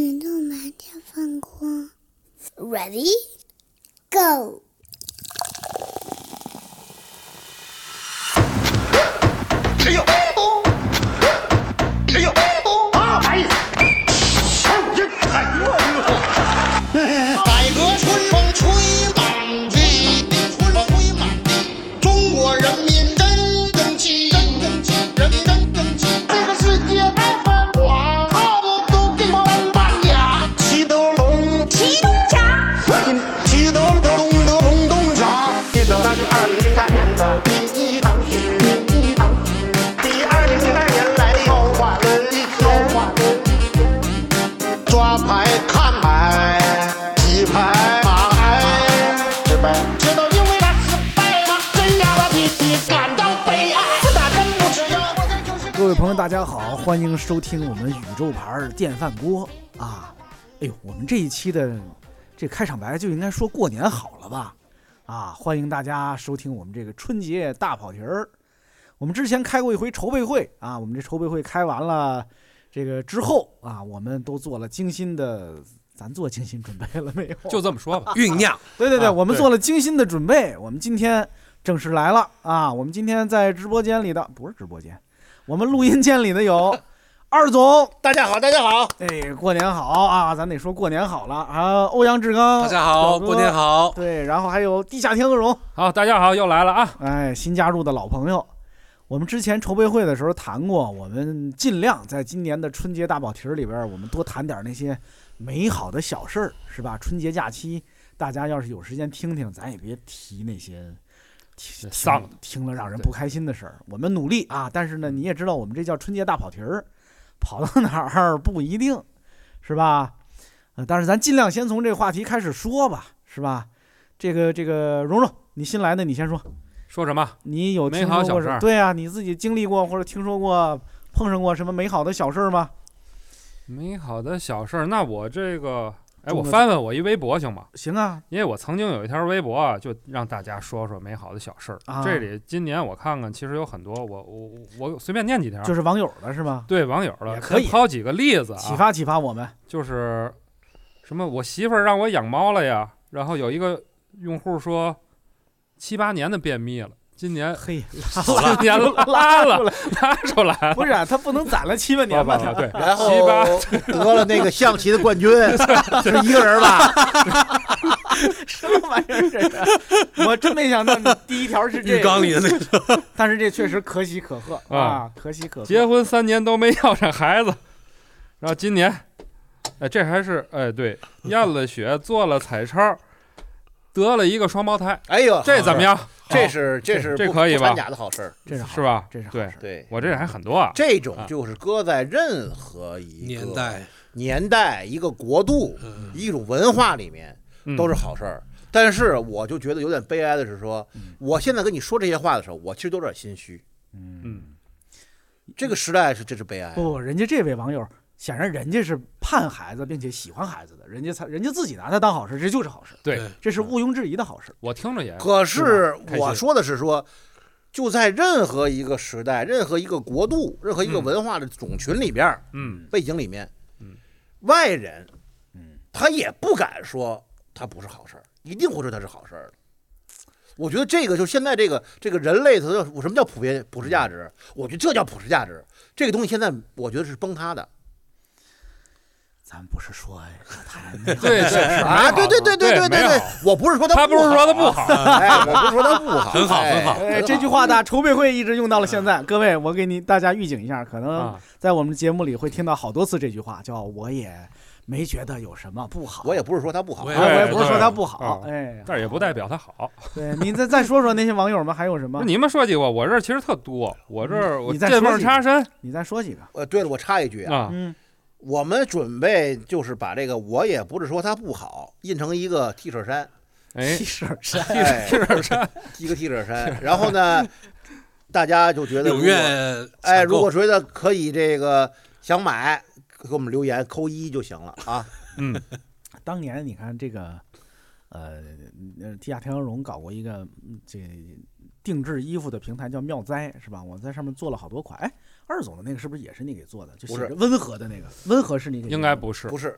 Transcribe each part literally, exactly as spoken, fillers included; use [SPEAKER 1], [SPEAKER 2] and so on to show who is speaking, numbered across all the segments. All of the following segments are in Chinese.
[SPEAKER 1] 宇宙麻电饭锅 ，Ready, Go！
[SPEAKER 2] 哎呦！哎呦！啊！哎呀！哎呦！改革春风吹满地，春风吹满地，中国人民真争气，真争气，人民真争气。这个世界太繁华，好的都给我们搬家。齐德龙，
[SPEAKER 1] 齐东家，
[SPEAKER 2] 齐德龙的龙东家，记得那是二零零三年的第一场雪，第一场雪，第二零零二年来的豪华轮，豪华轮，抓牌看牌。一拍马海，失败，知道因为他失败吗？真让我替你感到悲哀。自打真不只要我在就是。
[SPEAKER 3] 各位朋友，大家好，欢迎收听我们宇宙牌电饭锅啊！哎呦，我们这一期的这开场白就应该说过年好了吧？啊，欢迎大家收听我们这个春节大跑题儿。我们之前开过一回筹备会啊，我们这筹备会开完了，这个之后啊，我们都做了精心的。咱做精心准备了没有？
[SPEAKER 4] 就这么说吧，酝酿。
[SPEAKER 3] 对对对、啊，我们做了精心的准备。
[SPEAKER 4] 对，
[SPEAKER 3] 我们今天正式来了啊！我们今天在直播间里的不是直播间，我们录音间里的有二总，
[SPEAKER 2] 大家好，大家好。
[SPEAKER 3] 哎，过年好啊！咱得说过年好了啊！欧阳志刚，
[SPEAKER 4] 大家好，过年好。
[SPEAKER 3] 对，然后还有地下天鹅绒，
[SPEAKER 4] 好，大家好，又来了啊！
[SPEAKER 3] 哎，新加入的老朋友。我们之前筹备会的时候谈过，我们尽量在今年的春节大跑题里边，我们多谈点那些美好的小事儿，是吧？春节假期，大家要是有时间听听，咱也别提那些
[SPEAKER 4] 丧
[SPEAKER 3] 听了让人不开心的事儿。我们努力啊，但是呢，你也知道，我们这叫春节大跑题儿，跑到哪儿不一定，是吧？呃，但是咱尽量先从这个话题开始说吧，是吧？这个这个，蓉蓉，你新来的，你先说。
[SPEAKER 4] 说什么？
[SPEAKER 3] 你有听说过什么？对啊，你自己经历过或者听说过、碰上过什么美好的小事吗？
[SPEAKER 4] 美好的小事，那我这个，哎，我翻翻我一微博行吗？
[SPEAKER 3] 行啊，
[SPEAKER 4] 因为我曾经有一条微博啊，就让大家说说美好的小事。啊、这里今年我看看，其实有很多，我我我随便念几条，
[SPEAKER 3] 就是网友的是吧？
[SPEAKER 4] 对，网友的，
[SPEAKER 3] 可以
[SPEAKER 4] 抛几个例子啊，
[SPEAKER 3] 启发启发我们。
[SPEAKER 4] 就是什么，我媳妇儿让我养猫了呀，然后有一个用户说。七八年的便秘了，今年
[SPEAKER 3] 嘿，
[SPEAKER 4] 拉年拉了，拉出来了。
[SPEAKER 3] 不是、啊，他不能攒了七八年吧？
[SPEAKER 4] 对，
[SPEAKER 5] 然后得了那个象棋的冠军，是一个人吧？
[SPEAKER 3] 什么玩意儿这是？我真没想到，你第一条是这
[SPEAKER 5] 浴缸里的那个，
[SPEAKER 3] 但是这确实可喜可贺啊，啊可喜可贺。
[SPEAKER 4] 结婚三年都没要上孩子，然后今年，哎，这还是哎对，验了血，做了彩超。得了一个双胞胎，
[SPEAKER 5] 哎呦，
[SPEAKER 4] 这怎么样？
[SPEAKER 5] 这是这是
[SPEAKER 4] 这可以吧？
[SPEAKER 5] 参加的好事，
[SPEAKER 3] 这是
[SPEAKER 4] 是吧？
[SPEAKER 3] 这是
[SPEAKER 4] 对
[SPEAKER 5] 对，
[SPEAKER 4] 我这还很多啊。
[SPEAKER 5] 这种就是搁在任何一个
[SPEAKER 6] 年代、
[SPEAKER 5] 年代、一个国度、一种文化里面都是好事儿。但是我就觉得有点悲哀的是说，我现在跟你说这些话的时候，我其实都有点心虚。
[SPEAKER 3] 嗯，
[SPEAKER 5] 这个时代是这是悲哀。
[SPEAKER 3] 不，人家这位网友。显然人家是盼孩子并且喜欢孩子的，人家才人家自己拿它当好事，这就是好事。
[SPEAKER 4] 对，
[SPEAKER 3] 这是毋庸置疑的好事。
[SPEAKER 4] 我听着也。
[SPEAKER 5] 可是我说的是说，就在任何一个时代、任何一个国度、任何一个文化的种群里边，
[SPEAKER 4] 嗯，
[SPEAKER 5] 背景里面，
[SPEAKER 4] 嗯，
[SPEAKER 5] 外人，
[SPEAKER 3] 嗯，
[SPEAKER 5] 他也不敢说他不是好事，一定会说他是好事的。我觉得这个就现在这个这个人类，它什么叫普遍普世价值？我觉得这叫普世价值。这个东西现在我觉得是崩塌的。
[SPEAKER 3] 咱不是说
[SPEAKER 4] 对对
[SPEAKER 5] 啊，对对对对对对对，我不是说他，
[SPEAKER 4] 他不是说他不好，
[SPEAKER 5] 哎，我不是说他不好，
[SPEAKER 6] 很好很好。
[SPEAKER 3] 哎，这句话的筹备会一直用到了现在。各位，我给你大家预警一下，可能在我们节目里会听到好多次这句话，叫我也没觉得有什么不好。
[SPEAKER 5] 我也不是说他不好，
[SPEAKER 3] 我也不是说他不好，哎，
[SPEAKER 4] 但也不代表他好。
[SPEAKER 3] 对，你再再说说那些网友们还有什么？
[SPEAKER 4] 你们说几个，我这其实特多，我这我见缝插针。
[SPEAKER 3] 你再说几个？
[SPEAKER 5] 呃，对了，我插一句啊，
[SPEAKER 3] 嗯。
[SPEAKER 5] 我们准备就是把这个，我也不是说它不好，印成一个 T 恤衫，
[SPEAKER 4] 哎
[SPEAKER 3] ，T 恤衫
[SPEAKER 4] ，T 恤衫，
[SPEAKER 5] 一个 T 恤衫。然后呢，大家就觉得
[SPEAKER 6] 踊跃，
[SPEAKER 5] 哎，如果觉得可以，这个想买，给我们留言扣一就行了啊。
[SPEAKER 4] 嗯，
[SPEAKER 3] 当年你看这个，呃，地下天鹅绒搞过一个这定制衣服的平台叫妙哉，是吧？我在上面做了好多款，哎。二总的那个是不是也是你给做的？就写着温和的那个，温和是你给
[SPEAKER 4] 应该不是，
[SPEAKER 5] 不是，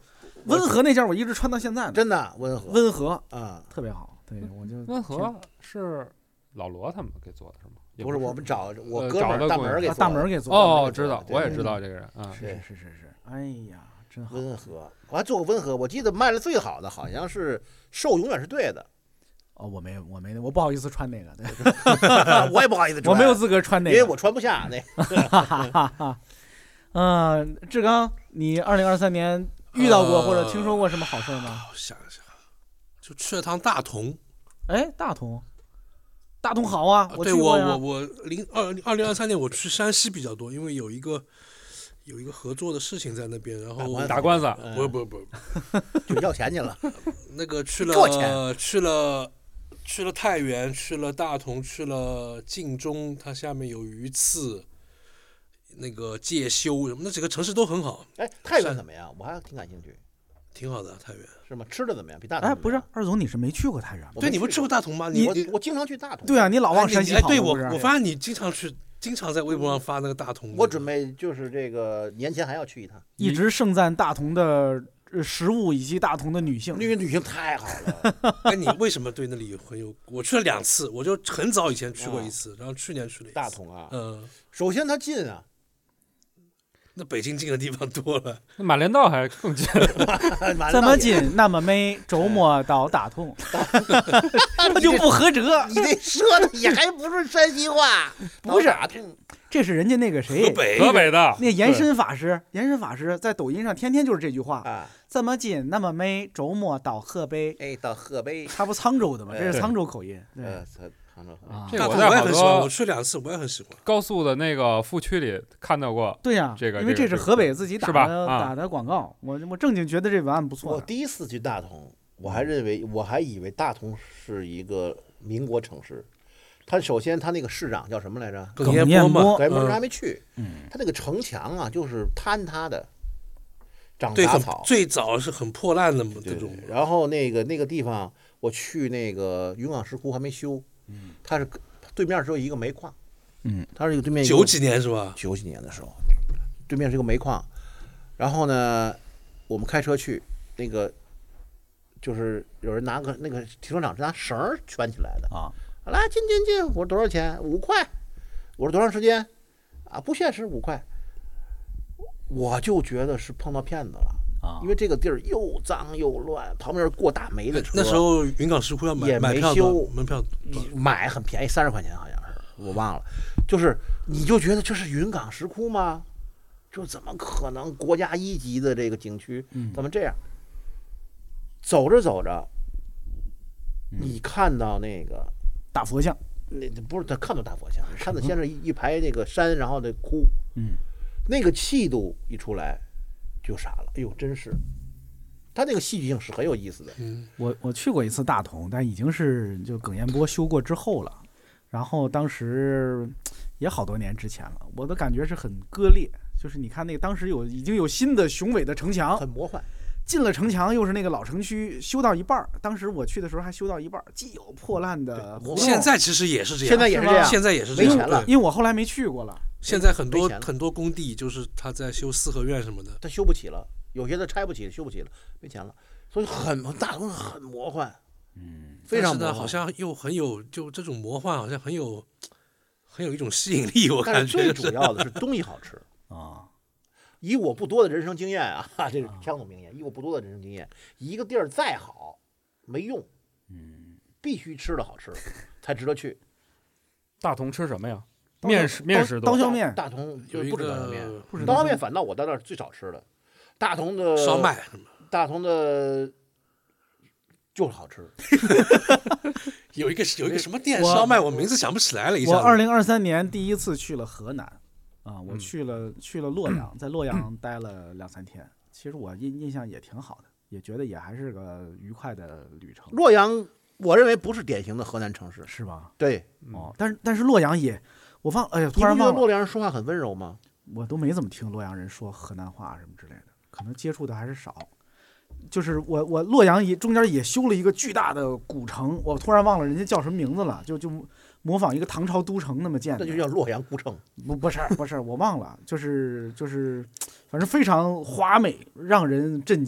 [SPEAKER 3] 温和那件我一直穿到现在呢，
[SPEAKER 5] 真的温和
[SPEAKER 3] 温和
[SPEAKER 5] 啊，
[SPEAKER 3] 特别好。对，我就
[SPEAKER 4] 温和是老罗他们给做的是吗？也
[SPEAKER 5] 不是我们找我
[SPEAKER 4] 呃
[SPEAKER 5] 哥们儿大
[SPEAKER 4] 找的过
[SPEAKER 3] 啊
[SPEAKER 5] 门儿给做的
[SPEAKER 3] 大门儿给做的。
[SPEAKER 4] 哦，知道，
[SPEAKER 5] 对
[SPEAKER 4] 我也知道这个人啊。
[SPEAKER 3] 是是是是是，哎呀，真好。
[SPEAKER 5] 温和，我还做过温和，我记得卖的最好的好像是瘦永远是对的，
[SPEAKER 3] 哦，我没我没我不好意思穿那个，对
[SPEAKER 5] 我也不好意思穿，
[SPEAKER 3] 我没有资格穿那个，
[SPEAKER 5] 因为我穿不下那。
[SPEAKER 3] 哈哈哈哈。嗯，志刚，你二零二三年遇到过或者听说过什么好事吗？
[SPEAKER 6] 我想一想，就去了趟大同。
[SPEAKER 3] 哎，大同，大同好啊，
[SPEAKER 6] 对我
[SPEAKER 3] 去过呀。
[SPEAKER 6] 我我零二二零二三年我去山西比较多，因为有一个有一个合作的事情在那边，然后
[SPEAKER 4] 打官司，
[SPEAKER 6] 不不不，
[SPEAKER 5] 就要钱去了。
[SPEAKER 6] 那个去
[SPEAKER 5] 给我
[SPEAKER 6] 了
[SPEAKER 5] 钱
[SPEAKER 6] 去了去了太原，去了大同，去了晋中，它下面有榆次。那个介休什么那几个城市都很好。
[SPEAKER 5] 哎，太原怎么样？我还挺感兴趣。
[SPEAKER 6] 挺好的，太原
[SPEAKER 5] 是吗？吃的怎么样？比大同
[SPEAKER 3] 哎，不是，二总，你是没去过太原吗？
[SPEAKER 6] 对，你不去过大同吗？
[SPEAKER 3] 你
[SPEAKER 5] 我我经常去大同。
[SPEAKER 3] 对啊，你老往山西
[SPEAKER 6] 哎，
[SPEAKER 3] 跑。
[SPEAKER 6] 对我我发现你经常去，经常在微博上发那个大同。
[SPEAKER 5] 我准备就是这个年前还要去一趟。
[SPEAKER 3] 一直盛赞大同的食物以及大同的女性，
[SPEAKER 5] 那个女性太好了。
[SPEAKER 6] 哎，你为什么对那里很有？我去了两次，我就很早以前去过一次，然后去年去了一次。
[SPEAKER 5] 大同啊，
[SPEAKER 6] 嗯，
[SPEAKER 5] 首先它近啊。
[SPEAKER 6] 那北京近的地方多了，
[SPEAKER 4] 那马连道还更近。
[SPEAKER 3] 这么近那么美，周末到大同，他就不合辙。
[SPEAKER 5] 你这说的也还不是山西话，
[SPEAKER 3] 不是
[SPEAKER 5] 大同，
[SPEAKER 3] 这是人家那个谁，
[SPEAKER 6] 河北
[SPEAKER 4] 河北的
[SPEAKER 3] 那延伸法师，延伸法师在抖音上天天就是这句话
[SPEAKER 5] 啊，
[SPEAKER 3] 这么近那么美，周末到河北。
[SPEAKER 5] 哎，到河北，
[SPEAKER 3] 他不沧州的吗？这是沧州口音。对
[SPEAKER 5] 呃，杭州
[SPEAKER 3] 啊，
[SPEAKER 4] 这
[SPEAKER 6] 大同我也
[SPEAKER 4] 我在好
[SPEAKER 6] 很喜欢，我
[SPEAKER 4] 多
[SPEAKER 6] 去两次，我也很喜欢。
[SPEAKER 4] 高速的那个副区里看到过。
[SPEAKER 3] 对呀，
[SPEAKER 4] 这个
[SPEAKER 3] 因为这是河北自己打的打的广告，我我正经觉得这文案不错。
[SPEAKER 5] 我第一次去大同，我还认为我还以为大同是一个民国城市。他首先他那个市长叫什么来着？
[SPEAKER 3] 耿彦波，
[SPEAKER 5] 耿彦波还没去。
[SPEAKER 3] 嗯，
[SPEAKER 5] 他那个城墙啊，就是坍塌的，长
[SPEAKER 6] 对，很
[SPEAKER 5] 杂草。
[SPEAKER 6] 最早是很破烂的嘛，这
[SPEAKER 5] 对
[SPEAKER 6] 种。
[SPEAKER 5] 然后那个那个地方，我去那个云冈石窟还没修，
[SPEAKER 3] 嗯，
[SPEAKER 5] 它是对面只有一个煤矿，
[SPEAKER 3] 嗯，
[SPEAKER 5] 它是一个对面
[SPEAKER 6] 九几年是吧？
[SPEAKER 5] 九几年的时候，对面是一个煤矿，然后呢，我们开车去，那个就是有人拿个那个停车场是拿绳儿圈起来的
[SPEAKER 3] 啊，
[SPEAKER 5] 来进进进，我说多少钱？五块，我说多长时间？啊，不限时五块，我就觉得是碰到骗子了。
[SPEAKER 3] 啊，
[SPEAKER 5] 因为这个地儿又脏又乱，旁边过大煤的车。
[SPEAKER 6] 那时候云冈石窟要买
[SPEAKER 5] 也
[SPEAKER 6] 买票
[SPEAKER 5] 没修，
[SPEAKER 6] 门票
[SPEAKER 5] 买很便宜，三十块钱好像是，我忘了。就是你就觉得这是云冈石窟吗？就怎么可能国家一级的这个景区，
[SPEAKER 3] 嗯
[SPEAKER 5] 怎么这样？走着走着，你看到那个
[SPEAKER 3] 大佛像，
[SPEAKER 5] 那不是他看到大佛像，看到先是一一排那个山，然后那窟，
[SPEAKER 3] 嗯，
[SPEAKER 5] 那个气度一出来就傻了。哎呦，真是，他那个戏剧性是很有意思的。
[SPEAKER 6] 嗯，
[SPEAKER 3] 我我去过一次大同，但已经是就耿彦波修过之后了。然后当时也好多年之前了，我的感觉是很割裂，就是你看那个当时有已经有新的雄伟的城墙，
[SPEAKER 5] 很魔幻。
[SPEAKER 3] 进了城墙又是那个老城区，修到一半儿，当时我去的时候还修到一半儿，既有破烂的胡同，
[SPEAKER 6] 现在其实也是这样，
[SPEAKER 5] 现在也是这样，
[SPEAKER 6] 现在也是这样
[SPEAKER 5] 没钱了
[SPEAKER 6] 对
[SPEAKER 3] 因为我后来没去过了。
[SPEAKER 6] 现在很多
[SPEAKER 5] 没钱了
[SPEAKER 6] 很多工地就是他在修四合院什么的，
[SPEAKER 5] 他修不起了，有些他拆不起，修不起了，没钱了，所以很大同很魔幻，
[SPEAKER 3] 嗯，
[SPEAKER 5] 非常魔幻。
[SPEAKER 6] 但是呢，好像又很有就这种魔幻，好像很有很有一种吸引力，我
[SPEAKER 5] 但
[SPEAKER 6] 感觉
[SPEAKER 5] 是最主要的是东西好吃。
[SPEAKER 3] 啊，
[SPEAKER 5] 以我不多的人生经验啊，这是枪总名言。以我不多的人生经验，一个地儿再好没用，
[SPEAKER 3] 嗯，
[SPEAKER 5] 必须吃的好吃才值得去。
[SPEAKER 4] 大同吃什么呀？面食面食多。
[SPEAKER 3] 刀削面，
[SPEAKER 5] 大同就
[SPEAKER 6] 有一
[SPEAKER 5] 不止刀削
[SPEAKER 6] 个
[SPEAKER 5] 面，
[SPEAKER 3] 不止
[SPEAKER 5] 刀削面反倒我到那儿最少吃的。大同的
[SPEAKER 6] 烧麦什么，
[SPEAKER 5] 大同的就是好吃。
[SPEAKER 6] 有一个有一个什么店
[SPEAKER 3] 我
[SPEAKER 6] 烧麦，我名字想不起来了，一
[SPEAKER 3] 我
[SPEAKER 6] 下子。
[SPEAKER 3] 二零二三年第一次去了河南，啊，我
[SPEAKER 4] 嗯
[SPEAKER 3] 去了、去了洛阳，在洛阳待了两三天。其实我印印象也挺好的，也觉得也还是个愉快的旅程，
[SPEAKER 5] 洛阳，我认为不是典型的河南城市。
[SPEAKER 3] 是吧？
[SPEAKER 5] 对，
[SPEAKER 3] 哦，但是但是洛阳也，我忘，哎呀，
[SPEAKER 5] 你不觉得
[SPEAKER 3] 突然忘了，
[SPEAKER 5] 洛阳人说话很温柔吗？
[SPEAKER 3] 我都没怎么听洛阳人说河南话什么之类的，可能接触的还是少。就是我我洛阳也中间也修了一个巨大的古城，我突然忘了人家叫什么名字了，就就模仿一个唐朝都城那么建的，
[SPEAKER 5] 那就叫洛阳古城。
[SPEAKER 3] 不不是不是我忘了，就是就是反正非常华美，让人震惊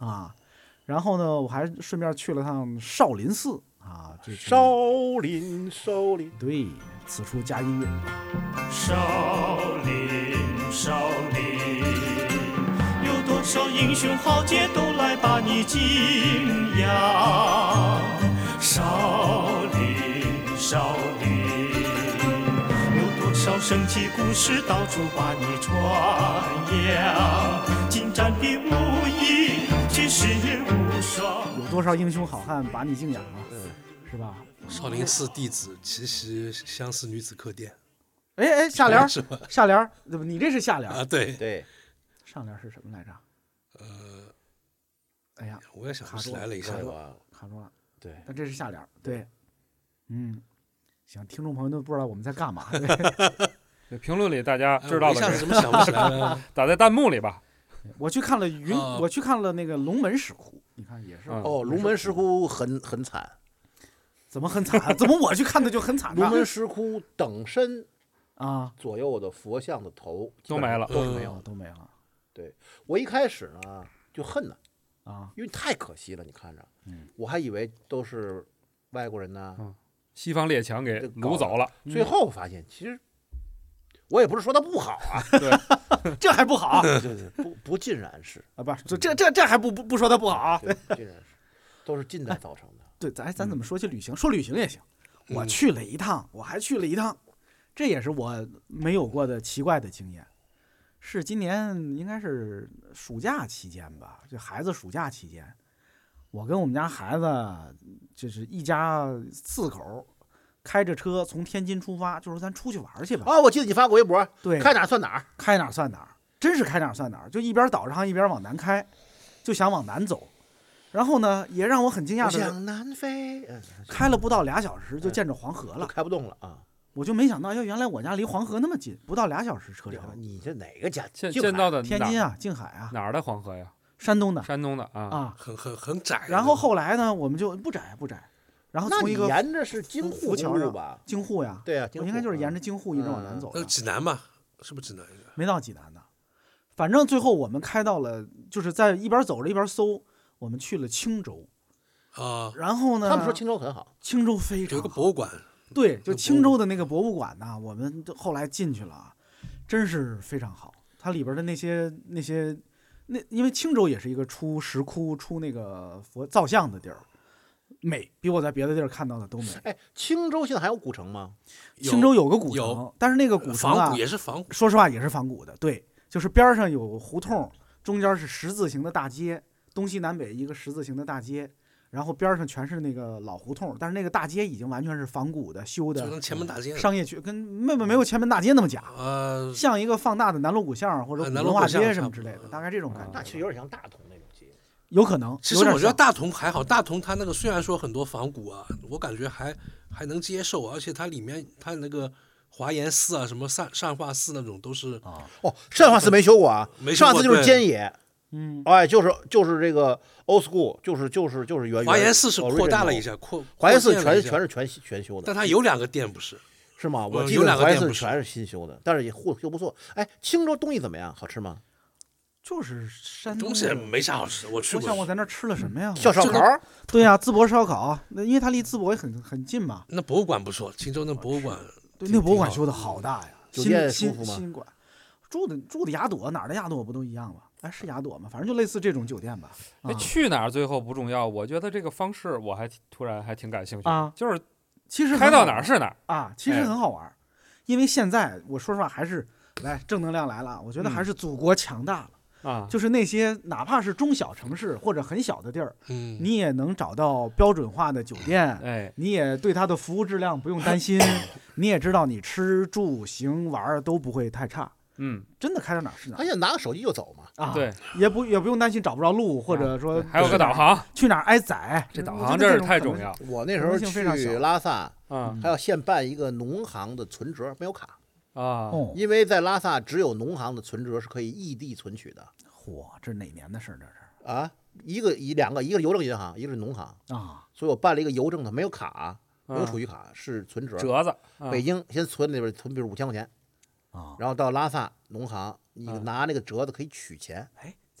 [SPEAKER 3] 啊。然后呢，我还顺便去了趟少林寺啊，这是
[SPEAKER 5] 少林少林，
[SPEAKER 3] 对，此处加音乐。
[SPEAKER 7] 少林，少林，有多少英雄豪杰都来把你敬仰。少林，少林，有多少神奇故事到处把你传扬。精湛的武艺，气势无双。
[SPEAKER 3] 有多少英雄好汉把你敬仰啊？是吧？
[SPEAKER 6] 少林寺弟子奇袭相思女子客店。
[SPEAKER 3] 哎哎，下联
[SPEAKER 6] 是吧？
[SPEAKER 3] 下联，对不？你这是下联
[SPEAKER 6] 啊，对
[SPEAKER 5] 对，
[SPEAKER 3] 上联是什么来着？
[SPEAKER 6] 呃，
[SPEAKER 3] 哎呀，
[SPEAKER 6] 我也想不起来了一下
[SPEAKER 5] 对。吧？
[SPEAKER 3] 卡住了。
[SPEAKER 5] 对，
[SPEAKER 3] 但这是下联，对，嗯，行，听众朋友都不知道我们在干嘛。对
[SPEAKER 4] 对评论里大家知道
[SPEAKER 6] 哎我一下
[SPEAKER 4] 的
[SPEAKER 6] 子怎么想不起来了？
[SPEAKER 4] 打在弹幕里吧。
[SPEAKER 3] 我去看了云，
[SPEAKER 6] 啊
[SPEAKER 3] 我去看了那个龙门石窟，你看也是。
[SPEAKER 4] 嗯
[SPEAKER 5] 哦，龙门石窟很很惨，
[SPEAKER 3] 怎么很惨？怎么我去看的就很惨呢？
[SPEAKER 5] 龙门石窟等身
[SPEAKER 3] 啊，
[SPEAKER 5] 左右的佛像的头
[SPEAKER 4] 都没了
[SPEAKER 5] 基本上都是没有的。
[SPEAKER 3] 哦都没了
[SPEAKER 5] 我一开始呢就恨呢，
[SPEAKER 3] 啊。
[SPEAKER 5] 因为太可惜了。你看着，
[SPEAKER 3] 嗯
[SPEAKER 5] 我还以为都是外国人呢，
[SPEAKER 4] 嗯西方列强给掳走了。
[SPEAKER 5] 最后发现其实我也不是说它不好啊，
[SPEAKER 3] 这还不好啊？
[SPEAKER 5] 对对，不不尽然是，
[SPEAKER 3] 不是，这这这这还不不不说它不好啊？
[SPEAKER 5] 对，不尽然是，都是近代造成的。
[SPEAKER 3] 对，咱咱怎么说起旅行？说旅行也行。我
[SPEAKER 6] 嗯
[SPEAKER 3] 去了一趟，我还去了一趟，这也是我没有过的奇怪的经验。是今年应该是暑假期间吧，就孩子暑假期间，我跟我们家孩子就是一家四口，开着车从天津出发，就说咱出去玩去吧。
[SPEAKER 5] 啊，我记得你发过微博，
[SPEAKER 3] 对，
[SPEAKER 5] 开哪儿算哪儿。
[SPEAKER 3] 开哪儿算哪儿，真是开哪儿算哪儿，就一边倒着航一边往南开，就想往南走。然后呢，也让我很惊讶的是，
[SPEAKER 5] 向南飞，嗯
[SPEAKER 3] 开了不到俩小时就见着黄河了。
[SPEAKER 5] 都开不动了啊！
[SPEAKER 3] 我就没想到，要原来我家离黄河那么近，不到俩小时车程。
[SPEAKER 5] 你这哪个家？
[SPEAKER 4] 见
[SPEAKER 5] 静海
[SPEAKER 4] 见到的哪
[SPEAKER 3] 天津啊，静海啊，
[SPEAKER 4] 哪儿的黄河呀？
[SPEAKER 3] 山东的
[SPEAKER 4] 山东的啊。
[SPEAKER 3] 啊。
[SPEAKER 6] 很很很窄。
[SPEAKER 3] 然后后来呢，我们就不窄不窄，然后
[SPEAKER 5] 那你
[SPEAKER 3] 从一个
[SPEAKER 5] 沿着是京沪
[SPEAKER 3] 浮桥上
[SPEAKER 5] 公路吧？
[SPEAKER 3] 京沪呀，
[SPEAKER 5] 对啊，京沪
[SPEAKER 3] 我应该就是沿着
[SPEAKER 5] 嗯
[SPEAKER 3] 京沪一直往南走
[SPEAKER 6] 那
[SPEAKER 3] 的，
[SPEAKER 6] 济南吧，是不是济南？
[SPEAKER 3] 没到济南的。反正最后我们开到了，就是在一边走着一边搜，我们去了青州。
[SPEAKER 6] 啊，
[SPEAKER 3] 然后呢，
[SPEAKER 5] 他们说青州很好，
[SPEAKER 3] 青州非常
[SPEAKER 6] 有个
[SPEAKER 3] 好
[SPEAKER 6] 博物馆，
[SPEAKER 3] 对，就
[SPEAKER 6] 有
[SPEAKER 3] 青州的那个博物馆呐，我们都后来进去了，真是非常好。它里边的那些那些那，因为青州也是一个出石窟、出那个佛造像的地儿，美，比我在别的地儿看到的都美。
[SPEAKER 5] 哎，青州现在还有古城吗？
[SPEAKER 6] 有
[SPEAKER 3] 青州有个古城
[SPEAKER 6] 有，
[SPEAKER 3] 但是那个古城啊
[SPEAKER 6] 仿古，也是仿古，
[SPEAKER 3] 说实话也是仿古的，对，就是边上有胡同，中间是十字形的大街，东西南北一个十字形的大街。然后边上全是那个老胡同，但是那个大街已经完全是仿古的修的
[SPEAKER 6] 就跟前门大街
[SPEAKER 3] 商业区，跟没没没有前门大街那么假，
[SPEAKER 6] 呃，
[SPEAKER 3] 像一个放大的南锣鼓巷或者
[SPEAKER 6] 呃
[SPEAKER 3] 古文化
[SPEAKER 6] 南锣鼓巷
[SPEAKER 3] 街什么
[SPEAKER 6] 差不多
[SPEAKER 3] 之类的，大概这种感觉，
[SPEAKER 5] 那其实有点像大同那种街。
[SPEAKER 3] 有可能。
[SPEAKER 6] 其实我觉得
[SPEAKER 3] 有点像
[SPEAKER 6] 大同还好，大同它那个虽然说很多仿古啊，我感觉还还能接受，而且它里面它那个华严寺啊，什么善善化寺那种都是
[SPEAKER 3] 啊，
[SPEAKER 5] 哦，善化寺没修过啊，
[SPEAKER 6] 没修过
[SPEAKER 5] 善化寺就是
[SPEAKER 6] 对
[SPEAKER 5] 尖野，
[SPEAKER 3] 嗯，
[SPEAKER 5] 哎，就是就是这个 old school，就是就是就是原
[SPEAKER 6] 华严寺是扩大了一
[SPEAKER 5] 下，
[SPEAKER 6] 下，扩
[SPEAKER 5] 华严寺全
[SPEAKER 6] 扩建了一下
[SPEAKER 5] 全是全全修的，
[SPEAKER 6] 但它有两个店不是，
[SPEAKER 5] 是吗？我
[SPEAKER 6] 嗯有
[SPEAKER 5] 记得华严
[SPEAKER 6] 两个店不是
[SPEAKER 5] 寺全是新修的，但是也护修不错。哎，青州东西怎么样？好吃吗？
[SPEAKER 3] 就是山东
[SPEAKER 6] 东西
[SPEAKER 3] 的
[SPEAKER 6] 没啥好吃，我去
[SPEAKER 3] 我
[SPEAKER 6] 过。
[SPEAKER 3] 想我在那儿吃了什么呀？
[SPEAKER 5] 小烧烤儿，
[SPEAKER 3] 对呀，淄博烧烤，那因为它离淄博也很很近嘛。
[SPEAKER 6] 那博物馆不错，青州那博物馆
[SPEAKER 3] 对，
[SPEAKER 6] 挺
[SPEAKER 3] 那博物馆
[SPEAKER 6] 挺好
[SPEAKER 3] 修的好大呀，
[SPEAKER 5] 酒
[SPEAKER 3] 新新
[SPEAKER 5] 店舒服吗
[SPEAKER 3] 新馆，住的住的雅朵，哪儿的雅朵不都一样吗？哎，是雅朵吗？反正就类似这种酒店吧。
[SPEAKER 4] 哎，
[SPEAKER 3] 啊
[SPEAKER 4] 去哪儿最后不重要，我觉得这个方式我还突然还挺感兴趣的
[SPEAKER 3] 啊
[SPEAKER 4] 就是
[SPEAKER 3] 其实
[SPEAKER 4] 开到
[SPEAKER 3] 很好玩
[SPEAKER 4] 哪儿是哪儿。
[SPEAKER 3] 啊，其实
[SPEAKER 4] 哎
[SPEAKER 3] 很好玩儿，因为现在我说实话还是来正能量来了，我觉得
[SPEAKER 4] 嗯
[SPEAKER 3] 还是祖国强大了。
[SPEAKER 4] 啊，
[SPEAKER 3] 就是那些哪怕是中小城市或者很小的地儿，
[SPEAKER 6] 嗯，
[SPEAKER 3] 你也能找到标准化的酒店，
[SPEAKER 4] 哎，
[SPEAKER 3] 你也对它的服务质量不用担心，你也知道你吃住行玩儿都不会太差。
[SPEAKER 4] 嗯，
[SPEAKER 3] 真的开到哪儿是哪儿
[SPEAKER 5] 他现在拿个手机就走嘛。
[SPEAKER 3] 啊，
[SPEAKER 4] 对，
[SPEAKER 3] 也不也不用担心找不着路，或者说
[SPEAKER 4] 还有个导航，
[SPEAKER 3] 去哪儿挨宰，
[SPEAKER 4] 这导
[SPEAKER 3] 我觉得
[SPEAKER 4] 航真是
[SPEAKER 3] 种可能
[SPEAKER 4] 太重要。
[SPEAKER 5] 我那时候
[SPEAKER 3] 可能性非常小
[SPEAKER 5] 去拉萨，
[SPEAKER 4] 啊
[SPEAKER 5] 还要现办一个农行的存折，没有卡，
[SPEAKER 4] 啊，
[SPEAKER 3] 哦，
[SPEAKER 5] 因为在拉萨只有农行的存折是可以异地存取的
[SPEAKER 3] 嚯，这是哪年的事儿？这是
[SPEAKER 5] 啊。一个一两个，一个是邮政银行，一个是农行，
[SPEAKER 3] 啊，
[SPEAKER 5] 所以我办了一个邮政的，没有卡，没有
[SPEAKER 4] 啊
[SPEAKER 5] 储蓄卡，是存折。
[SPEAKER 4] 折子，啊
[SPEAKER 5] 北京先存那边存，比如五千块钱，
[SPEAKER 3] 啊，
[SPEAKER 5] 然后到拉萨农行，你
[SPEAKER 4] 啊
[SPEAKER 5] 拿那个折子可以取钱。
[SPEAKER 3] 哎，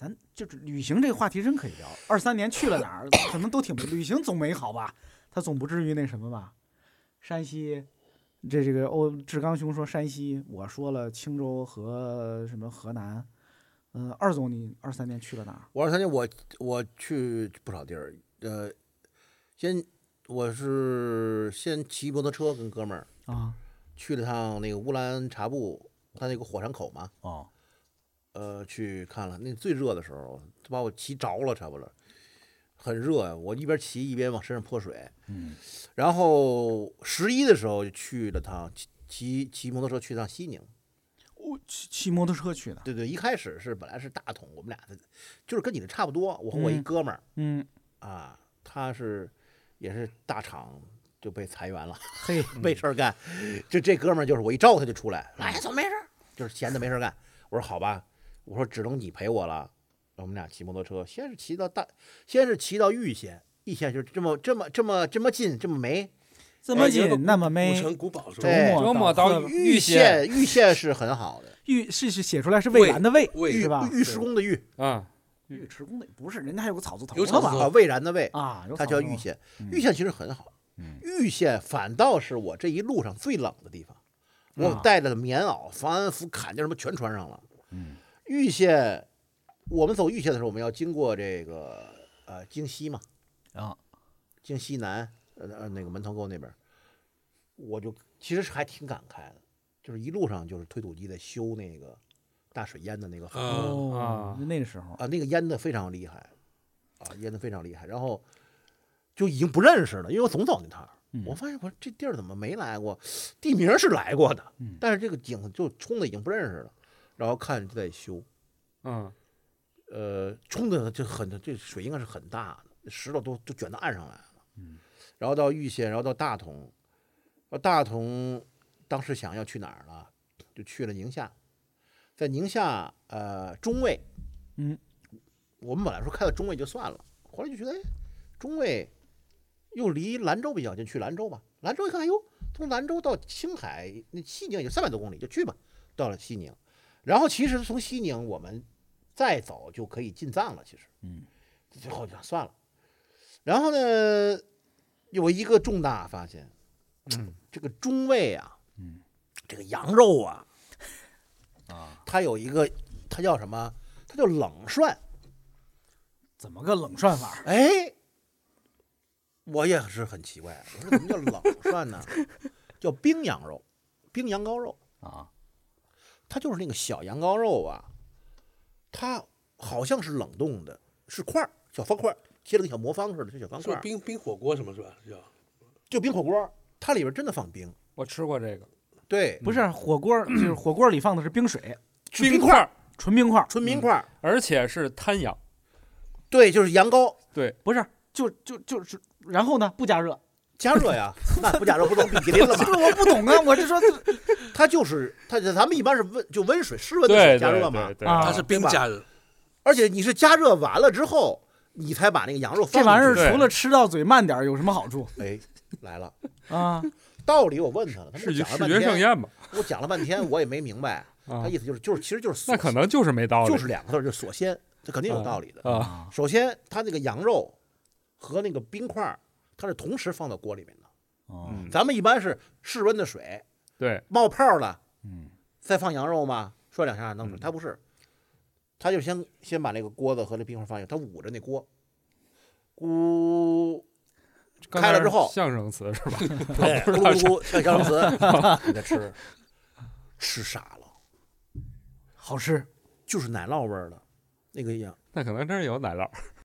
[SPEAKER 3] 咱就是旅行这个话题真可以聊。二三年去了哪儿，可能都挺美，旅行总美好吧？他总不至于那什么吧？山西，这这个欧志刚兄说山西，我说了青州和什么河南。嗯、呃，二总你二三年去了哪儿？
[SPEAKER 5] 我二三年我我去不少地儿，呃，先我是先骑摩托车跟哥们儿
[SPEAKER 3] 啊
[SPEAKER 5] 去了趟那个乌兰察布，他那个火山口嘛。
[SPEAKER 3] 哦。
[SPEAKER 5] 呃，去看了，那最热的时候，他把我骑着了，差不多，很热呀。我一边骑一边往身上泼水。
[SPEAKER 3] 嗯。
[SPEAKER 5] 然后十一的时候就去了趟骑骑骑摩托车去趟西宁。
[SPEAKER 3] 我、哦、骑骑摩托车去的。
[SPEAKER 5] 对对，一开始是本来是大同，我们俩的就是跟你的差不多。我和我一哥们儿，
[SPEAKER 3] 嗯，
[SPEAKER 5] 啊，他是也是大厂就被裁员了，
[SPEAKER 3] 嘿，
[SPEAKER 5] 没事儿干。就这哥们儿就是我一招呼他就出来，来走没事儿，就是闲的没事儿干。我说好吧。我说只能你陪我了，我们俩骑摩托车，先是骑到大，先是骑到玉县，玉县就这么这么这么这么近，这么美，
[SPEAKER 3] 这么近、哎、那么美。
[SPEAKER 6] 古城古堡是吧？
[SPEAKER 4] 周末到
[SPEAKER 5] 玉县，玉县是很好的。
[SPEAKER 3] 玉是是写出来是蔚然的蔚，
[SPEAKER 5] 玉
[SPEAKER 3] 是吧？
[SPEAKER 5] 尉迟恭的玉
[SPEAKER 4] 啊，
[SPEAKER 3] 尉迟恭的不是，人家还有个草字头，
[SPEAKER 6] 有草字头
[SPEAKER 5] 啊，蔚然的蔚
[SPEAKER 3] 啊，
[SPEAKER 5] 它叫玉县。玉县其实很好，玉县反倒是我这一路上最冷的地方，我带着棉袄、防寒服、坎肩什么全穿上了。
[SPEAKER 3] 嗯。
[SPEAKER 5] 玉县，我们走玉县的时候，我们要经过这个呃京西嘛，
[SPEAKER 3] 啊，
[SPEAKER 5] 京西南呃那个门头沟那边，我就其实是还挺感慨的，就是一路上就是推土机在修那个大水淹的那个河
[SPEAKER 3] 啊，那个时候
[SPEAKER 5] 啊，那个淹的非常厉害啊，淹的非常厉害，然后就已经不认识了，因为我总走那趟，
[SPEAKER 3] 嗯、
[SPEAKER 5] 我发现我这地儿怎么没来过，地名是来过的，
[SPEAKER 3] 嗯、
[SPEAKER 5] 但是这个景就冲的已经不认识了。然后看就在修，
[SPEAKER 4] 嗯，
[SPEAKER 5] 呃，冲的就很，这水应该是很大的，石头都都卷到岸上来了。
[SPEAKER 3] 嗯，
[SPEAKER 5] 然后到玉县，然后到大同，到大同，当时想要去哪儿了，就去了宁夏，在宁夏呃中卫，
[SPEAKER 3] 嗯，
[SPEAKER 5] 我们本来说开到中卫就算了，后来就觉得哎，中卫又离兰州比较近，去兰州吧。兰州一看，哎呦，从兰州到青海那西宁也就三百多公里，就去吧。到了西宁。然后其实从西宁我们再走就可以进藏了，其实，
[SPEAKER 3] 嗯，
[SPEAKER 5] 最后就算了。然后呢，有一个重大发现，嗯，这个中卫啊，
[SPEAKER 3] 嗯，
[SPEAKER 5] 这个羊肉啊，
[SPEAKER 3] 啊，
[SPEAKER 5] 它有一个，它叫什么？它叫冷涮。
[SPEAKER 3] 怎么个冷涮法？
[SPEAKER 5] 哎，我也是很奇怪，我说怎么叫冷涮呢？叫冰羊肉，冰羊羔肉
[SPEAKER 3] 啊。
[SPEAKER 5] 它就是那个小羊羔肉啊，它好像是冷冻的，是块儿小方块儿，贴了个小魔方似的，这小方块儿。
[SPEAKER 6] 冰冰火锅什么是吧？叫
[SPEAKER 5] 就冰火锅，它里边真的放冰。
[SPEAKER 4] 我吃过这个。
[SPEAKER 5] 对，
[SPEAKER 3] 不是火锅，就是火锅里放的是冰水，
[SPEAKER 5] 冰块，
[SPEAKER 3] 纯冰块，
[SPEAKER 5] 纯冰块，
[SPEAKER 4] 嗯，而且是滩羊。
[SPEAKER 5] 对，就是羊羔。
[SPEAKER 4] 对，
[SPEAKER 3] 不是，就就就是，然后呢，不加热。
[SPEAKER 5] 加热呀，那不加热不能冰淇淋了吗？
[SPEAKER 3] 这我不懂啊，我就说，
[SPEAKER 5] 它就是它，咱们一般是温就温水湿温的水加热嘛，
[SPEAKER 4] 对对对对
[SPEAKER 3] 啊，
[SPEAKER 6] 它是冰加热，
[SPEAKER 5] 而且你是加热完了之后，你才把那个羊肉放进去。
[SPEAKER 3] 这玩意儿除了吃到嘴慢点，有什么好处？
[SPEAKER 5] 哎，来了
[SPEAKER 3] 啊，
[SPEAKER 5] 道理我问他了，他们讲了半天，
[SPEAKER 4] 视觉盛宴吧，
[SPEAKER 5] 我讲了半天，我也没明白，他意思就是就是其实就是
[SPEAKER 4] 那可能就是没道理，
[SPEAKER 5] 就是两个字，就所先，这肯定有道理的
[SPEAKER 4] 啊。
[SPEAKER 5] 首先，它那个羊肉和那个冰块，它是同时放到锅里面的。
[SPEAKER 3] 嗯，
[SPEAKER 5] 咱们一般是室温的水，
[SPEAKER 4] 对，
[SPEAKER 5] 冒泡了，
[SPEAKER 3] 嗯，
[SPEAKER 5] 再放羊肉嘛，涮两下弄出来。它不是，他就先先把那个锅子和那冰块放进，他捂着那锅，咕，开了之后，
[SPEAKER 4] 相声词是吧？
[SPEAKER 5] 对，咕咕咕，像相声词，你再吃，吃傻了，
[SPEAKER 3] 好吃，
[SPEAKER 5] 就是奶酪味儿的，那个样。
[SPEAKER 4] 那可能真是有奶酪。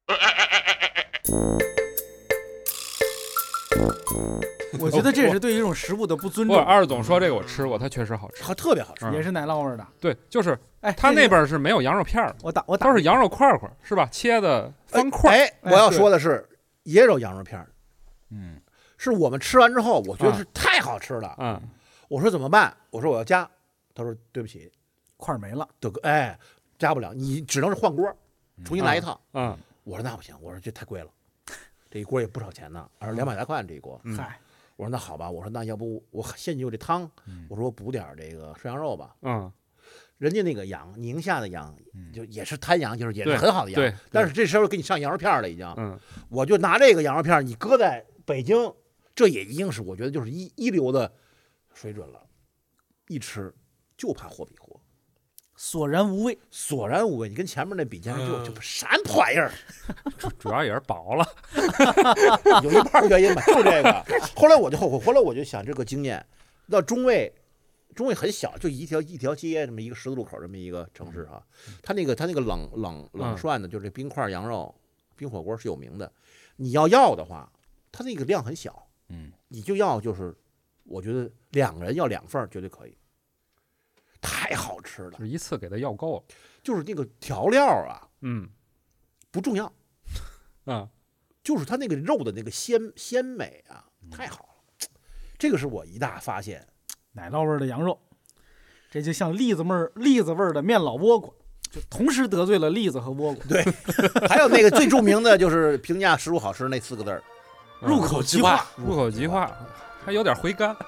[SPEAKER 3] 我觉得这是对于一种食物的不尊重。
[SPEAKER 4] 不，二总说这个我吃过，它确实好吃，
[SPEAKER 5] 它特别好吃，
[SPEAKER 3] 也是奶酪味的。
[SPEAKER 4] 对，就是
[SPEAKER 3] 哎，
[SPEAKER 4] 它那边是没有羊肉片儿，
[SPEAKER 3] 我打我打
[SPEAKER 4] 都是羊肉块块，是吧？切的方块。
[SPEAKER 5] 哎，我要说的是，也有羊肉片儿，
[SPEAKER 3] 嗯，
[SPEAKER 5] 是我们吃完之后，我觉得是太好吃了，
[SPEAKER 4] 嗯，
[SPEAKER 5] 我说怎么办？我说我要加，他说对不起，
[SPEAKER 3] 块没了，
[SPEAKER 5] 德哥，哎，加不了，你只能是换锅，重新来一套。
[SPEAKER 4] 嗯，
[SPEAKER 5] 我说那不行，我说这太贵了，这一锅也不少钱呢，而两百来块这一锅。
[SPEAKER 3] 嗨。
[SPEAKER 5] 我说那好吧，我说那要不我现就这汤，我说我补点这个涮羊肉吧。
[SPEAKER 4] 嗯，
[SPEAKER 5] 人家那个羊，宁夏的羊，
[SPEAKER 3] 嗯
[SPEAKER 5] 就也是滩羊，就是也是
[SPEAKER 4] 对
[SPEAKER 5] 很好的羊。
[SPEAKER 4] 对，
[SPEAKER 5] 但是这时候给你上羊肉片儿了，已经。
[SPEAKER 4] 嗯，
[SPEAKER 5] 我就拿这个羊肉片儿，你搁在北京，这也已经是我觉得就是一一流的水准了。一吃就怕货比货，
[SPEAKER 3] 索然无味。
[SPEAKER 5] 索然无味。你跟前面那比，简直就
[SPEAKER 6] 嗯
[SPEAKER 5] 就啥破玩意儿。
[SPEAKER 4] 主主要也是饱了。
[SPEAKER 5] 有一半原因吧，就这个。后来我就后悔，后来我就想这个经验，到中卫，中卫很小，就一条一条街这么一个十字路口这么一个城市啊。他那个他那个冷冷冷涮的，就是这冰块羊肉冰火锅是有名的。你要要的话，他那个量很小，
[SPEAKER 3] 嗯，
[SPEAKER 5] 你就要就是我觉得两个人要两份儿绝对可以，太好吃了
[SPEAKER 4] 就。是一次给他要够了。
[SPEAKER 5] 就是那个调料啊
[SPEAKER 4] 嗯
[SPEAKER 5] 不重要，
[SPEAKER 4] 啊，
[SPEAKER 5] 就是它那个肉的那个鲜鲜美啊，太好了。这个是我一大发现。
[SPEAKER 3] 奶酪味儿的羊肉，这就像栗子味儿栗子味儿的面老倭瓜，就同时得罪了栗子和倭瓜。
[SPEAKER 5] 对，还有那个最著名的就是评价食物好吃那四个字儿，
[SPEAKER 3] 入口即化。
[SPEAKER 4] 入口即化，还有点回甘。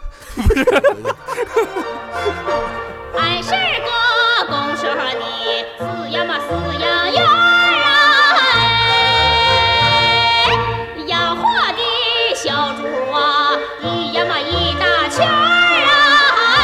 [SPEAKER 8] 俺是个公社的饲养嘛饲养员儿啊，哎，养活的小猪啊，一呀嘛一大圈儿啊，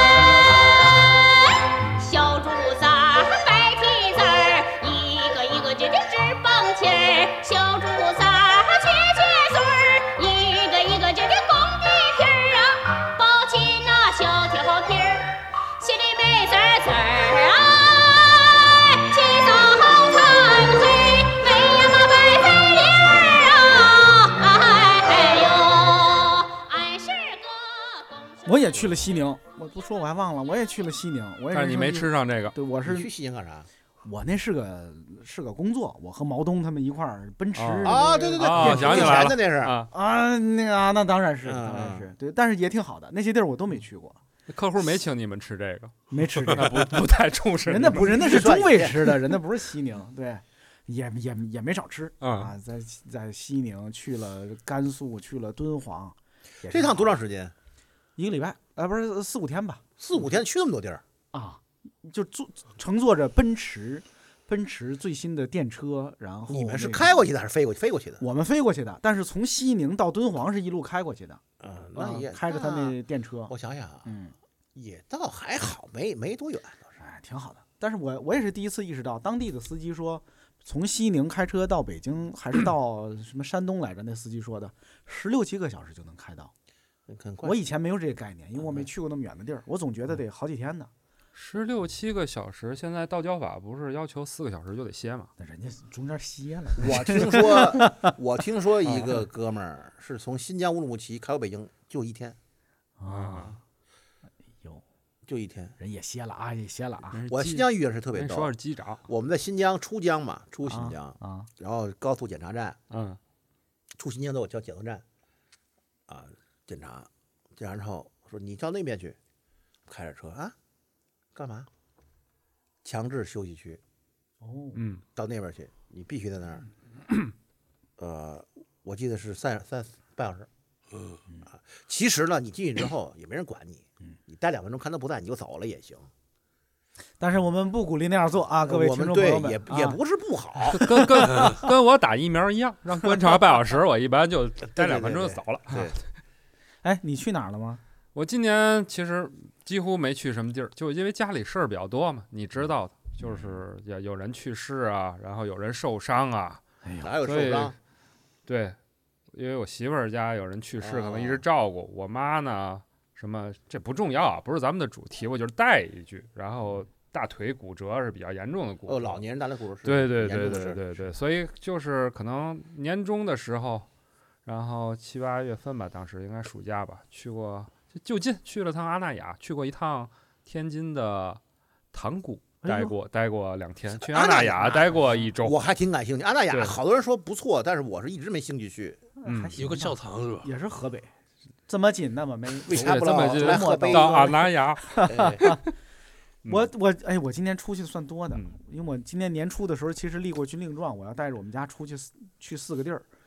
[SPEAKER 8] 哎，小猪崽儿白蹄子儿，一个一个这这直蹦气儿，小猪崽儿缺缺嘴儿，一个一个这这公的皮儿啊，抱起那小条皮儿。心里美滋滋儿啊，起早好贪黑，美呀嘛白菜粒儿啊，哎呦，俺是个公社。
[SPEAKER 3] 我也去了西宁，我不说我还忘了，我也去了西宁，我也
[SPEAKER 4] 但是你没
[SPEAKER 3] 生
[SPEAKER 4] 吃上这个。
[SPEAKER 3] 对，我是
[SPEAKER 5] 你去西宁干啥？
[SPEAKER 3] 我那是个是个工作，我和毛东他们一块儿奔驰
[SPEAKER 4] 啊
[SPEAKER 5] 啊，对对对，
[SPEAKER 4] 啊
[SPEAKER 5] 给
[SPEAKER 4] 想起来了
[SPEAKER 5] 给钱的那是。
[SPEAKER 4] 啊，
[SPEAKER 3] 啊，那个啊，那当然是，
[SPEAKER 5] 嗯
[SPEAKER 3] 当然是对，但是也挺好的，那些地儿我都没去过，
[SPEAKER 4] 客户没请你们吃这个，
[SPEAKER 3] 没吃这
[SPEAKER 4] 那
[SPEAKER 3] 个，
[SPEAKER 4] 不不太重视你们。
[SPEAKER 3] 人家不，人家是中卫吃的，人家不是西宁，对，也也也没少吃
[SPEAKER 4] 嗯
[SPEAKER 3] 啊，在在西宁去了甘肃，去了敦煌，也是
[SPEAKER 5] 这趟多长时间？
[SPEAKER 3] 一个礼拜，啊，不是四五天吧，
[SPEAKER 5] 四五天去那么多地儿，
[SPEAKER 3] 啊，就坐乘坐着奔驰，奔驰最新的电车，然后
[SPEAKER 5] 你们是
[SPEAKER 3] 那个
[SPEAKER 5] 开过去的还是飞过去？飞过去的。
[SPEAKER 3] 我们飞过去的，但是从西宁到敦煌是一路开过去的，
[SPEAKER 5] 嗯，
[SPEAKER 3] 啊
[SPEAKER 5] 那也
[SPEAKER 3] 开着他那电车，
[SPEAKER 5] 我想想啊，
[SPEAKER 3] 嗯，
[SPEAKER 5] 也倒还好，没没多远倒是。
[SPEAKER 3] 哎，挺好的。但是我我也是第一次意识到，当地的司机说，从西宁开车到北京，还是到什么山东来着？那司机说的，十六七个小时就能开到。
[SPEAKER 5] 很快
[SPEAKER 3] 我以前没有这个概念，因为我没去过那么远的地儿，我总觉得得好几天呢。
[SPEAKER 4] 十六七个小时，现在道交法不是要求四个小时就得歇吗？
[SPEAKER 3] 那人家中间歇了，
[SPEAKER 5] 我听说，我听说一个哥们儿是从新疆乌鲁木齐开到北京，就一天，
[SPEAKER 3] 啊，有
[SPEAKER 5] 就一天。
[SPEAKER 3] 人也歇了啊，也歇了啊。
[SPEAKER 4] 人是机
[SPEAKER 5] 我新疆遇人是特别逗
[SPEAKER 4] 人说是，机长。
[SPEAKER 5] 我们在新疆出疆嘛，出新疆，
[SPEAKER 3] 啊，
[SPEAKER 5] 然后高速检查站，
[SPEAKER 4] 嗯，
[SPEAKER 5] 出新疆都有叫检测站，啊，检查，检查之后说你到那边去，开着车啊，干嘛？强制休息区，
[SPEAKER 3] 哦，
[SPEAKER 4] 嗯，
[SPEAKER 5] 到那边去，你必须在那儿，呃，我记得是三三半小时。
[SPEAKER 6] 嗯，
[SPEAKER 5] 啊，其实呢，你进去之后也没人管你，你待两分钟看他不在你就走了也行。
[SPEAKER 3] 但是我们不鼓励那样做啊，各位
[SPEAKER 5] 我们
[SPEAKER 3] 听众朋友们，
[SPEAKER 5] 对也也
[SPEAKER 3] 啊
[SPEAKER 5] 不是不好，
[SPEAKER 4] 跟跟跟我打疫苗一样，让观察半小时，我一般就待两分钟就走了。
[SPEAKER 5] 对，
[SPEAKER 3] 哎，你去哪儿了吗？
[SPEAKER 4] 我今年其实几乎没去什么地儿，就因为家里事儿比较多嘛，你知道的，就是有有人去世啊，然后有人受伤啊，
[SPEAKER 3] 哎呦，
[SPEAKER 5] 哪有
[SPEAKER 4] 所以
[SPEAKER 5] 受伤？
[SPEAKER 4] 对，因为我媳妇儿家有人去世，可能一直
[SPEAKER 5] 哦
[SPEAKER 4] 照顾我妈呢，什么这不重要啊，不是咱们的主题，我就是带一句，然后大腿骨折是比较严重的骨折，
[SPEAKER 5] 哦，老年人大腿骨折是
[SPEAKER 4] 对对对
[SPEAKER 5] 严重的事儿
[SPEAKER 4] 对对对，所以就是可能年终的时候，然后七八月份吧，当时应该暑假吧，去过就近去了趟阿那亚，去过一趟天津的塘沽，
[SPEAKER 3] 哎呦
[SPEAKER 4] 待过待过两天，去
[SPEAKER 5] 阿
[SPEAKER 4] 阿那
[SPEAKER 5] 那亚
[SPEAKER 4] 亚待过一周。
[SPEAKER 5] 我还挺感兴趣。阿那亚
[SPEAKER 4] 对
[SPEAKER 5] 好多人说不错，但是我是一直没兴趣去。
[SPEAKER 4] 嗯
[SPEAKER 3] 还行吧
[SPEAKER 6] 有个教堂是吧？
[SPEAKER 3] 也是河北，这么近那么没。
[SPEAKER 5] 为啥不
[SPEAKER 4] 这么近
[SPEAKER 5] 来河北
[SPEAKER 4] 到阿那亚？
[SPEAKER 5] 哎
[SPEAKER 3] 我我哎，我今年出去算多的，
[SPEAKER 4] 嗯
[SPEAKER 3] 因为我今年年初的时候其实立过军令状，我要带着我们家出去四去四个地儿，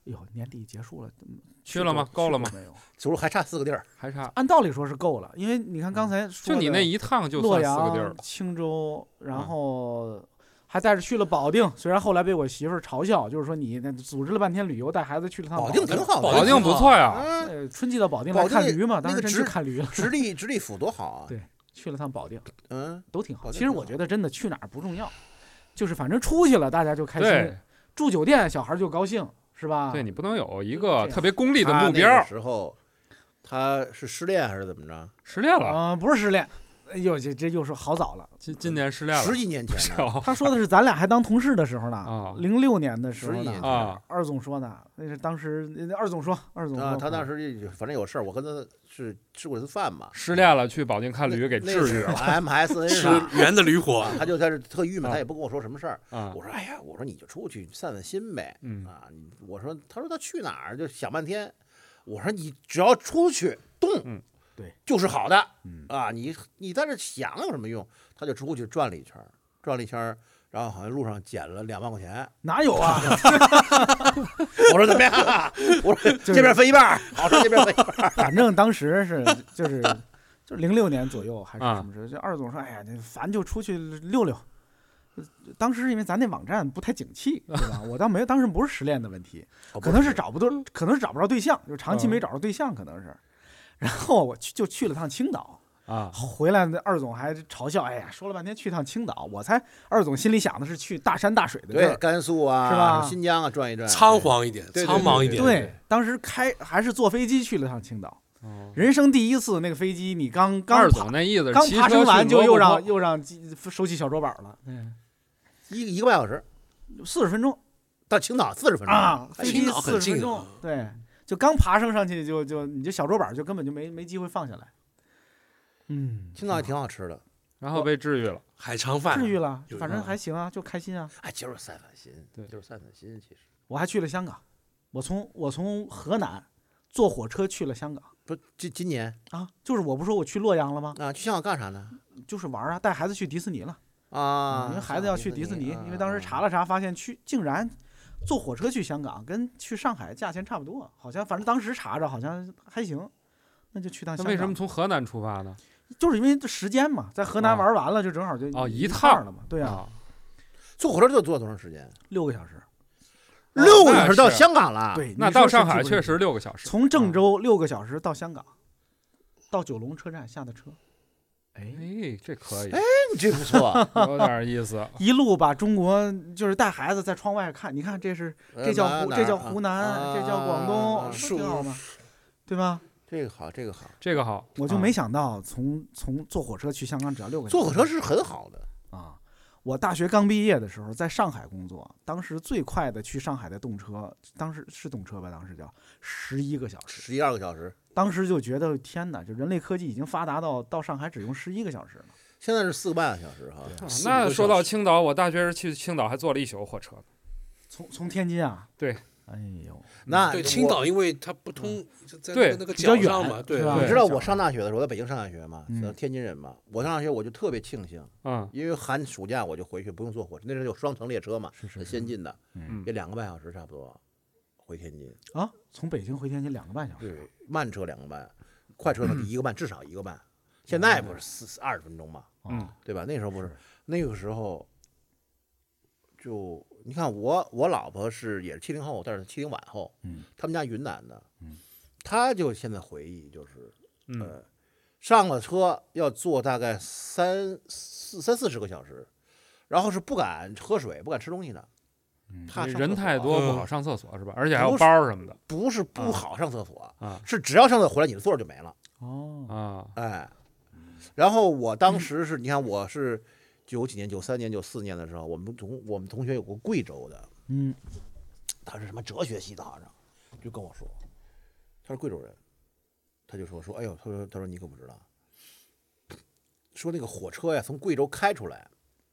[SPEAKER 3] 呦，年底结束了，嗯
[SPEAKER 4] 去了吗
[SPEAKER 3] 过
[SPEAKER 4] 够了吗
[SPEAKER 3] 去过没有，
[SPEAKER 5] 就是还差四个地儿，
[SPEAKER 4] 还差
[SPEAKER 3] 按道理说是够了，因为你看刚才说的
[SPEAKER 4] 就你那一趟就
[SPEAKER 3] 洛
[SPEAKER 4] 算四个地儿了，
[SPEAKER 3] 阳、青州，
[SPEAKER 4] 嗯
[SPEAKER 3] 然后还带着去了保定。虽然后来被我媳妇儿嘲笑，就是说你那组织了半天旅游，带孩子去了趟
[SPEAKER 5] 保
[SPEAKER 3] 定
[SPEAKER 5] 定挺好的，
[SPEAKER 4] 保定不错呀。
[SPEAKER 5] 嗯，
[SPEAKER 3] 呃，春季到保定
[SPEAKER 5] 保定
[SPEAKER 3] 来看驴嘛，当时真
[SPEAKER 5] 那个直
[SPEAKER 3] 去看驴了，
[SPEAKER 5] 直隶直隶府多好啊，
[SPEAKER 3] 对去了趟保定，
[SPEAKER 5] 嗯，
[SPEAKER 3] 都挺好。
[SPEAKER 5] 保定
[SPEAKER 3] 其实我觉得真的去哪儿不重要，就是反正出去了大家就开心
[SPEAKER 4] 对，
[SPEAKER 3] 住酒店小孩就高兴，是吧？
[SPEAKER 4] 对，你不能有一
[SPEAKER 3] 这
[SPEAKER 4] 个
[SPEAKER 3] 样
[SPEAKER 4] 特别功利的
[SPEAKER 5] 他那个
[SPEAKER 4] 目标，
[SPEAKER 5] 时候他是失恋还是怎么着？
[SPEAKER 4] 失恋了，
[SPEAKER 3] 啊、不是失恋，哎呦，这这又是好早了。
[SPEAKER 4] 今今年失恋了，
[SPEAKER 5] 十几年前呢，
[SPEAKER 4] 哦
[SPEAKER 3] 他说的是咱俩还当同事的时候呢
[SPEAKER 4] 啊，
[SPEAKER 3] 零六年的时候呢
[SPEAKER 5] 十几年前
[SPEAKER 4] 啊，
[SPEAKER 3] 二总说的，那是当时呃二总说，二总说，
[SPEAKER 5] 啊，他当时就反正有事儿，我跟他是吃过一次饭嘛，
[SPEAKER 4] 失恋了，去保定看驴给
[SPEAKER 5] 那
[SPEAKER 4] 治愈了
[SPEAKER 5] 是 M S N
[SPEAKER 6] 是
[SPEAKER 5] 上，
[SPEAKER 6] 圆的驴火，
[SPEAKER 5] 他就在这特郁闷，
[SPEAKER 4] 啊
[SPEAKER 5] 他也不跟我说什么事儿。
[SPEAKER 4] 啊
[SPEAKER 5] 我说哎呀，我说你就出去散散心呗，
[SPEAKER 4] 嗯
[SPEAKER 5] 啊，你我说他说他去哪儿就想半天，我说你只要出去动，
[SPEAKER 4] 嗯
[SPEAKER 3] 对，
[SPEAKER 5] 就是好的，
[SPEAKER 3] 嗯
[SPEAKER 5] 啊，你你在这想有什么用？他就出去转了一圈儿，转了一圈儿，然后好像路上捡了两万块钱。
[SPEAKER 3] 哪有啊？
[SPEAKER 5] 我说怎么样啊？我说这边分一半儿，好说这边分一半儿。
[SPEAKER 3] 反正当时是就是就零六年左右还是
[SPEAKER 4] 啊
[SPEAKER 3] 什么时候？就二总说，哎呀，那烦就出去溜溜。当时因为咱那网站不太景气，对吧？我倒没有，当时不是失恋的问题，可能是找不到，可能是找不着对象，就长期没找着对象，可能是。然后我去就去了趟青岛，
[SPEAKER 4] 啊，
[SPEAKER 3] 回来那二总还嘲笑，哎呀，说了半天去趟青岛，我猜二总心里想的是去大山大水的地
[SPEAKER 5] 对，
[SPEAKER 3] 儿，
[SPEAKER 5] 甘肃啊，
[SPEAKER 3] 是吧
[SPEAKER 5] 新疆啊，转一转，
[SPEAKER 6] 仓皇一点，
[SPEAKER 5] 对对
[SPEAKER 6] 苍茫一点。
[SPEAKER 3] 对，当时开还是坐飞机去了趟青岛，
[SPEAKER 4] 哦
[SPEAKER 3] 人生第一次那个飞机，你刚刚
[SPEAKER 4] 二
[SPEAKER 3] 爬
[SPEAKER 4] 总那意思是
[SPEAKER 3] 刚爬
[SPEAKER 4] 骑车
[SPEAKER 3] 升完就又
[SPEAKER 4] 去罗布泊
[SPEAKER 3] 让又让机收起小桌板了，嗯，
[SPEAKER 5] 一一个半小时
[SPEAKER 3] 四十分钟
[SPEAKER 5] 到青岛四十分钟
[SPEAKER 3] 啊，
[SPEAKER 5] 哎
[SPEAKER 3] 飞机
[SPEAKER 6] 青岛很
[SPEAKER 3] 四十分钟
[SPEAKER 6] 近啊，
[SPEAKER 3] 对，就刚爬升上去就就你这小桌板就根本就没没机会放下来，嗯，
[SPEAKER 5] 青岛也挺好吃的。
[SPEAKER 4] 然后被治愈了，
[SPEAKER 6] 海肠饭
[SPEAKER 3] 治愈了，
[SPEAKER 6] 有
[SPEAKER 3] 反正还行啊，就开心啊。
[SPEAKER 5] 哎，就是散散心，
[SPEAKER 4] 对
[SPEAKER 5] 就是散散心。其实
[SPEAKER 3] 我还去了香港，我从我从河南坐火车去了香港
[SPEAKER 5] 不，今今年
[SPEAKER 3] 啊，就是我不是说我去洛阳了吗？
[SPEAKER 5] 啊，去香港干啥呢？
[SPEAKER 3] 就是玩啊，带孩子去迪士尼了。
[SPEAKER 5] 啊，
[SPEAKER 3] 因为孩子要去迪士尼，因为当时查了查，发现去竟然坐火车去香港跟去上海价钱差不多，好像反正当时查着好像还行，那就去趟
[SPEAKER 4] 那
[SPEAKER 3] 香港。
[SPEAKER 4] 为什么从河南出发呢？
[SPEAKER 3] 就是因为这时间嘛，在河南玩完了就正好就
[SPEAKER 4] 哦，
[SPEAKER 3] 一
[SPEAKER 4] 趟
[SPEAKER 3] 了嘛。对啊，
[SPEAKER 4] 啊，
[SPEAKER 5] 坐火车就坐多长时间？
[SPEAKER 3] 六个小时。
[SPEAKER 5] 六个小时到
[SPEAKER 4] 那是
[SPEAKER 5] 香港了。，
[SPEAKER 3] 对，
[SPEAKER 4] 那
[SPEAKER 3] 你说
[SPEAKER 4] 到上海
[SPEAKER 3] 是巨不是
[SPEAKER 4] 确实六个小时，
[SPEAKER 3] 从郑州六个小时到香港，到九龙车站下的车，哎，
[SPEAKER 4] 哎，这可以，
[SPEAKER 5] 这不错。
[SPEAKER 4] 有点意思。
[SPEAKER 3] 一路把中国就是带孩子在窗外看，你看这是这叫湖，
[SPEAKER 5] 哪儿
[SPEAKER 3] 这叫湖南，
[SPEAKER 5] 啊
[SPEAKER 3] 这叫广东，
[SPEAKER 5] 啊
[SPEAKER 3] 说挺好吗？对吧？
[SPEAKER 5] 这个好，这个好。
[SPEAKER 4] 这个好，
[SPEAKER 3] 我就
[SPEAKER 4] 啊
[SPEAKER 3] 没想到从从坐火车去香港只要六个小时。
[SPEAKER 5] 坐火车是很好的。
[SPEAKER 3] 啊！我大学刚毕业的时候在上海工作，当时最快的去上海的动车，当时是动车吧？当时叫十一个小时。
[SPEAKER 5] 十一二个小时，
[SPEAKER 3] 当时就觉得天哪，就人类科技已经发达到到上海只用十一个小时了。
[SPEAKER 5] 现在是四个半个小时哈。
[SPEAKER 4] 啊
[SPEAKER 6] 四五个
[SPEAKER 4] 那说到
[SPEAKER 6] 小时
[SPEAKER 4] 青岛，我大学时去青岛还坐了一宿火车呢。
[SPEAKER 3] 从从天津啊，
[SPEAKER 4] 对，
[SPEAKER 3] 哎呦，
[SPEAKER 6] 对，
[SPEAKER 5] 那我
[SPEAKER 6] 青岛因为它不通，就在那
[SPEAKER 4] 对
[SPEAKER 6] 个那个
[SPEAKER 3] 比较远
[SPEAKER 6] 角上嘛，对
[SPEAKER 3] 是吧
[SPEAKER 5] 你
[SPEAKER 6] 对
[SPEAKER 5] 知道我上大学的时候，我在北京上大学嘛，
[SPEAKER 3] 嗯
[SPEAKER 5] 在天津人嘛。我上大学我就特别庆幸，
[SPEAKER 4] 嗯，
[SPEAKER 5] 因为寒暑假我就回去，不用坐火车，那时候有双层列车嘛，
[SPEAKER 3] 是是
[SPEAKER 5] 很先进的，
[SPEAKER 3] 嗯
[SPEAKER 5] 也两个半小时差不多回天津。
[SPEAKER 3] 啊，从北京回天津两个半小时。
[SPEAKER 5] 对，慢车两个半，快车呢一个半，至少一个半。现
[SPEAKER 3] 哦
[SPEAKER 5] 在不是四二十分钟嘛，
[SPEAKER 4] 嗯，
[SPEAKER 5] 对吧？那时候不是，那个时候就你看我我老婆是也是七零后，但是七零晚后，
[SPEAKER 3] 嗯，
[SPEAKER 5] 他们家云南的，
[SPEAKER 3] 嗯，
[SPEAKER 5] 他就现在回忆就是，
[SPEAKER 4] 嗯
[SPEAKER 5] 呃，上了车要坐大概三四三四十个小时，然后是不敢喝水，不敢吃东西的。他上
[SPEAKER 4] 人
[SPEAKER 5] 厕所
[SPEAKER 4] 太多不
[SPEAKER 6] 嗯
[SPEAKER 4] 好上厕所是吧？而且还有
[SPEAKER 5] 不是
[SPEAKER 4] 包儿什么的
[SPEAKER 5] 不是不好上厕所，
[SPEAKER 4] 啊
[SPEAKER 5] 是只要上厕所回来你的座儿就没了。
[SPEAKER 3] 哦，
[SPEAKER 4] 啊，
[SPEAKER 5] 哎，然后我当时是，你看我是九几年、九三年、九四年的时候，我们同我们同学有个贵州的，
[SPEAKER 3] 嗯，
[SPEAKER 5] 他是什么哲学系的，好像就跟我说，他是贵州人，他就说说，哎呦，他说他说你可不知道，说那个火车呀从贵州开出来，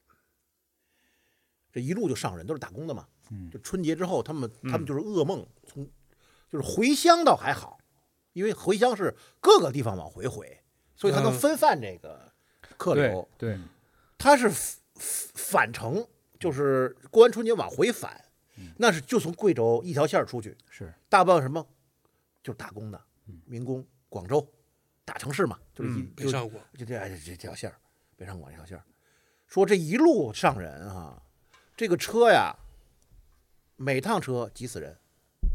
[SPEAKER 5] 这一路就上人，都是打工的嘛，
[SPEAKER 3] 嗯
[SPEAKER 5] 就春节之后他们他们
[SPEAKER 4] 嗯
[SPEAKER 5] 就是噩梦，从就是回乡倒还好，因为回乡是各个地方往回回，所以他能
[SPEAKER 6] 嗯
[SPEAKER 5] 分散这个客流
[SPEAKER 4] 对。对，
[SPEAKER 5] 他是反反程，就是过完春节往回返， 那是就从贵州一条线出去，
[SPEAKER 3] 是
[SPEAKER 5] 大部分什么就是打工的，民工，广州大城市嘛，就是一、
[SPEAKER 6] 北上广
[SPEAKER 5] 就这这这条线儿，北上广这条线儿。说这一路上人啊，这个车呀，每趟车挤死人。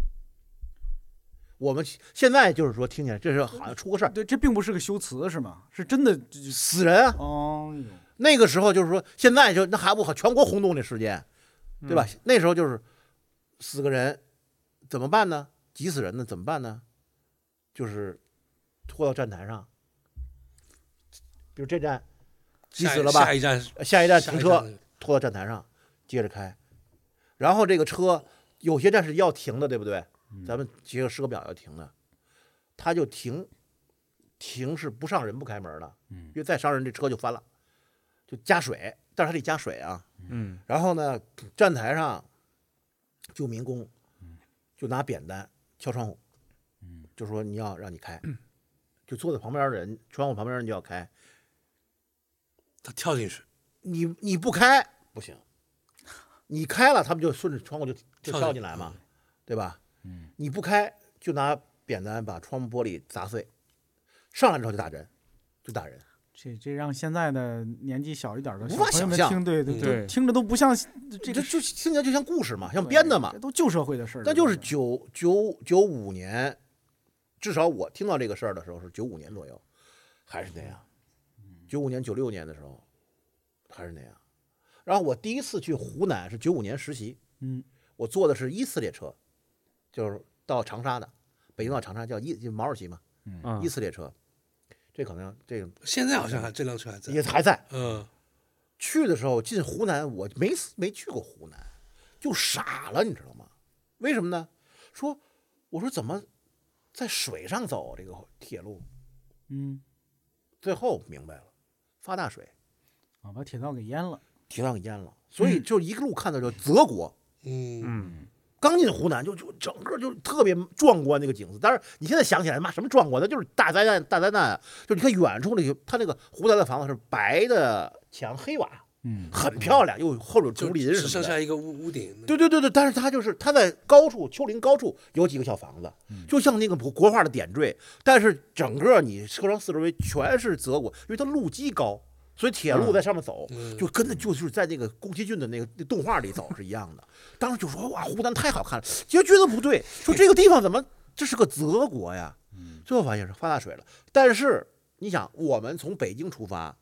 [SPEAKER 5] 我们现在就是说听起来这是好像出个事儿，
[SPEAKER 3] 对，这并不是个修辞是吗？是真的
[SPEAKER 5] 死人啊！
[SPEAKER 3] 哦哟，
[SPEAKER 5] 那个时候就是说，现在就那还不全国轰动那事件，对吧？
[SPEAKER 3] 嗯、
[SPEAKER 5] 那时候就是死个人，怎么办呢？挤死人呢，怎么办呢？就是拖到站台上，比如这站挤死了吧？
[SPEAKER 6] 下一站，
[SPEAKER 5] 下一站停车，拖到站台上，接着开。然后这个车有些站是要停的，对不对？嗯、咱们结个时刻表要停的，他就停，停是不上人不开门的，
[SPEAKER 3] 嗯，
[SPEAKER 5] 因为再上人这车就翻了，就加水，但是还得加水啊，
[SPEAKER 4] 嗯。
[SPEAKER 5] 然后呢，站台上就民工就拿扁担敲窗户，嗯，就说你要让你开，嗯、就坐在旁边的人，窗户旁边人就要开，
[SPEAKER 6] 他跳进去，
[SPEAKER 5] 你你不开不行，你开了他们就顺着窗户就就跳进来嘛，嗯、对吧？嗯，你不开就拿扁担把窗户玻璃砸碎，上来之后就打人，就打人。
[SPEAKER 3] 这这让现在的年纪小一点的
[SPEAKER 5] 无法想象，
[SPEAKER 3] 听对对
[SPEAKER 4] 对，
[SPEAKER 3] 听着都不像这个，
[SPEAKER 5] 就听起来就像故事嘛，像编的嘛，
[SPEAKER 3] 这都旧社会的事儿。
[SPEAKER 5] 但就是九九九五年，至少我听到这个事儿的时候是九五年左右，还是那样。九五年九六年的时候还是那样。然后我第一次去湖南是九五年实习，
[SPEAKER 3] 嗯，
[SPEAKER 5] 我坐的是一次列车，就是到长沙的，北京到长沙叫一就毛主席嘛，嗯，一次列车。这可能这个
[SPEAKER 6] 现在好像还这辆车还在，
[SPEAKER 5] 也还在。
[SPEAKER 6] 嗯，
[SPEAKER 5] 去的时候进湖南，我没没去过湖南，就傻了，你知道吗？为什么呢？说我说怎么在水上走这个铁路？
[SPEAKER 3] 嗯，
[SPEAKER 5] 最后明白了，发大水
[SPEAKER 3] 啊，把铁道给淹了，
[SPEAKER 5] 铁道给淹了，所以就一路看到就泽国。
[SPEAKER 6] 嗯
[SPEAKER 4] 嗯。
[SPEAKER 5] 刚进湖南就就整个就特别壮观那个景色，但是你现在想起来，妈什么壮观？那就是大灾难，大灾难啊！就你看远处那个，它那个湖南的房子是白的墙黑瓦，
[SPEAKER 3] 嗯，
[SPEAKER 5] 很漂亮，又后边竹林什么的，
[SPEAKER 6] 只剩下一个屋屋顶。
[SPEAKER 5] 对对对对，但是它就是它在高处，丘陵高处有几个小房子，就像那个国画的点缀，但是整个你车窗四周围全是泽国，因为它路基高。所以铁路在上面走，
[SPEAKER 6] 嗯、
[SPEAKER 5] 就跟那就是在那个宫崎骏的那个那动画里走是一样的。当时就说哇，湖南太好看了，结果觉得不对，说这个地方怎么这是个泽国呀？最后发现是发大水了。但是你想，我们从北京出发，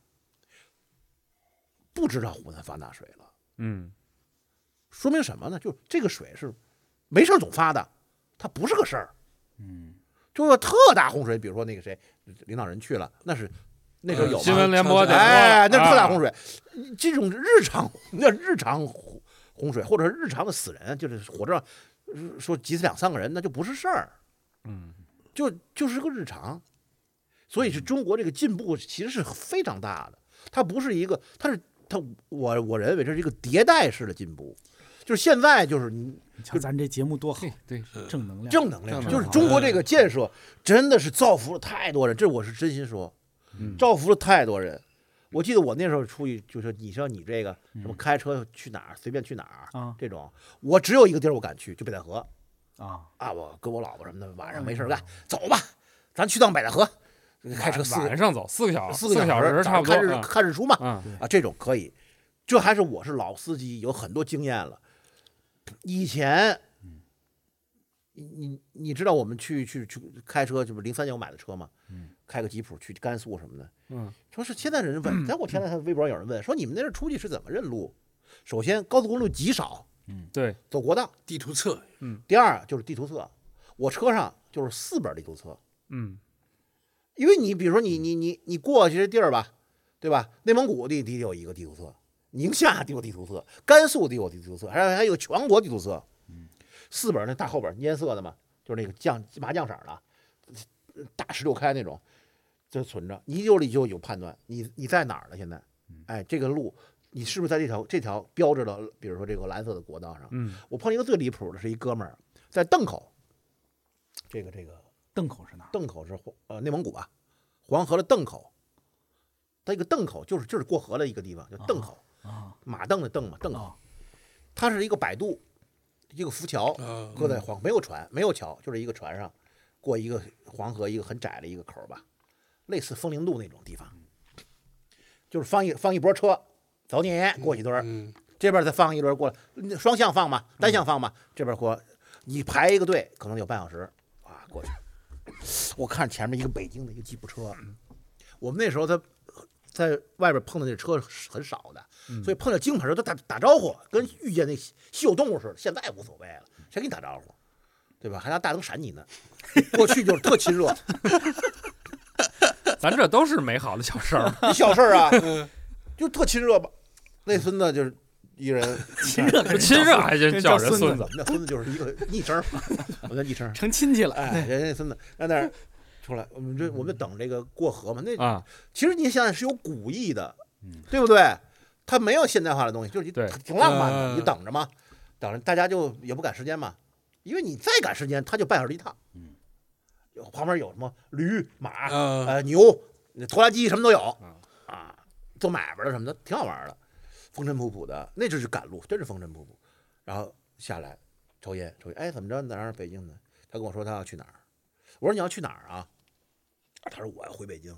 [SPEAKER 5] 不知道湖南发大水了，
[SPEAKER 4] 嗯，
[SPEAKER 5] 说明什么呢？就这个水是没事总发的，它不是个事儿。
[SPEAKER 3] 嗯，
[SPEAKER 5] 就是特大洪水，比如说那个谁领导人去了，那是。那时候有、呃、
[SPEAKER 4] 新闻联播的，
[SPEAKER 5] 哎，那是特大洪水。啊、这种日常那日常洪水，或者是日常的死人，就是火车上说挤死两三个人，那就不是事儿。
[SPEAKER 4] 嗯，
[SPEAKER 5] 就就是个日常。所以是中国这个进步其实是非常大的，它不是一个，它是它我我认为这是一个迭代式的进步。就是现在就是你
[SPEAKER 3] 瞧咱这节目多好，
[SPEAKER 4] 对，
[SPEAKER 3] 正能量，
[SPEAKER 5] 正能量，就是中国这个建设真的是造福了太多人，这我是真心说。造福了太多人，我记得我那时候出去，就是你说你这个什么开车去哪儿，随便去哪儿啊，这种我只有一个地儿我敢去，就北戴河
[SPEAKER 3] 啊
[SPEAKER 5] 啊！我跟我老婆什么的晚上没事干，走吧，咱去趟北戴河，开车四
[SPEAKER 4] 晚上走四个小时，
[SPEAKER 5] 四个
[SPEAKER 4] 小时差不多，
[SPEAKER 5] 看日看日出嘛
[SPEAKER 4] 啊，
[SPEAKER 5] 这种可以。这还是我是老司机，有很多经验了。以前，你你知道我们去去去开车，就是零三年我买的车嘛，开个吉普去甘肃什么的，
[SPEAKER 4] 嗯，
[SPEAKER 5] 说是现在人问，在我前两天微博上有人问说你们那儿出去是怎么认路？首先高速公路极少，
[SPEAKER 4] 嗯，对，
[SPEAKER 5] 走国道，
[SPEAKER 6] 地图册，
[SPEAKER 4] 嗯，
[SPEAKER 5] 第二就是地图册，我车上就是四本地图册，
[SPEAKER 4] 嗯，
[SPEAKER 5] 因为你比如说你你你你过去这地儿吧，对吧？内蒙古得得有一个地图册，宁夏得有地图册，甘肃得有地图册，还还有全国地图册，嗯，四本那大厚本烟色的嘛，就是那个酱麻酱色的，大十六开那种。就存着，你有理就有判断，你你在哪儿了？现在，哎，这个路你是不是在这条这条标着的，比如说这个蓝色的国道上？
[SPEAKER 4] 嗯，
[SPEAKER 5] 我碰见一个最离谱的是一哥们儿在邓口，这个这个
[SPEAKER 3] 邓口是哪？
[SPEAKER 5] 邓口是呃内蒙古吧，黄河的邓口，它一个邓口就是就是过河的一个地方，叫邓口
[SPEAKER 3] 啊，
[SPEAKER 5] 马邓的邓嘛，邓口，它是一个摆渡， 一个浮桥，
[SPEAKER 6] 啊，
[SPEAKER 5] 搁在黄没有船，没有桥，就是一个船上过一个黄河，一个很窄的一个口吧，类似风陵渡那种地方，就是放一放一波车，走你过一堆儿，
[SPEAKER 6] 嗯，
[SPEAKER 5] 这边再放一轮过来，双向放嘛，单向放嘛，这边过，你排一个队，可能有半小时啊过去。我看前面一个北京的一个吉普车，我们那时候他在外边碰的那车是很少的，所以碰到京牌车都打打招呼，跟遇见那稀有动物似的。现在无所谓了，谁给你打招呼，对吧？还拿大灯闪你呢。过去就是特亲热，
[SPEAKER 4] 咱这都是美好的小事儿。
[SPEAKER 5] 一小事儿啊，就特亲热吧。那孙子就是一人
[SPEAKER 3] 亲热
[SPEAKER 4] 不亲热还真叫人
[SPEAKER 3] 孙
[SPEAKER 4] 孙子，
[SPEAKER 5] 那孙子就是一个昵称，我叫昵称。
[SPEAKER 3] 成亲戚了。
[SPEAKER 5] 哎，人家孙子在那儿出来，我们这我们等这个过河嘛。那
[SPEAKER 4] 啊，
[SPEAKER 5] 其实你想想是有古意的，对不对？它没有现代化的东西，就是
[SPEAKER 4] 对
[SPEAKER 5] 挺浪漫的。
[SPEAKER 6] 嗯
[SPEAKER 5] 你等着嘛，等着大家就也不赶时间嘛，因为你再赶时间，他就半小时一趟。有旁边有什么驴、马、
[SPEAKER 6] 嗯
[SPEAKER 5] 呃牛、拖拉机什么都有啊，做买卖的什么的，挺好玩的，风尘仆仆的，那就是赶路，真是风尘仆仆。然后下来抽烟，抽烟，哎，怎么着？哪儿？北京的？他跟我说他要去哪儿，我说你要去哪儿啊？他说我要回北京。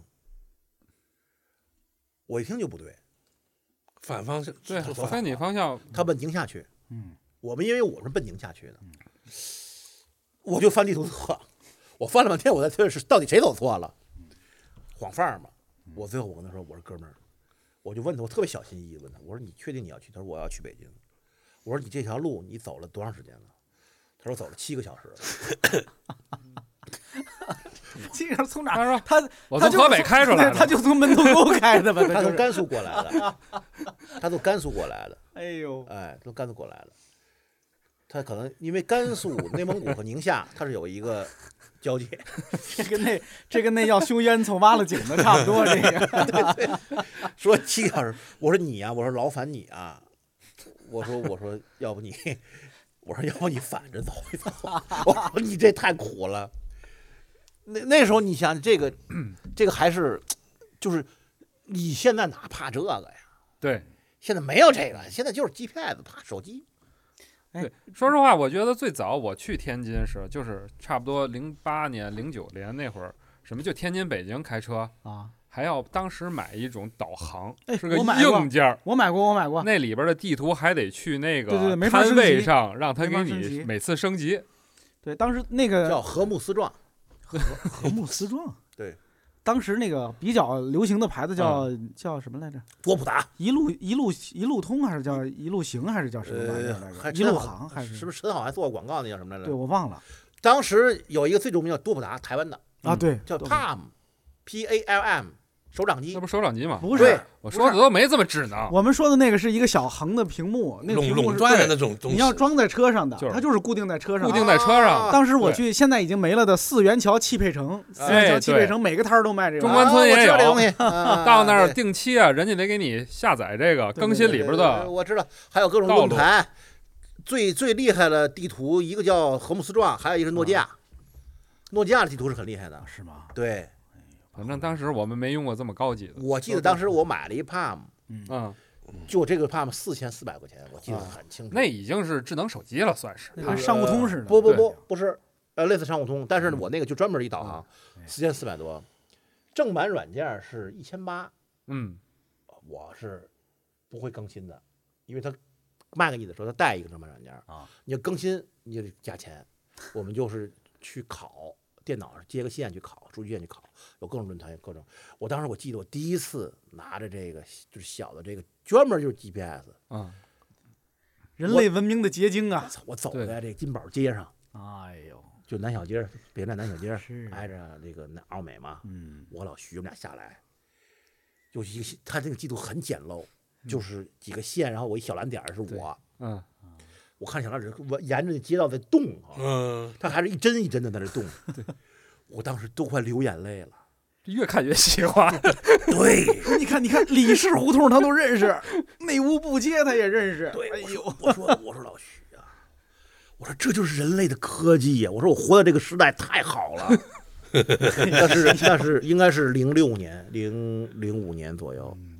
[SPEAKER 5] 我一听就不对，
[SPEAKER 6] 反方向
[SPEAKER 4] 对，
[SPEAKER 6] 反
[SPEAKER 4] 我跟你方向
[SPEAKER 5] 他奔宁夏去，
[SPEAKER 3] 嗯，
[SPEAKER 5] 我们因为我是奔宁夏去的，我就翻地图错，我翻了半天，我才确认是到底谁走错了，晃范儿嘛。我最后我跟他说，我说哥们儿，我就问他，我特别小心翼翼问他，我说你确定你要去？他说我要去北京。我说你这条路你走了多长时间了？他说走了七个小时了。
[SPEAKER 3] 这个从哪
[SPEAKER 4] 他说
[SPEAKER 3] 他
[SPEAKER 4] 我
[SPEAKER 3] 他就
[SPEAKER 4] 从河北开出来的，
[SPEAKER 3] 他就从门头沟开的吧？
[SPEAKER 5] 他
[SPEAKER 3] 他就是。
[SPEAKER 5] 从甘肃过来的，他从甘肃过来的，
[SPEAKER 3] 哎呦，
[SPEAKER 5] 哎，从甘肃过来的。他可能因为甘肃、内蒙古和宁夏，它是有一个交界。
[SPEAKER 3] 这跟那这跟那要修烟囱挖了井的差不多。这个
[SPEAKER 5] 说七个小时，我说你呀、啊，我说劳烦你啊，我说我说要不你，我说要不你反着走一走，我说你这太苦了。那那时候你想这个，这个还是就是你现在哪怕这个呀？
[SPEAKER 4] 对
[SPEAKER 5] 现在没有这个，现在就是 G P S， 啪手机。
[SPEAKER 4] 对，说实话，我觉得最早我去天津是就是差不多零八年、零九年那会儿，什么就天津、北京开车
[SPEAKER 3] 啊，
[SPEAKER 4] 还要当时买一种导航，
[SPEAKER 3] 哎
[SPEAKER 4] 是个
[SPEAKER 3] 我买过
[SPEAKER 4] 硬件儿，
[SPEAKER 3] 我买过，我买过。
[SPEAKER 4] 那里边的地图还得去那个
[SPEAKER 3] 对对对没法
[SPEAKER 4] 摊
[SPEAKER 3] 升级
[SPEAKER 4] 位上让他
[SPEAKER 3] 没法
[SPEAKER 4] 给
[SPEAKER 3] 升级
[SPEAKER 4] 你每次升级。
[SPEAKER 3] 对，当时那个
[SPEAKER 5] 叫和睦丝状，
[SPEAKER 3] 和睦丝状，
[SPEAKER 5] 对，
[SPEAKER 3] 当时那个比较流行的牌子叫、叫什么来着？
[SPEAKER 5] 多普达，
[SPEAKER 3] 一路一路一路通还是叫一路行还是叫什么玩意儿来
[SPEAKER 5] 呃，还
[SPEAKER 3] 着？一路航还
[SPEAKER 5] 是不是陈好还做过广告？那叫什么来着？
[SPEAKER 3] 对，我忘了
[SPEAKER 5] 当时有一个最著名叫多普达，台湾的，
[SPEAKER 3] 啊。对，
[SPEAKER 5] 叫
[SPEAKER 3] 都
[SPEAKER 5] Palm，P A L M， 手掌机
[SPEAKER 4] 那。不是手掌机吗？
[SPEAKER 3] 不
[SPEAKER 5] 对
[SPEAKER 3] 是，
[SPEAKER 4] 我说的都没这么智能。
[SPEAKER 3] 我们说的那个是一个小横的屏幕，那个
[SPEAKER 6] 垄
[SPEAKER 3] 屏幕是
[SPEAKER 6] 垄断的
[SPEAKER 3] 对
[SPEAKER 6] 那种东西，
[SPEAKER 3] 你要装在车上的，
[SPEAKER 4] 就是
[SPEAKER 3] 它就是固定在车上的。
[SPEAKER 4] 固定在车上，
[SPEAKER 3] 当时我
[SPEAKER 4] 对
[SPEAKER 3] 去，现在已经没了的四元桥汽配城，四元
[SPEAKER 4] 哎
[SPEAKER 3] 桥汽配
[SPEAKER 4] 对
[SPEAKER 3] 城每个摊儿都卖这个。
[SPEAKER 4] 中关村也
[SPEAKER 5] 啊我知道这
[SPEAKER 4] 有
[SPEAKER 5] 东西，啊
[SPEAKER 4] 到那儿
[SPEAKER 5] 对
[SPEAKER 4] 定期啊，人家得给你下载这个
[SPEAKER 3] 对
[SPEAKER 4] 更新里边
[SPEAKER 5] 对对
[SPEAKER 4] 的
[SPEAKER 5] 我知道，还有各种
[SPEAKER 4] 道路
[SPEAKER 5] 论坛。最最厉害的地图，一个叫和睦丝状，还有一个是诺基亚。诺基亚的地图是很厉害的。
[SPEAKER 3] 是吗？
[SPEAKER 5] 对，
[SPEAKER 4] 反正当时我们没用过这么高级的。
[SPEAKER 5] 我记得当时我买了一 Palm，
[SPEAKER 4] 嗯，
[SPEAKER 5] 就这个 Palm 四千四百块钱，我记得很清楚。
[SPEAKER 4] 那已经是智能手机了，算是。
[SPEAKER 3] 那跟商务通似的。
[SPEAKER 5] 不不
[SPEAKER 4] 对
[SPEAKER 5] 不不是，呃，类似商务通，但是我那个就专门一导航，四千四百多，正版软件是一千八，
[SPEAKER 4] 嗯，
[SPEAKER 5] 我是不会更新的，因为他卖给你的时候他带一个正版软件
[SPEAKER 3] 啊，
[SPEAKER 5] 你要更新你就得加钱，我们就是去考电脑上接个线去考，数据线去考，有各种论坛，有各种。我当时我记得我第一次拿着这个就是小的这个，专门就是 G P S，
[SPEAKER 4] 啊，
[SPEAKER 3] 人类文明的结晶啊！
[SPEAKER 5] 我走
[SPEAKER 4] 对
[SPEAKER 5] 在这个金宝街上，
[SPEAKER 3] 哎呦，
[SPEAKER 5] 就南小街，北京站南小街
[SPEAKER 3] 是
[SPEAKER 5] 挨着这个南奥美嘛，
[SPEAKER 3] 嗯，
[SPEAKER 5] 我老徐我们俩下来，有一个他这个记录很简陋，就是几个线，然后我一小蓝点儿是我，
[SPEAKER 4] 嗯，
[SPEAKER 5] 我看小蓝点儿我沿着那街道在动啊，
[SPEAKER 6] 嗯，
[SPEAKER 5] 它还是一帧一帧的在那动，我当时都快流眼泪了。
[SPEAKER 4] 越看越喜欢。
[SPEAKER 5] 对，
[SPEAKER 3] 你看，你看，李氏胡同他都认识，内务部街他也认识。
[SPEAKER 5] 对，
[SPEAKER 3] 哎呦，
[SPEAKER 5] 我说我说老徐啊，我说这就是人类的科技呀、我说我活在这个时代太好了。那是那是应该是零六年零零五年左右，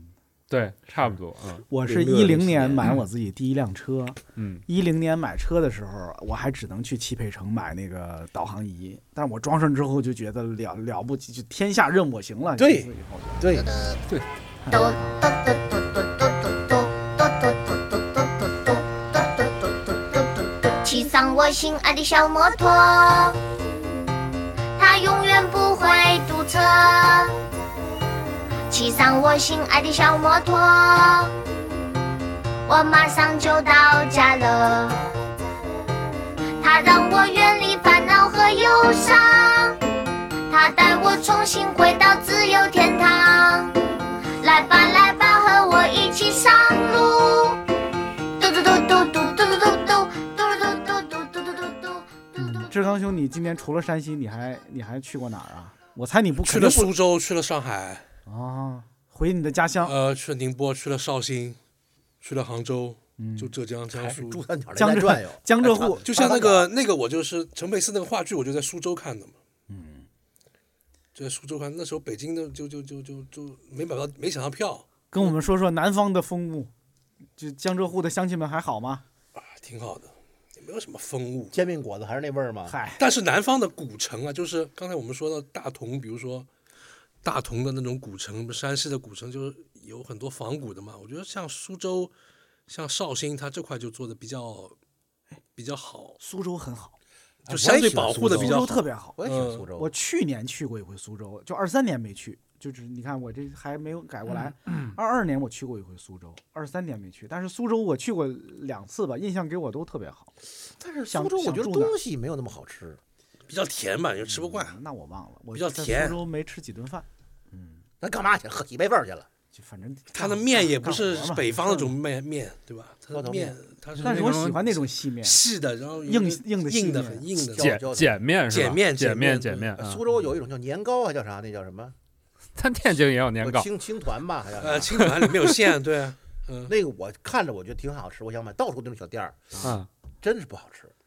[SPEAKER 4] 对，差不多，嗯
[SPEAKER 3] 我是一零年买我自己第一辆车，
[SPEAKER 4] 嗯，
[SPEAKER 3] 一零年买车的时候，我还只能去汽配城买那个导航仪，但是我装上之后就觉得了了不起，就天下任我行了。
[SPEAKER 5] 对
[SPEAKER 3] 从此以后就
[SPEAKER 5] 对
[SPEAKER 4] 对，
[SPEAKER 1] 嘟嘟嘟嘟嘟嘟嘟嘟嘟嘟嘟嘟嘟嘟嘟嘟嘟，骑上我心爱的小摩托，它永远不会堵车。骑上我心爱的小摩托，我马上就到家了。它让我远离烦恼和忧伤，它带我重新回到自由天堂。来吧来吧，和我一起上路。嘟嘟嘟嘟嘟嘟嘟嘟嘟嘟嘟嘟嘟嘟嘟嘟。
[SPEAKER 3] 嗯，志刚兄，你今年除了山西，你还你还去过哪儿啊？我猜你不
[SPEAKER 6] 去了
[SPEAKER 3] 肯定不
[SPEAKER 6] 苏州，去了上海，
[SPEAKER 3] 啊，回你的家乡。
[SPEAKER 6] 呃，去了宁波，去了绍兴，去了杭州，
[SPEAKER 3] 嗯
[SPEAKER 6] 就浙江、江苏。
[SPEAKER 5] 还是珠三角
[SPEAKER 3] 江浙
[SPEAKER 5] 来转悠，
[SPEAKER 3] 江浙沪
[SPEAKER 6] 就像那个那个，我就是陈佩斯那个话剧，我就在苏州看的嘛。
[SPEAKER 3] 嗯，
[SPEAKER 6] 就在苏州看，那时候北京的就就就就就没买到，没抢到票
[SPEAKER 3] 跟我们说说南方的风物，就江浙沪的乡亲们还好吗？
[SPEAKER 6] 啊，挺好的，也没有什么风物。
[SPEAKER 5] 煎饼果子还是那味儿吗？
[SPEAKER 3] 嗨，
[SPEAKER 6] 但是南方的古城啊，就是刚才我们说到大同，比如说大同的那种古城，山西的古城就是有很多仿古的嘛。我觉得像苏州、像绍兴，它这块就做的比较比较好，
[SPEAKER 3] 苏州很好，
[SPEAKER 6] 就相对保护的
[SPEAKER 3] 苏州
[SPEAKER 6] 比较好。
[SPEAKER 3] 特别好。
[SPEAKER 5] 我也喜欢苏州。
[SPEAKER 3] 我去年去过一回苏州，就二三年没去，就是你看我这还没有改过来。二二年我去过一回苏州，二三年没去，但是苏州我去过两次吧，印象给我都特别好。
[SPEAKER 5] 但是
[SPEAKER 3] 想
[SPEAKER 5] 苏州我觉得
[SPEAKER 3] 想住哪儿
[SPEAKER 5] 东西没有那么好吃。
[SPEAKER 6] 比较甜吧，就吃不惯。
[SPEAKER 3] 嗯那我忘了，我在
[SPEAKER 6] 比较甜
[SPEAKER 3] 苏州没吃几顿饭。嗯，
[SPEAKER 5] 那干嘛去？喝洗白粉去了？
[SPEAKER 3] 就反正
[SPEAKER 6] 它的面也不是
[SPEAKER 3] 干活嘛
[SPEAKER 6] 北方那种面面，对吧？它的
[SPEAKER 5] 窝头
[SPEAKER 6] 面
[SPEAKER 5] 面
[SPEAKER 6] 它是
[SPEAKER 3] 但是我
[SPEAKER 6] 那种
[SPEAKER 3] 喜欢那种细面，
[SPEAKER 6] 细的，然后
[SPEAKER 3] 硬
[SPEAKER 6] 有
[SPEAKER 3] 硬的细
[SPEAKER 6] 硬的
[SPEAKER 3] 面
[SPEAKER 6] 很硬的。
[SPEAKER 4] 碱
[SPEAKER 5] 胶
[SPEAKER 4] 碱面是吧？
[SPEAKER 6] 碱面
[SPEAKER 4] 碱
[SPEAKER 6] 碱面
[SPEAKER 4] 碱面。
[SPEAKER 5] 呃
[SPEAKER 4] 嗯
[SPEAKER 5] 苏州有一种叫年糕，还叫啥？那叫什么？
[SPEAKER 4] 咱天津也有年糕，
[SPEAKER 5] 青青团吧，还叫啥？
[SPEAKER 6] 呃，青团里面有馅，对，嗯，
[SPEAKER 5] 那个我看着我觉得挺好吃，我想买，到处那种小店儿，
[SPEAKER 4] 嗯，
[SPEAKER 5] 真是不好吃。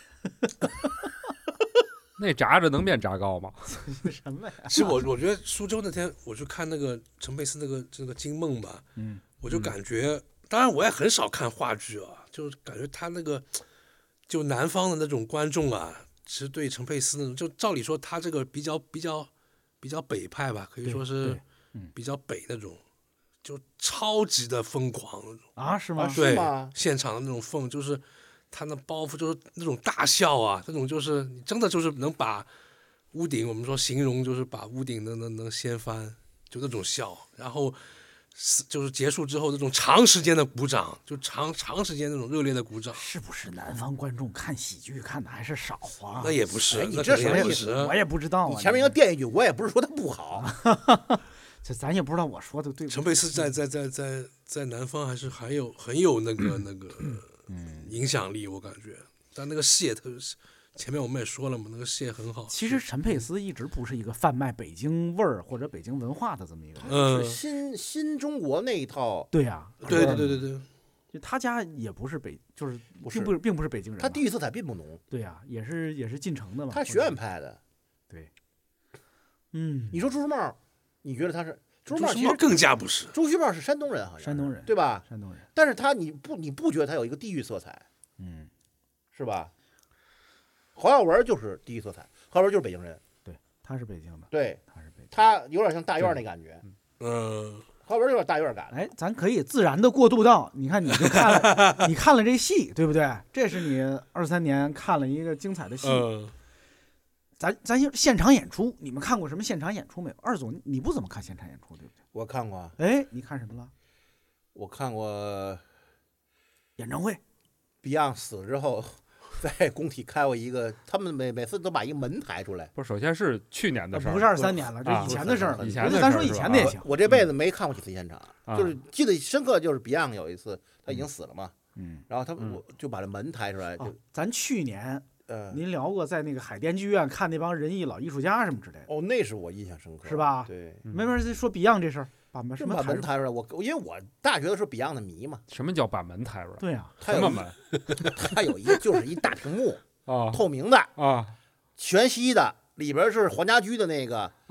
[SPEAKER 4] 那炸着能变炸糕吗？
[SPEAKER 3] 什么呀？
[SPEAKER 6] 其实我我觉得苏州那天我去看那个陈佩斯那个这个《金梦》吧，
[SPEAKER 3] 嗯，
[SPEAKER 6] 我就感觉，当然我也很少看话剧啊，就是感觉他那个就南方的那种观众啊，其实对陈佩斯那种，就照理说他这个比较比较比较北派吧，可以
[SPEAKER 3] 对
[SPEAKER 6] 说是
[SPEAKER 3] 对嗯
[SPEAKER 6] 比较北那种，就超级的疯狂那种，
[SPEAKER 3] 啊，是吗？
[SPEAKER 5] 啊是
[SPEAKER 6] 对
[SPEAKER 5] 吗，
[SPEAKER 6] 现场的那种疯，就是他那包袱就是那种大笑啊，那种就是你真的就是能把屋顶，我们说形容就是把屋顶能能能掀翻，就那种笑，然后是就是结束之后那种长时间的鼓掌，就长长时间那种热烈的鼓掌，
[SPEAKER 3] 是不是南方观众看喜剧看的还是少啊？
[SPEAKER 6] 那也不是，
[SPEAKER 5] 哎你
[SPEAKER 6] 那
[SPEAKER 5] 这什么意
[SPEAKER 6] 肯定也不是。
[SPEAKER 3] 我也不知道啊。
[SPEAKER 5] 你前面要垫一句，我也不是说它不好，
[SPEAKER 3] 这咱也不知道我说的对不对。
[SPEAKER 6] 陈佩斯在在在在在南方还是很有很有那个那个影响力，我感觉。但那个戏也特别，前面我们也说了嘛，那个戏也很好。
[SPEAKER 3] 其实陈佩斯一直不是一个贩卖北京味儿或者北京文化的这么一个人。
[SPEAKER 6] 嗯
[SPEAKER 5] 是，新新中国那一套。
[SPEAKER 3] 对呀、
[SPEAKER 6] 对对对对对，
[SPEAKER 3] 就他家也不是北，就是
[SPEAKER 5] 不是
[SPEAKER 3] 并不是并不是北京人嘛。
[SPEAKER 5] 它地域色彩并不浓，
[SPEAKER 3] 对呀、也是也是进城的嘛。
[SPEAKER 5] 它是学院派的。
[SPEAKER 3] 对，嗯，
[SPEAKER 5] 你说朱时茂，你觉得他是朱时
[SPEAKER 6] 朱时茂
[SPEAKER 5] 茂其实
[SPEAKER 6] 更加不是。
[SPEAKER 5] 朱时茂是山东人，好像是
[SPEAKER 3] 山东人
[SPEAKER 5] 对吧？
[SPEAKER 3] 山东人，
[SPEAKER 5] 但是他你不你不觉得他有一个地域色彩
[SPEAKER 3] 嗯，
[SPEAKER 5] 是吧？黄耀文就是地域色彩，黄耀文就是北京人，
[SPEAKER 3] 对，他是北京的，
[SPEAKER 5] 对
[SPEAKER 3] 他是北京。
[SPEAKER 5] 他有点像大院那感觉，
[SPEAKER 6] 嗯，
[SPEAKER 5] 黄耀文有点大院感。
[SPEAKER 3] 哎，咱可以自然的过渡到，你看你就看了，你看了这戏，对不对？这是你二三年看了一个精彩的戏。
[SPEAKER 6] 嗯，
[SPEAKER 3] 咱咱就现场演出，你们看过什么现场演出没有？二总，你不怎么看现场演出，对不对？
[SPEAKER 5] 我看过，
[SPEAKER 3] 哎，你看什么了？
[SPEAKER 5] 我看过
[SPEAKER 3] 演唱会。
[SPEAKER 5] Beyond 死之后，在工体开过一个，他们每每次都把一个门抬出来。
[SPEAKER 4] 不是，首先是去年的事儿，
[SPEAKER 3] 不是二三年了，这
[SPEAKER 4] 啊
[SPEAKER 3] 以前的事儿了。
[SPEAKER 5] 以
[SPEAKER 4] 前的
[SPEAKER 3] 那咱说以
[SPEAKER 4] 事儿是吧啊
[SPEAKER 3] 前的也行。
[SPEAKER 5] 我这辈子没看过几次现场，
[SPEAKER 4] 啊
[SPEAKER 5] 就是记得深刻，就是 Beyond 有一次他已经死了嘛，
[SPEAKER 3] 嗯，
[SPEAKER 5] 然后他
[SPEAKER 4] 嗯
[SPEAKER 5] 我就把这门抬出来，
[SPEAKER 3] 哦
[SPEAKER 5] 就，
[SPEAKER 3] 咱去年
[SPEAKER 5] 呃
[SPEAKER 3] 您聊过在那个海淀剧院看那帮人艺老艺术家什么之类的，
[SPEAKER 5] 哦，那是我印象深刻，
[SPEAKER 3] 是吧
[SPEAKER 5] 对，
[SPEAKER 4] 嗯
[SPEAKER 3] 没法说 Beyond 这事儿，把门什
[SPEAKER 5] 这么把
[SPEAKER 3] 么抬出来？
[SPEAKER 5] 门抬出来，我因为我大学的时候 Beyond 的迷嘛，
[SPEAKER 4] 什么叫把门抬出来？
[SPEAKER 3] 对呀，
[SPEAKER 5] 他有一
[SPEAKER 4] 什么门
[SPEAKER 5] 他有一个就是一大屏幕，
[SPEAKER 4] 啊
[SPEAKER 5] 透明的，
[SPEAKER 4] 啊
[SPEAKER 5] 全息的，里边是黄家驹的那个
[SPEAKER 4] 啊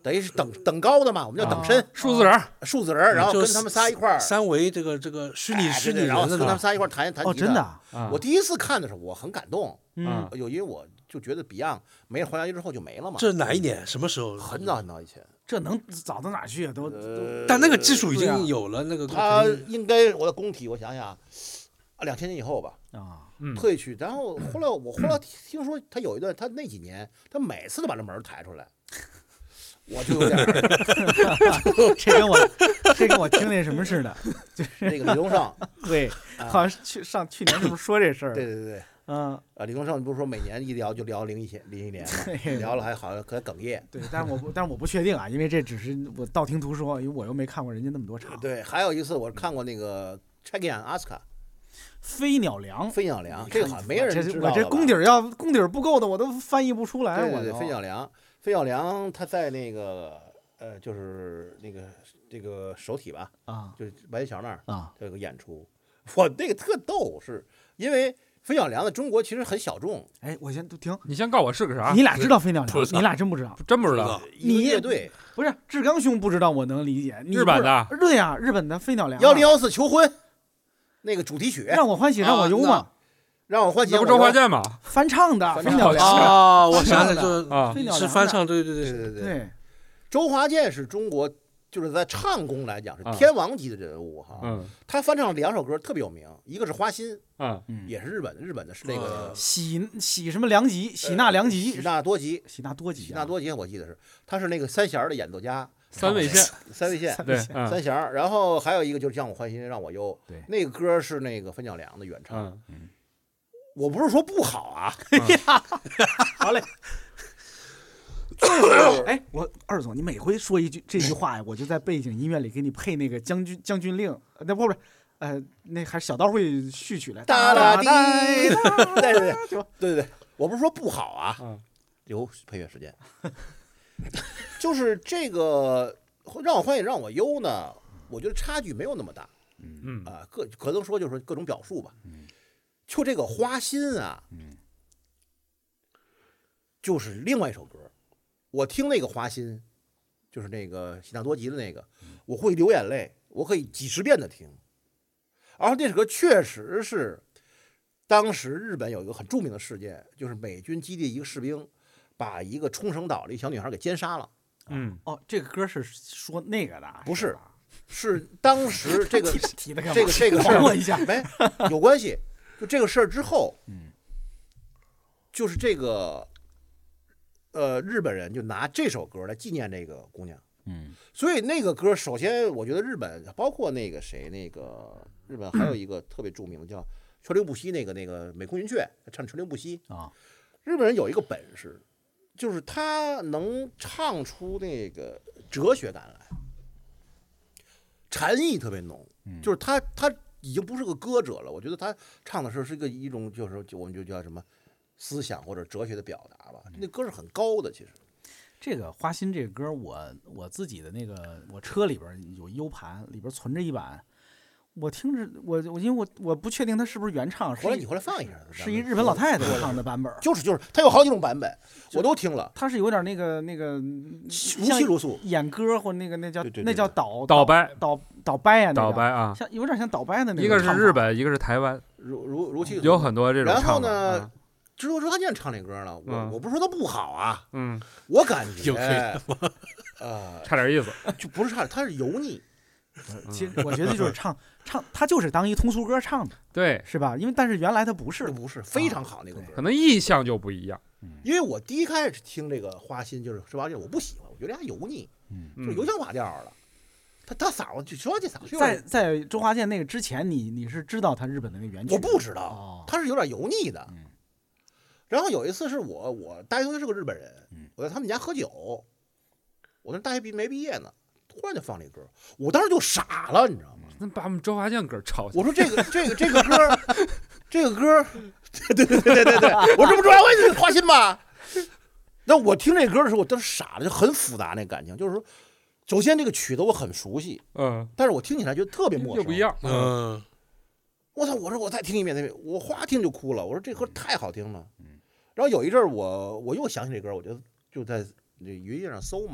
[SPEAKER 5] 等于是等等高的嘛，我们叫等身，
[SPEAKER 4] 数字人儿，
[SPEAKER 5] 数字人，然后
[SPEAKER 6] 就
[SPEAKER 5] 跟他们仨一块儿，
[SPEAKER 6] 三维这个这个虚拟
[SPEAKER 5] 哎
[SPEAKER 6] 虚拟
[SPEAKER 5] 对对然后
[SPEAKER 6] 人的
[SPEAKER 5] 跟他们仨一块儿弹弹
[SPEAKER 3] 哦，
[SPEAKER 5] 吉他
[SPEAKER 3] 真的啊，
[SPEAKER 4] 啊
[SPEAKER 5] 我第一次看的时候，我很感动，
[SPEAKER 3] 嗯，
[SPEAKER 5] 有因为我就觉得 Beyond 没了黄家驹之后就没了嘛，
[SPEAKER 6] 这是哪一年？什么时候？
[SPEAKER 5] 很早很早以前。
[SPEAKER 3] 这能早到哪去啊？都都
[SPEAKER 5] 呃，
[SPEAKER 6] 但那个技术已
[SPEAKER 3] 对啊
[SPEAKER 6] 经有了，那个
[SPEAKER 5] 他
[SPEAKER 6] 肯定
[SPEAKER 5] 应该我的工体，我想想，啊，两千年以后吧，
[SPEAKER 3] 啊，
[SPEAKER 4] 嗯，
[SPEAKER 5] 退去。然后后来我后来听说他有一段，他那几年他每次都把这门抬出来，我就有点儿
[SPEAKER 3] 这跟我这跟我听那什么似的，
[SPEAKER 5] 那个李宗盛，
[SPEAKER 3] 对，
[SPEAKER 5] 啊
[SPEAKER 3] 好像是去上去年是不是说这事儿？
[SPEAKER 5] 对对对，
[SPEAKER 3] 嗯，
[SPEAKER 5] 啊，李宗盛不是说每年一聊就聊零一年零一年嘛，
[SPEAKER 3] 对
[SPEAKER 5] 聊了还好像可哽咽。
[SPEAKER 3] 对，但是我不，但是我不确定啊，因为这只是我道听途说，因为我又没看过人家那么多场。
[SPEAKER 5] 对，还有一次我看过那个 Check in Oscar
[SPEAKER 3] 飞鸟梁，
[SPEAKER 5] 飞鸟梁，这个好像没人
[SPEAKER 3] 这
[SPEAKER 5] 知道了吧
[SPEAKER 3] 我这功底儿要功底儿不够的，我都翻译不出来。
[SPEAKER 5] 对对对，
[SPEAKER 3] 我都
[SPEAKER 5] 飞鸟梁，飞鸟梁他在那个呃，就是那个这个首体吧，
[SPEAKER 3] 啊
[SPEAKER 5] 就是白云桥那儿
[SPEAKER 3] 啊，
[SPEAKER 5] 这个演出，我那个特逗，是因为飞鸟梁在中国其实很小众，
[SPEAKER 3] 哎，我先都停，
[SPEAKER 4] 你先告我是个啥
[SPEAKER 3] 你？俩知道飞鸟梁？
[SPEAKER 6] 不知道
[SPEAKER 3] 你俩真不知道？
[SPEAKER 4] 真不知道
[SPEAKER 6] 不知道。
[SPEAKER 5] 一个
[SPEAKER 3] 你
[SPEAKER 5] 乐队
[SPEAKER 3] 不是志刚兄不知道，我能理解。你
[SPEAKER 4] 日本的
[SPEAKER 3] 不是对呀，日本的飞鸟梁啊，
[SPEAKER 5] 幺零幺四求婚那个主题曲，
[SPEAKER 3] 让我欢喜让我忧嘛，
[SPEAKER 5] 让我欢喜
[SPEAKER 4] 那不
[SPEAKER 5] 让我忧
[SPEAKER 4] 周华健吗？
[SPEAKER 3] 翻唱的
[SPEAKER 5] 翻唱的
[SPEAKER 3] 飞鸟梁。
[SPEAKER 6] 啊，我
[SPEAKER 3] 翻唱的
[SPEAKER 6] 想起来就是
[SPEAKER 4] 啊
[SPEAKER 3] 飞鸟梁的
[SPEAKER 6] 是翻唱，对对对，
[SPEAKER 5] 对对对，
[SPEAKER 3] 对，
[SPEAKER 5] 周华健是中国就是在唱功来讲是
[SPEAKER 4] 啊
[SPEAKER 5] 天王级的人物哈，
[SPEAKER 4] 嗯
[SPEAKER 5] 他翻唱两首歌特别有名，一个是花心，
[SPEAKER 4] 嗯
[SPEAKER 3] 嗯，
[SPEAKER 5] 也是日本的，日本的是那个
[SPEAKER 6] 啊
[SPEAKER 3] 喜喜什么良吉，喜纳良吉，
[SPEAKER 5] 喜纳多吉，
[SPEAKER 3] 喜纳多吉啊，
[SPEAKER 5] 喜纳多吉我记得是，他是那个三弦儿的演奏家，
[SPEAKER 4] 三味线，
[SPEAKER 5] 三味线。
[SPEAKER 4] 对，
[SPEAKER 3] 线
[SPEAKER 4] 嗯
[SPEAKER 5] 三弦儿，然后还有一个就是让我欢心让我忧，
[SPEAKER 3] 对
[SPEAKER 5] 那个歌是那个分鸟梁的原唱，
[SPEAKER 4] 嗯，
[SPEAKER 5] 我不是说不好啊，
[SPEAKER 3] 好嘞。就是哎，我二总，你每回说一句这句话呀，我就在背景音乐里给你配那个将军将军令，呃那不不是，呃，那还是小刀会序曲来，
[SPEAKER 5] 哒哒滴，
[SPEAKER 3] 哒
[SPEAKER 5] 对对对
[SPEAKER 3] 就
[SPEAKER 5] 对对，我不是说不好啊，
[SPEAKER 4] 嗯
[SPEAKER 5] 留配乐时间，就是这个让我欢喜让我忧呢，我觉得差距没有那么大
[SPEAKER 4] 嗯
[SPEAKER 5] 啊，各可能说就是各种表述吧，就这个花心啊，就是另外一首歌，我听那个花心，就是那个喜纳多吉的那个，我会流眼泪，我可以几十遍的听。然后这首歌确实是当时日本有一个很著名的事件，就是美军基地一个士兵把一个冲绳岛的一小女孩给奸杀了。
[SPEAKER 4] 嗯
[SPEAKER 3] 哦，这个歌是说那个的，
[SPEAKER 5] 不是
[SPEAKER 3] 吧
[SPEAKER 5] 是当时这个
[SPEAKER 3] 提提的干嘛
[SPEAKER 5] 这个这个事儿
[SPEAKER 3] 考我一下，
[SPEAKER 5] 没有关系，就这个事儿之后，嗯，就是这个呃日本人就拿这首歌来纪念这个姑娘。
[SPEAKER 3] 嗯
[SPEAKER 5] 所以那个歌，首先我觉得日本包括那个谁，那个日本还有一个特别著名的叫川流不息，那个那个美空云雀唱川流不息
[SPEAKER 3] 啊，
[SPEAKER 5] 日本人有一个本事，就是他能唱出那个哲学感来，禅意特别浓，就是他他已经不是个歌者了，我觉得他唱的时候是一个一种就是就我们就叫什么思想或者哲学的表达吧，那歌是很高的，其实。
[SPEAKER 3] 这个花心这个歌，我我自己的那个我车里边有 U 盘，里边存着一版，我听着我我因为我我不确定它是不是原唱，是一
[SPEAKER 5] 回来你回来放一下，
[SPEAKER 3] 是一日本老太太唱的版本，
[SPEAKER 5] 就是就是，它有好几种版本，我都听了，
[SPEAKER 3] 它是有点那个那个
[SPEAKER 5] 如泣如诉，
[SPEAKER 3] 演歌或那个那叫
[SPEAKER 5] 对对对
[SPEAKER 3] 那叫倒
[SPEAKER 4] 倒掰
[SPEAKER 3] 倒倒掰呀，
[SPEAKER 4] 倒掰啊，
[SPEAKER 3] 像有点像倒掰的那个，
[SPEAKER 4] 一个是日，本，一个是台湾，
[SPEAKER 5] 如如如泣如诉。
[SPEAKER 4] 有很多这种
[SPEAKER 5] 然后
[SPEAKER 4] 唱法。
[SPEAKER 5] 呢
[SPEAKER 4] 啊，
[SPEAKER 5] 知周周华健唱那歌呢，我
[SPEAKER 4] 嗯
[SPEAKER 5] 我不是说他不好啊，
[SPEAKER 4] 嗯，
[SPEAKER 5] 我感觉
[SPEAKER 6] 有黑
[SPEAKER 5] 呃
[SPEAKER 4] 差点意思。
[SPEAKER 5] 就不是差，他是油腻，
[SPEAKER 3] 其实我觉得就是唱唱，他就是当一通俗歌唱的，
[SPEAKER 4] 对，
[SPEAKER 3] 是吧？因为但是原来他不是
[SPEAKER 5] 这，不是非常好那个歌。
[SPEAKER 4] 可能意象就不一样。
[SPEAKER 5] 因为我第一开始听这个花心就是周华健，我不喜欢，我觉得他油腻，就是油腔滑调的。他他嗓子就说这嗓子有
[SPEAKER 3] 在
[SPEAKER 5] 点，
[SPEAKER 3] 在周华健那个之前，你你是知道他日本的那个原曲？
[SPEAKER 5] 我不知道
[SPEAKER 3] 哦，
[SPEAKER 5] 他是有点油腻的。
[SPEAKER 3] 嗯
[SPEAKER 5] 然后有一次是我我大学同学是个日本人
[SPEAKER 3] 嗯，
[SPEAKER 5] 我在他们家喝酒，我那大学毕没毕业呢，突然就放这歌，我当时就傻了，你知道吗？
[SPEAKER 4] 那把我们周华健歌抄下来。
[SPEAKER 5] 我说这个这个这个歌，这个歌，对对对对对对，我这不说我也是花心吗？那我听这歌的时候，我当时傻了，就很复杂那感情，就是说，首先这个曲子我很熟悉，
[SPEAKER 4] 嗯，
[SPEAKER 5] 但是我听起来觉得特别陌生，
[SPEAKER 4] 又不一。样。
[SPEAKER 6] 嗯，
[SPEAKER 5] 我操！我说我再听一遍那遍，我哗听就哭了。我说这歌太好听了。然后有一阵儿我我又想起这歌，我就就在那云页上搜嘛，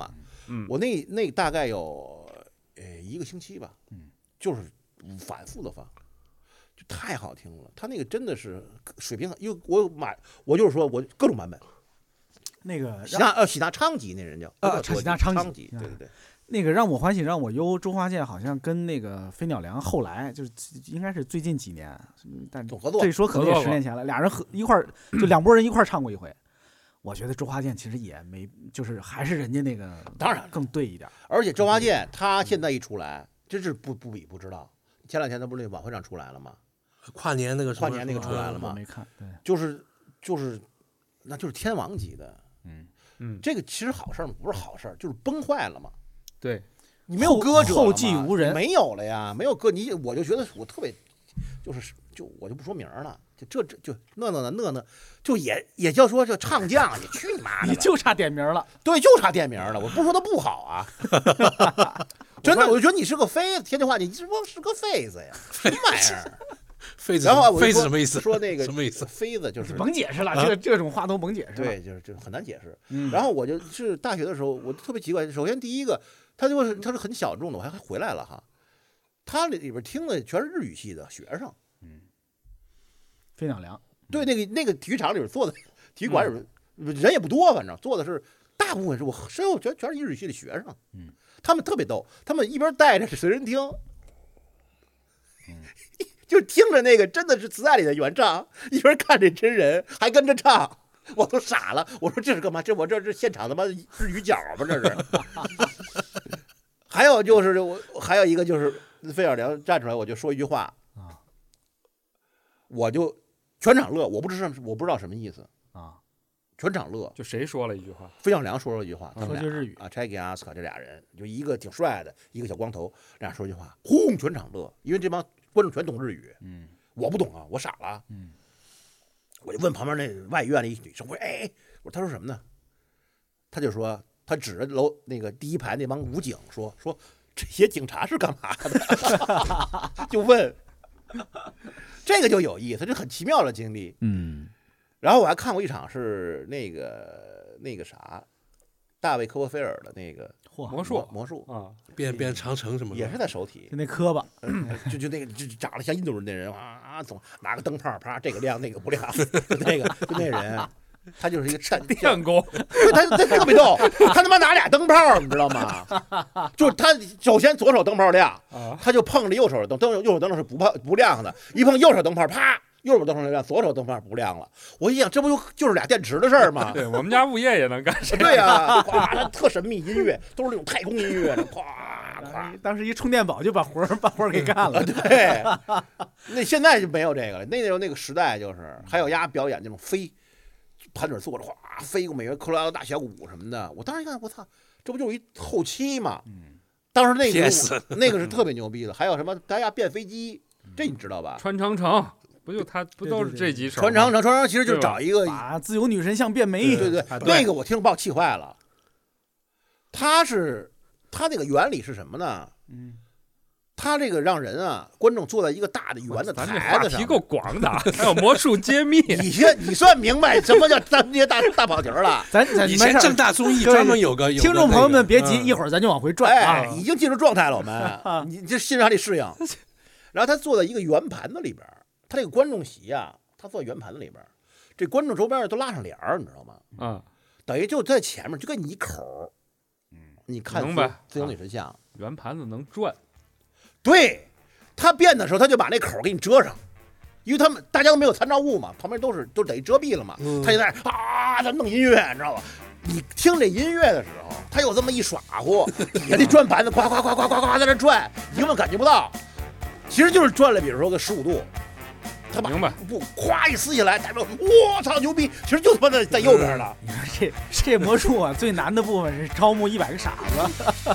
[SPEAKER 4] 嗯，
[SPEAKER 5] 我那那大概有呃一个星期吧，
[SPEAKER 3] 嗯，
[SPEAKER 5] 就是反复的放，就太好听了。他那个真的是水平，因为我买，我就是说我各种版本。
[SPEAKER 3] 那个
[SPEAKER 5] 喜纳呃喜纳昌吉那人叫
[SPEAKER 3] 啊，喜纳昌
[SPEAKER 5] 吉，
[SPEAKER 3] 对
[SPEAKER 5] 对对。
[SPEAKER 3] 那个让我欢喜让我忧，周华健好像跟那个飞鸟良后来就是应该是最近几年，但
[SPEAKER 5] 合作
[SPEAKER 3] 这一说可能也十年前了，俩人合一块儿就两拨人一块儿唱过一回。我觉得周华健其实也没，就是还是人家那个
[SPEAKER 5] 当然
[SPEAKER 3] 更对一点。
[SPEAKER 5] 而且周华健他现在一出来，真是不不比不知道。前两天他不是那晚会上出来了吗？
[SPEAKER 6] 跨年那个
[SPEAKER 5] 跨年那个出来了吗？
[SPEAKER 3] 我没看，对，
[SPEAKER 5] 就是就是，那就是天王级的。
[SPEAKER 3] 嗯
[SPEAKER 5] 嗯，这个其实好事儿不是好事儿，就是崩坏了嘛。
[SPEAKER 4] 对，
[SPEAKER 5] 你没有歌者，
[SPEAKER 3] 后继无人，
[SPEAKER 5] 没有了呀，没有歌，你我就觉得我特别，就是就我就不说名了，就这这就那那那那，就也也叫说这唱将，你去你妈的，
[SPEAKER 3] 你就差点名了，
[SPEAKER 5] 对，就差点名了。我不说他不好啊，真的，我就觉得你是个飞子，天津话你是不是个飞子呀？什么玩意儿？
[SPEAKER 6] 痱子，
[SPEAKER 5] 然后
[SPEAKER 6] 痱子什么意思？
[SPEAKER 5] 说那个
[SPEAKER 6] 什么意思？
[SPEAKER 5] 痱子就是
[SPEAKER 3] 甭解释了，这这种话都甭解释。
[SPEAKER 5] 对，就是就很难解释。
[SPEAKER 3] 嗯、
[SPEAKER 5] 然后我就是大学的时候，我特别奇怪。首先第一个，他就是他是很小众的，我还还回来了哈。他里边听的全是日语系的学生。
[SPEAKER 3] 嗯，飞鸟良。
[SPEAKER 5] 对，那个那个体育场里边坐的，体育馆里边、嗯、人也不多，反正坐的是大部分是我身后全全是日语系的学生。
[SPEAKER 3] 嗯，
[SPEAKER 5] 他们特别逗，他们一边带着随身听。嗯。就听着那个真的是磁带里的原唱，一边看这真人还跟着唱，我都傻了。我说这是干嘛？这我这是现场他妈日语角吧？这是。还有就是我还有一个就是费小良站出来，我就说一句话啊，我就全场乐，我不知道我不知道什么意思
[SPEAKER 3] 啊，
[SPEAKER 5] 全场乐。
[SPEAKER 4] 就谁说了一句话？
[SPEAKER 5] 费小良说了一句话，
[SPEAKER 3] 说句日语
[SPEAKER 5] 啊 ，Chagi Asuka 这俩人就一个挺帅的，一个小光头，俩说一句话，轰，全场乐，因为这帮观众全懂日语，
[SPEAKER 3] 嗯，
[SPEAKER 5] 我不懂啊，我傻了，
[SPEAKER 3] 嗯，
[SPEAKER 5] 我就问旁边那外院的一女生，我说，哎，我说他说什么呢？他就说，他指着楼那个第一排那帮武警说，说这些警察是干嘛的？就问，这个就有意思，这很奇妙的经历，
[SPEAKER 3] 嗯。
[SPEAKER 5] 然后我还看过一场是那个那个啥，大卫科波菲尔的那个
[SPEAKER 4] 魔术
[SPEAKER 5] 魔术
[SPEAKER 4] 啊，
[SPEAKER 6] 变变长城什么的，
[SPEAKER 5] 也是在手体，
[SPEAKER 3] 就那磕巴，
[SPEAKER 5] 就就那个就长得像印度人那人啊啊，总拿个灯泡，啪，这个亮那个不亮，就那个就那人，他就是一个闪
[SPEAKER 4] 电工，
[SPEAKER 5] 对，他他特别逗，他他妈拿俩灯泡，你知道吗？就是他首先左手灯泡亮，他就碰着右手的灯，灯右手灯是不泡不亮的，一碰右手灯泡，啪。右手灯泡亮，左手灯泡不亮了。我一想，这不就就是俩电池的事儿吗？
[SPEAKER 4] 对，我们家物业也能干这
[SPEAKER 5] 个。对呀、啊，咵，特神秘音乐，都是那种太空音乐的，咵咵。
[SPEAKER 3] 当时一充电宝就把活儿把活儿给干了。
[SPEAKER 5] 对，那现在就没有这个了。那时候那个时代就是还有丫表演那种飞，盘腿坐着哗飞过美国科罗拉多大峡谷什么的。我当时一看，我操，这不就是一后期吗？嗯。当时那个那个是特别牛逼的。还有什么大家变飞机，这你知道吧？
[SPEAKER 4] 穿长城。不就他不都是这几首？
[SPEAKER 5] 传长城，传长城其实就找一个
[SPEAKER 3] 把自由女神像变梅。
[SPEAKER 5] 对对对，那个我听把我气坏了。他是他那个原理是什么呢？嗯，他这个让人啊，观众坐在一个大的圆的台子上，
[SPEAKER 4] 题够广的，还有魔术揭秘。
[SPEAKER 5] 你先你算明白什么叫咱这些大大跑题了？
[SPEAKER 3] 咱咱
[SPEAKER 6] 以前正大综艺专门有个
[SPEAKER 3] 听众朋友们别急，一会儿咱就往回转
[SPEAKER 5] 啊，已经进入状态了，我们你这欣赏力适应。然后他坐在一个圆盘子里边。他这个观众席啊，他坐圆盘子里边，这观众周边都拉上帘儿，你知道吗？
[SPEAKER 4] 嗯，
[SPEAKER 5] 等于就在前面，就跟你一口，嗯，你看
[SPEAKER 4] 明白
[SPEAKER 5] 自由女神像，啊、
[SPEAKER 4] 圆盘子能转，
[SPEAKER 5] 对，他变的时候他就把那口给你遮上，因为他们大家都没有参照物嘛，旁边都是都等于遮蔽了嘛，嗯、他就在啊，咱弄音乐，你知道吧？你听这音乐的时候，他有这么一耍乎，底下那转盘子呱呱呱呱呱呱在那转，你根本感觉不到，其实就是转了，比如说个十五度。他把不咵一撕下来，代表我操牛逼！其实就他妈在在右边了。
[SPEAKER 3] 你说这这魔术啊，最难的部分是招募一百个傻子。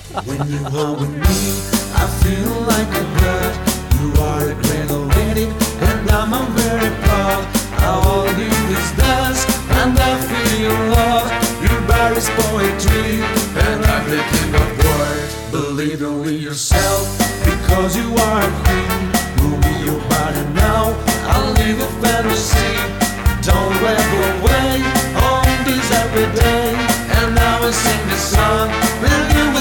[SPEAKER 9] I'll leave a fantasy. Don't ever wait on this every day. And now I sing this song with you.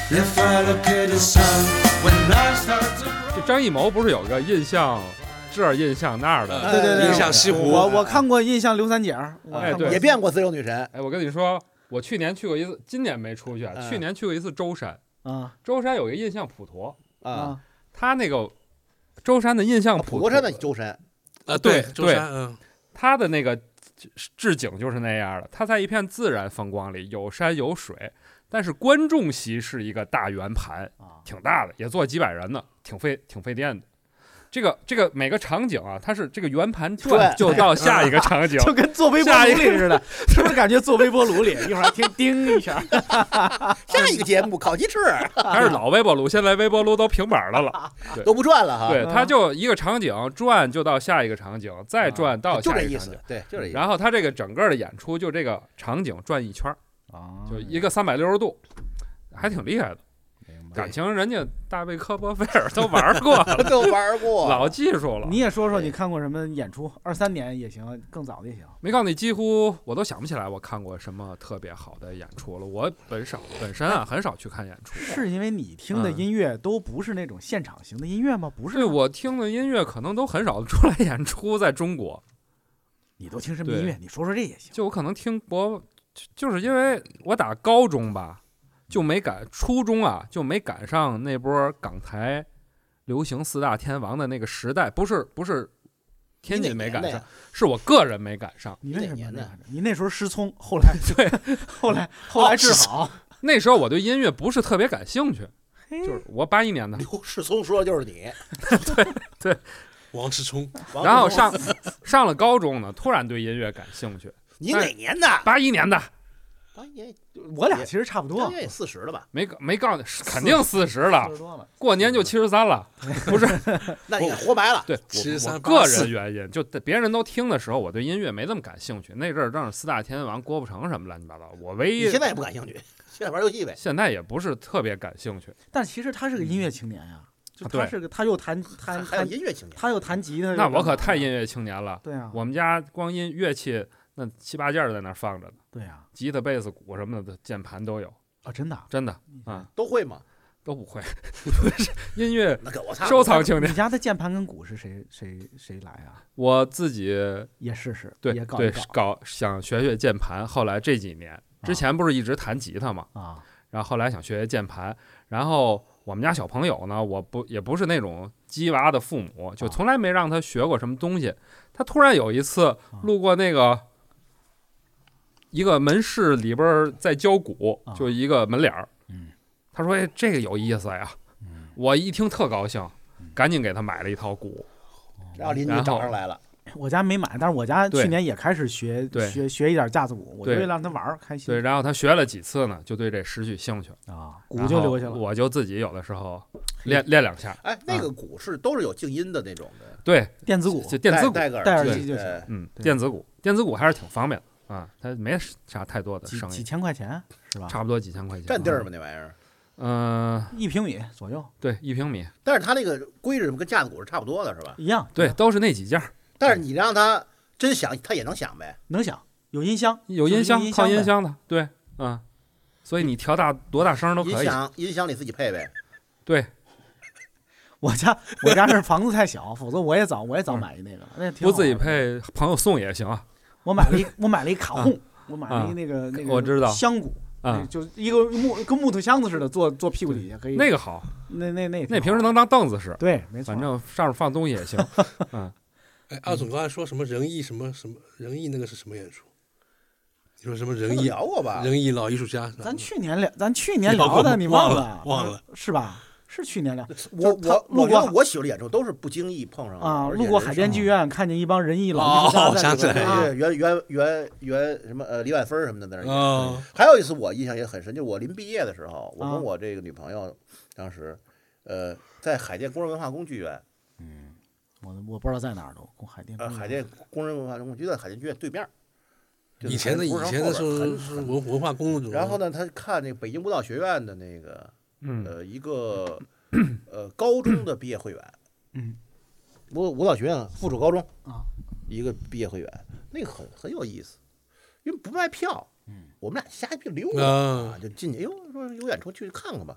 [SPEAKER 9] if I look at the sun when I start to
[SPEAKER 4] 就张艺谋不是有个印象这儿印象那儿的？
[SPEAKER 3] 对对对，
[SPEAKER 6] 印象西湖
[SPEAKER 3] 我我看过《印象刘三姐》，我
[SPEAKER 4] 哎对
[SPEAKER 3] 看过
[SPEAKER 5] 也变过自由女神。
[SPEAKER 4] 哎，我跟你说，我去年去过一次，今年没出去，
[SPEAKER 5] 嗯
[SPEAKER 4] 去年去过一次舟山。
[SPEAKER 3] 啊
[SPEAKER 4] 舟山有一个印象普陀，
[SPEAKER 5] 啊，
[SPEAKER 4] 他那个舟山的印象
[SPEAKER 5] 普陀山的舟山，
[SPEAKER 6] 啊，
[SPEAKER 4] 对
[SPEAKER 6] 舟山，嗯，
[SPEAKER 4] 他的那个置景就是那样的，他在一片自然风光里，有山有水，但是观众席是一个大圆盘，
[SPEAKER 3] 啊，
[SPEAKER 4] 挺大的，也坐几百人呢，挺费挺费电的。这个这个每个场景啊，它是这个圆盘转
[SPEAKER 5] 转
[SPEAKER 4] 就到下一个场景，
[SPEAKER 3] 就跟做微波炉里似的，是不是感觉做微波炉里一会儿听叮一下？
[SPEAKER 5] 下一个节目烤鸡翅
[SPEAKER 4] 还是老微波炉，现在微波炉都平板的了，对
[SPEAKER 5] 都不转了哈。
[SPEAKER 4] 对，它就一个场景转就到下一个场景，再转到
[SPEAKER 5] 就这意思
[SPEAKER 4] 下一个场景，，
[SPEAKER 5] 对，就这意思。
[SPEAKER 4] 然后它这个整个的演出就这个场景转一圈儿，
[SPEAKER 3] 啊
[SPEAKER 4] 就一个三百六十度，还挺厉害的。
[SPEAKER 3] 明白
[SPEAKER 4] 感情人家大卫科波菲尔都玩过了，
[SPEAKER 5] 都玩过，
[SPEAKER 4] 老技术了。
[SPEAKER 3] 你也说说你看过什么演出？二三年也行，更早的也行。
[SPEAKER 4] 没告诉你，几乎我都想不起来我看过什么特别好的演出了。我本少本身啊很少去看演出，
[SPEAKER 3] 是因为你听的音乐都不是那种现场型的音乐吗？不是吗，
[SPEAKER 4] 对我听的音乐可能都很少出来演出，在中国。
[SPEAKER 3] 你都听什么音乐？你说说这也行。
[SPEAKER 4] 就我可能听国，就是因为我打高中吧。就没赶初中啊，就没赶上那波港台流行四大天王的那个时代，不是不是天津没赶上，是我个人没赶
[SPEAKER 3] 你
[SPEAKER 4] 上。
[SPEAKER 3] 为什么
[SPEAKER 5] 呢？
[SPEAKER 3] 你那时候失聪，后来
[SPEAKER 4] 对，
[SPEAKER 3] 后来后来治好。
[SPEAKER 4] 那时候我对音乐不是特别感兴趣，就是我八一年的。
[SPEAKER 5] 刘世聪说的就是你，
[SPEAKER 4] 对对，
[SPEAKER 6] 王世聪。
[SPEAKER 4] 然后上上了高中呢，突然对音乐感兴趣。
[SPEAKER 5] 你哪年的？
[SPEAKER 4] 八一年的。
[SPEAKER 5] 八一年，
[SPEAKER 3] 我俩其实差不多，
[SPEAKER 5] 大约也四十了吧？
[SPEAKER 4] 没没告诉你，肯定四十了，
[SPEAKER 3] 四十多了，
[SPEAKER 4] 过年就七十三了，不是？
[SPEAKER 5] 那你活白了。
[SPEAKER 4] 对，我我个人原因，就别人都听的时候，我对音乐没那么感兴趣。那阵儿正是四大天王、郭富城什么乱七八糟，我唯一
[SPEAKER 5] 你现在也不感兴趣，现在玩游戏呗。
[SPEAKER 4] 现在也不是特别感兴趣。
[SPEAKER 3] 但其实他是个音乐青年呀，就他是个，他又弹弹
[SPEAKER 5] 还有音乐青年，
[SPEAKER 3] 他又弹吉他。
[SPEAKER 4] 那我可太音乐青年了。
[SPEAKER 3] 对啊，
[SPEAKER 4] 我们家光音乐器那七八件在那放着呢。
[SPEAKER 3] 对啊，
[SPEAKER 4] 吉他、贝斯、鼓什么的，键盘都有。
[SPEAKER 3] 哦，真的，
[SPEAKER 4] 真的啊，
[SPEAKER 5] 都会吗？
[SPEAKER 4] 都不会。音乐
[SPEAKER 5] 那跟我
[SPEAKER 4] 收藏青年。
[SPEAKER 3] 你家的键盘跟鼓是谁谁谁来啊？
[SPEAKER 4] 我自己
[SPEAKER 3] 也试试，
[SPEAKER 4] 对
[SPEAKER 3] 也搞
[SPEAKER 4] 对搞想学学键盘。后来这几年之前不是一直弹吉他嘛
[SPEAKER 3] 啊，
[SPEAKER 4] 然后后来想学学键盘。然后我们家小朋友呢，我不也不是那种鸡娃的父母，就从来没让他学过什么东西。他突然有一次路过那个。一个门市里边在教鼓，就一个门脸儿。
[SPEAKER 3] 嗯，
[SPEAKER 4] 他说：“哎，这个有意思呀！”
[SPEAKER 3] 嗯，
[SPEAKER 4] 我一听特高兴，赶紧给他买了一套鼓。
[SPEAKER 5] 然后邻居找上来了。
[SPEAKER 3] 我家没买，但是我家去年也开始学学学一点架子鼓，我就为了让他玩开心。
[SPEAKER 4] 对，然后他学了几次呢，就对这失去兴趣
[SPEAKER 3] 啊，鼓就留下了。
[SPEAKER 4] 我就自己有的时候练练两下。
[SPEAKER 5] 哎，那个鼓是都是有静音的那种的。
[SPEAKER 4] 对，
[SPEAKER 3] 电子鼓，
[SPEAKER 4] 就电子鼓，
[SPEAKER 5] 戴
[SPEAKER 3] 戴耳机就行。
[SPEAKER 4] 嗯，电子鼓，电子鼓还是挺方便的。啊，它没啥太多的声音，
[SPEAKER 3] 几千块钱是吧？
[SPEAKER 4] 差不多几千块钱。
[SPEAKER 5] 占地儿吗？那玩意儿？
[SPEAKER 4] 嗯，
[SPEAKER 3] 一平米左右。
[SPEAKER 4] 对，一平米。
[SPEAKER 5] 但是它那个规制跟架子鼓是差不多的，是吧？
[SPEAKER 3] 一样。
[SPEAKER 4] 对，都是那几件。
[SPEAKER 5] 但是你让它真响，它也能响呗？
[SPEAKER 3] 能响，有音箱，
[SPEAKER 4] 有音箱，靠音箱的。对，嗯，所以你调大多大声都可以。
[SPEAKER 5] 音响，音响你自己配呗。
[SPEAKER 4] 对。
[SPEAKER 3] 我家我家是房子太小，否则我也早我也早买一那个，那挺好。
[SPEAKER 4] 不自己配，朋友送也行啊。
[SPEAKER 3] 我买了一我买了一卡洪，我买了一那个那个
[SPEAKER 4] 我知道
[SPEAKER 3] 箱鼓啊，就一个木跟木头箱子似的，坐坐屁股底下可以。
[SPEAKER 4] 那个好，
[SPEAKER 3] 那那那
[SPEAKER 4] 那平时能当凳子使。
[SPEAKER 3] 对，没错，
[SPEAKER 4] 反正上面放东西也行。嗯，
[SPEAKER 6] 哎，二总刚才说什么仁义什么什么仁义那个是什么演出？你说什么仁义
[SPEAKER 5] 聊过吧？
[SPEAKER 6] 仁义老艺术家，
[SPEAKER 3] 咱去年聊，咱去年聊的，你忘
[SPEAKER 6] 了？忘了
[SPEAKER 3] 是吧？是去年聊，
[SPEAKER 5] 我我
[SPEAKER 3] 路过
[SPEAKER 5] 我喜欢的演出都是不经意碰上
[SPEAKER 3] 啊，路过海淀剧院，看见一帮仁义老艺术
[SPEAKER 6] 家
[SPEAKER 3] 在
[SPEAKER 6] 里边，
[SPEAKER 5] 袁袁袁袁什么呃李婉芬什么的在那儿
[SPEAKER 6] 演。
[SPEAKER 5] 还有一次我印象也很深，就我临毕业的时候，我跟我这个女朋友当时呃在海淀工人文化宫剧院，
[SPEAKER 3] 嗯，我我不知道在哪儿都，海淀
[SPEAKER 5] 呃海淀工人文化宫就在海淀剧院对面。
[SPEAKER 6] 以前的以前的是是文文化宫那种。
[SPEAKER 5] 然后呢，他看那个北京舞蹈学院的那个。
[SPEAKER 4] 嗯，
[SPEAKER 5] 呃，一个呃高中的毕业会员，
[SPEAKER 3] 嗯，
[SPEAKER 5] 舞舞蹈学院附属高中
[SPEAKER 3] 啊，
[SPEAKER 5] 一个毕业会员，那个很很有意思，因为不卖票，
[SPEAKER 3] 嗯，
[SPEAKER 5] 我们俩瞎逼溜达啊，就进去，哎呦，说有演出去看看吧，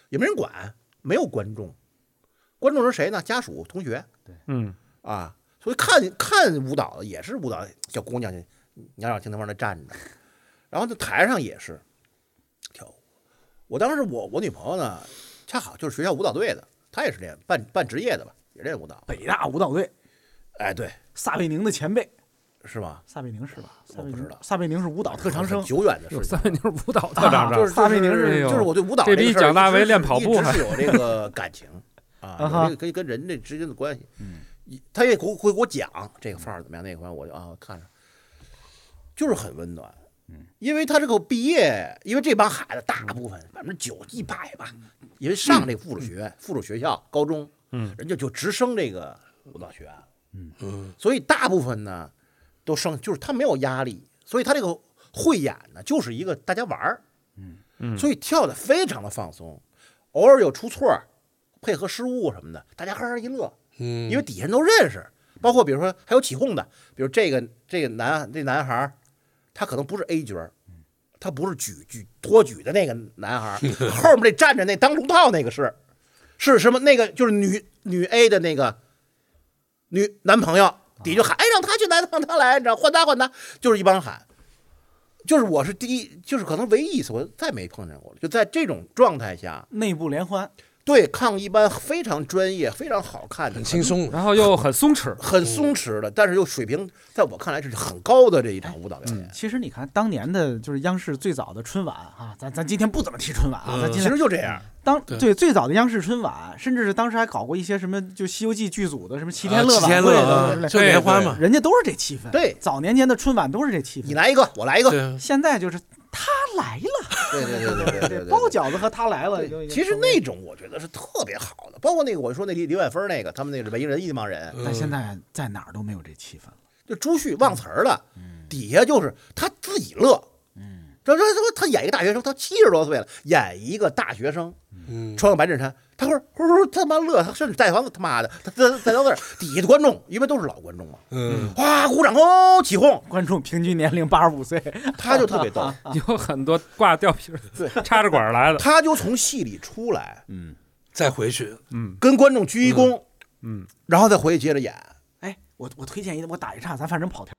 [SPEAKER 5] 也没人管，没有观众，观众是谁呢？家属、同学，
[SPEAKER 4] 嗯
[SPEAKER 5] 啊，所以看看舞蹈的也是舞蹈小姑娘，娘娘听她往那站着，然后在台上也是跳舞。我当时我我女朋友呢，恰好就是学校舞蹈队的，她也是练半半职业的吧，也练舞蹈。
[SPEAKER 3] 北大舞蹈队，
[SPEAKER 5] 哎，对，
[SPEAKER 3] 撒贝宁的前辈
[SPEAKER 5] 是吗？
[SPEAKER 3] 撒贝宁是吧？
[SPEAKER 5] 我不知道，
[SPEAKER 3] 撒贝宁是舞蹈特长生，
[SPEAKER 5] 久远的事情。
[SPEAKER 4] 撒贝宁舞蹈特长生，
[SPEAKER 5] 就是
[SPEAKER 3] 撒贝宁
[SPEAKER 5] 是就是我对舞蹈
[SPEAKER 4] 这比蒋大为练跑步
[SPEAKER 5] 还是有这个感情啊，有这个可以跟人这之间的关系。嗯，他也会会给我讲这个范儿怎么样，那个范儿我就啊看着，就是很温暖。嗯，因为他这个毕业，因为这帮孩子大部分百分之九一百吧，因为上这个附属学附属学校高中，嗯，人家就直升这个舞蹈学院了。嗯嗯，所以大部分呢都升，就是他没有压力，所以他这个汇演呢就是一个大家玩儿，嗯嗯，所以跳的非常的放松，偶尔有出错，配合失误什么的，大家呵呵一乐，嗯，因为底下人都认识，包括比如说还有起哄的，比如这个这个男这男孩，他可能不是 A 角，他不是举举托举的那个男孩，后面这站着那当龙套那个是是什么？那个就是女女 A 的那个。女男朋友底下就喊，哎，让他去来，让他来，你知道，换他换他，就是一帮喊，就是我是第一，就是可能唯一一次我再没碰见过了，就在这种状态下，
[SPEAKER 3] 内部联欢，
[SPEAKER 5] 对抗一班非常专业、非常好看的，
[SPEAKER 6] 很轻松，
[SPEAKER 4] 然后又很松弛，
[SPEAKER 5] 很松弛的，但是又水平在我看来是很高的这一场舞蹈表演。
[SPEAKER 3] 其实你看当年的就是央视最早的春晚啊，咱咱今天不怎么提春晚啊，咱今天
[SPEAKER 5] 其实就这样。
[SPEAKER 3] 当对最早的央视春晚，甚至是当时还搞过一些什么就《西游记》剧组的什么齐天乐晚会的之类，
[SPEAKER 6] 就联欢嘛，
[SPEAKER 3] 人家都是这气氛。
[SPEAKER 5] 对，
[SPEAKER 3] 早年间的春晚都是这气氛。
[SPEAKER 5] 你来一个，我来一个。
[SPEAKER 3] 现在就是他来了，
[SPEAKER 5] 对对对对对对，
[SPEAKER 3] 包饺子和他来了。
[SPEAKER 5] 其实那种我觉得是特别好的，包括那个我说那李李远峰那个，他们那个北京人一帮人，
[SPEAKER 3] 但现在在哪儿都没有这气氛了。
[SPEAKER 5] 就朱旭忘词儿了，底下就是他自己乐。这这这，他演一个大学生，他七十多岁了，演一个大学生，嗯，穿个白衬衫，他会呼呼他妈乐，他甚至带房他妈的，他在在到那儿，底下的观众因为都是老观众嘛，嗯，哗鼓掌哦起哄，
[SPEAKER 3] 观众平均年龄八十五岁，
[SPEAKER 5] 他就特别逗，
[SPEAKER 4] 有很多挂吊瓶，对，插着管来的，
[SPEAKER 5] 他就从戏里出来，
[SPEAKER 6] 嗯，再回去，
[SPEAKER 5] 嗯，跟观众鞠一躬，嗯，然后再回去接着演。
[SPEAKER 3] 哎，我我推荐一个，我打一岔，咱反正跑调。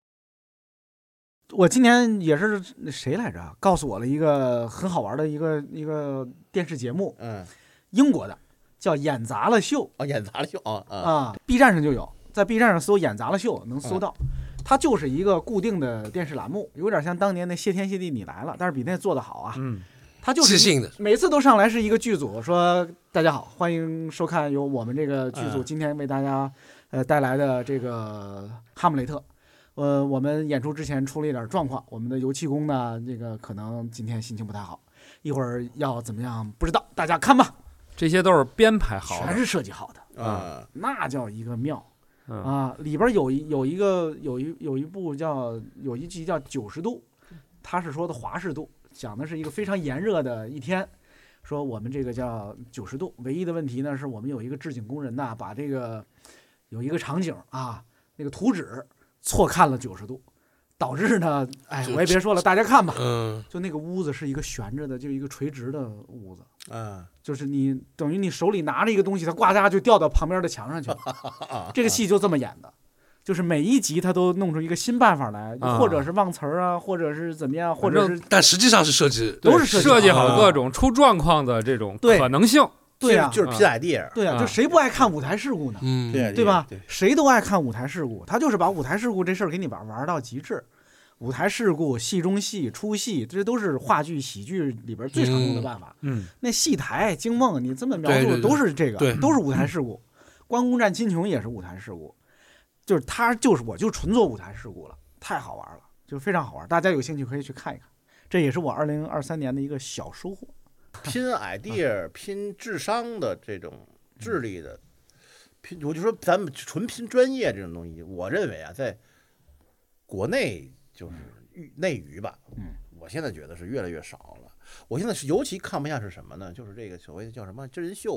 [SPEAKER 3] 我今年也是谁来着？告诉我了一个很好玩的一个一个电视节目，嗯，英国的，叫《演砸了秀》
[SPEAKER 5] 啊，演砸了秀啊
[SPEAKER 3] 啊 ！B 站上就有，在 B 站上搜“演砸了秀”能搜到。它就是一个固定的电视栏目，有点像当年那《谢天谢地你来了》，但是比那做得好啊。嗯，它就是每次都上来是一个剧组说：“大家好，欢迎收看由我们这个剧组今天为大家呃带来的这个《哈姆雷特》。”呃，我们演出之前出了一点状况，我们的油漆工呢，这个可能今天心情不太好，一会儿要怎么样不知道，大家看吧。
[SPEAKER 4] 这些都是编排好的，
[SPEAKER 3] 全是设计好的啊、嗯，那叫一个妙、嗯、啊！里边有一有一个有一有一部叫有一集叫九十度，他是说的华氏度，讲的是一个非常炎热的一天，说我们这个叫九十度，唯一的问题呢是我们有一个制景工人呐，把这个有一个场景啊，那个图纸。错看了九十度，导致呢，哎，我也别说了，大家看吧。嗯，就那个屋子是一个悬着的，就一个垂直的屋子。嗯，就是你等于你手里拿着一个东西，它呱嗒就掉到旁边的墙上去了。这个戏就这么演的，就是每一集他都弄出一个新办法来，啊、或者是忘词儿啊，或者是怎么样，或者是，
[SPEAKER 6] 但实际上是设计，
[SPEAKER 3] 都是
[SPEAKER 4] 设计好各种出状况的这种可能性。
[SPEAKER 3] 对呀、啊，
[SPEAKER 5] 就是拼 idea。
[SPEAKER 3] 对啊，就谁不爱看舞台事故呢？嗯，对对吧？谁都爱看舞台事故，他就是把舞台事故这事儿给你玩玩到极致。舞台事故、戏中戏、出戏，这都是话剧、喜剧里边最常用的办法。嗯，那戏台、惊梦，你这么描述都是这个，
[SPEAKER 6] 对对对
[SPEAKER 3] 都是舞台事故。关公战秦琼也是舞台事故，就是他就是我就纯做舞台事故了，太好玩了，就非常好玩。大家有兴趣可以去看一看，这也是我二零二三年的一个小收获。
[SPEAKER 5] 拼 idea、拼智商的这种智力的拼，我就说咱们纯拼专业这种东西，我认为啊，在国内就是内娱吧，嗯，我现在觉得是越来越少了。我现在是尤其看不下是什么呢？就是这个所谓的叫什么真人秀啊，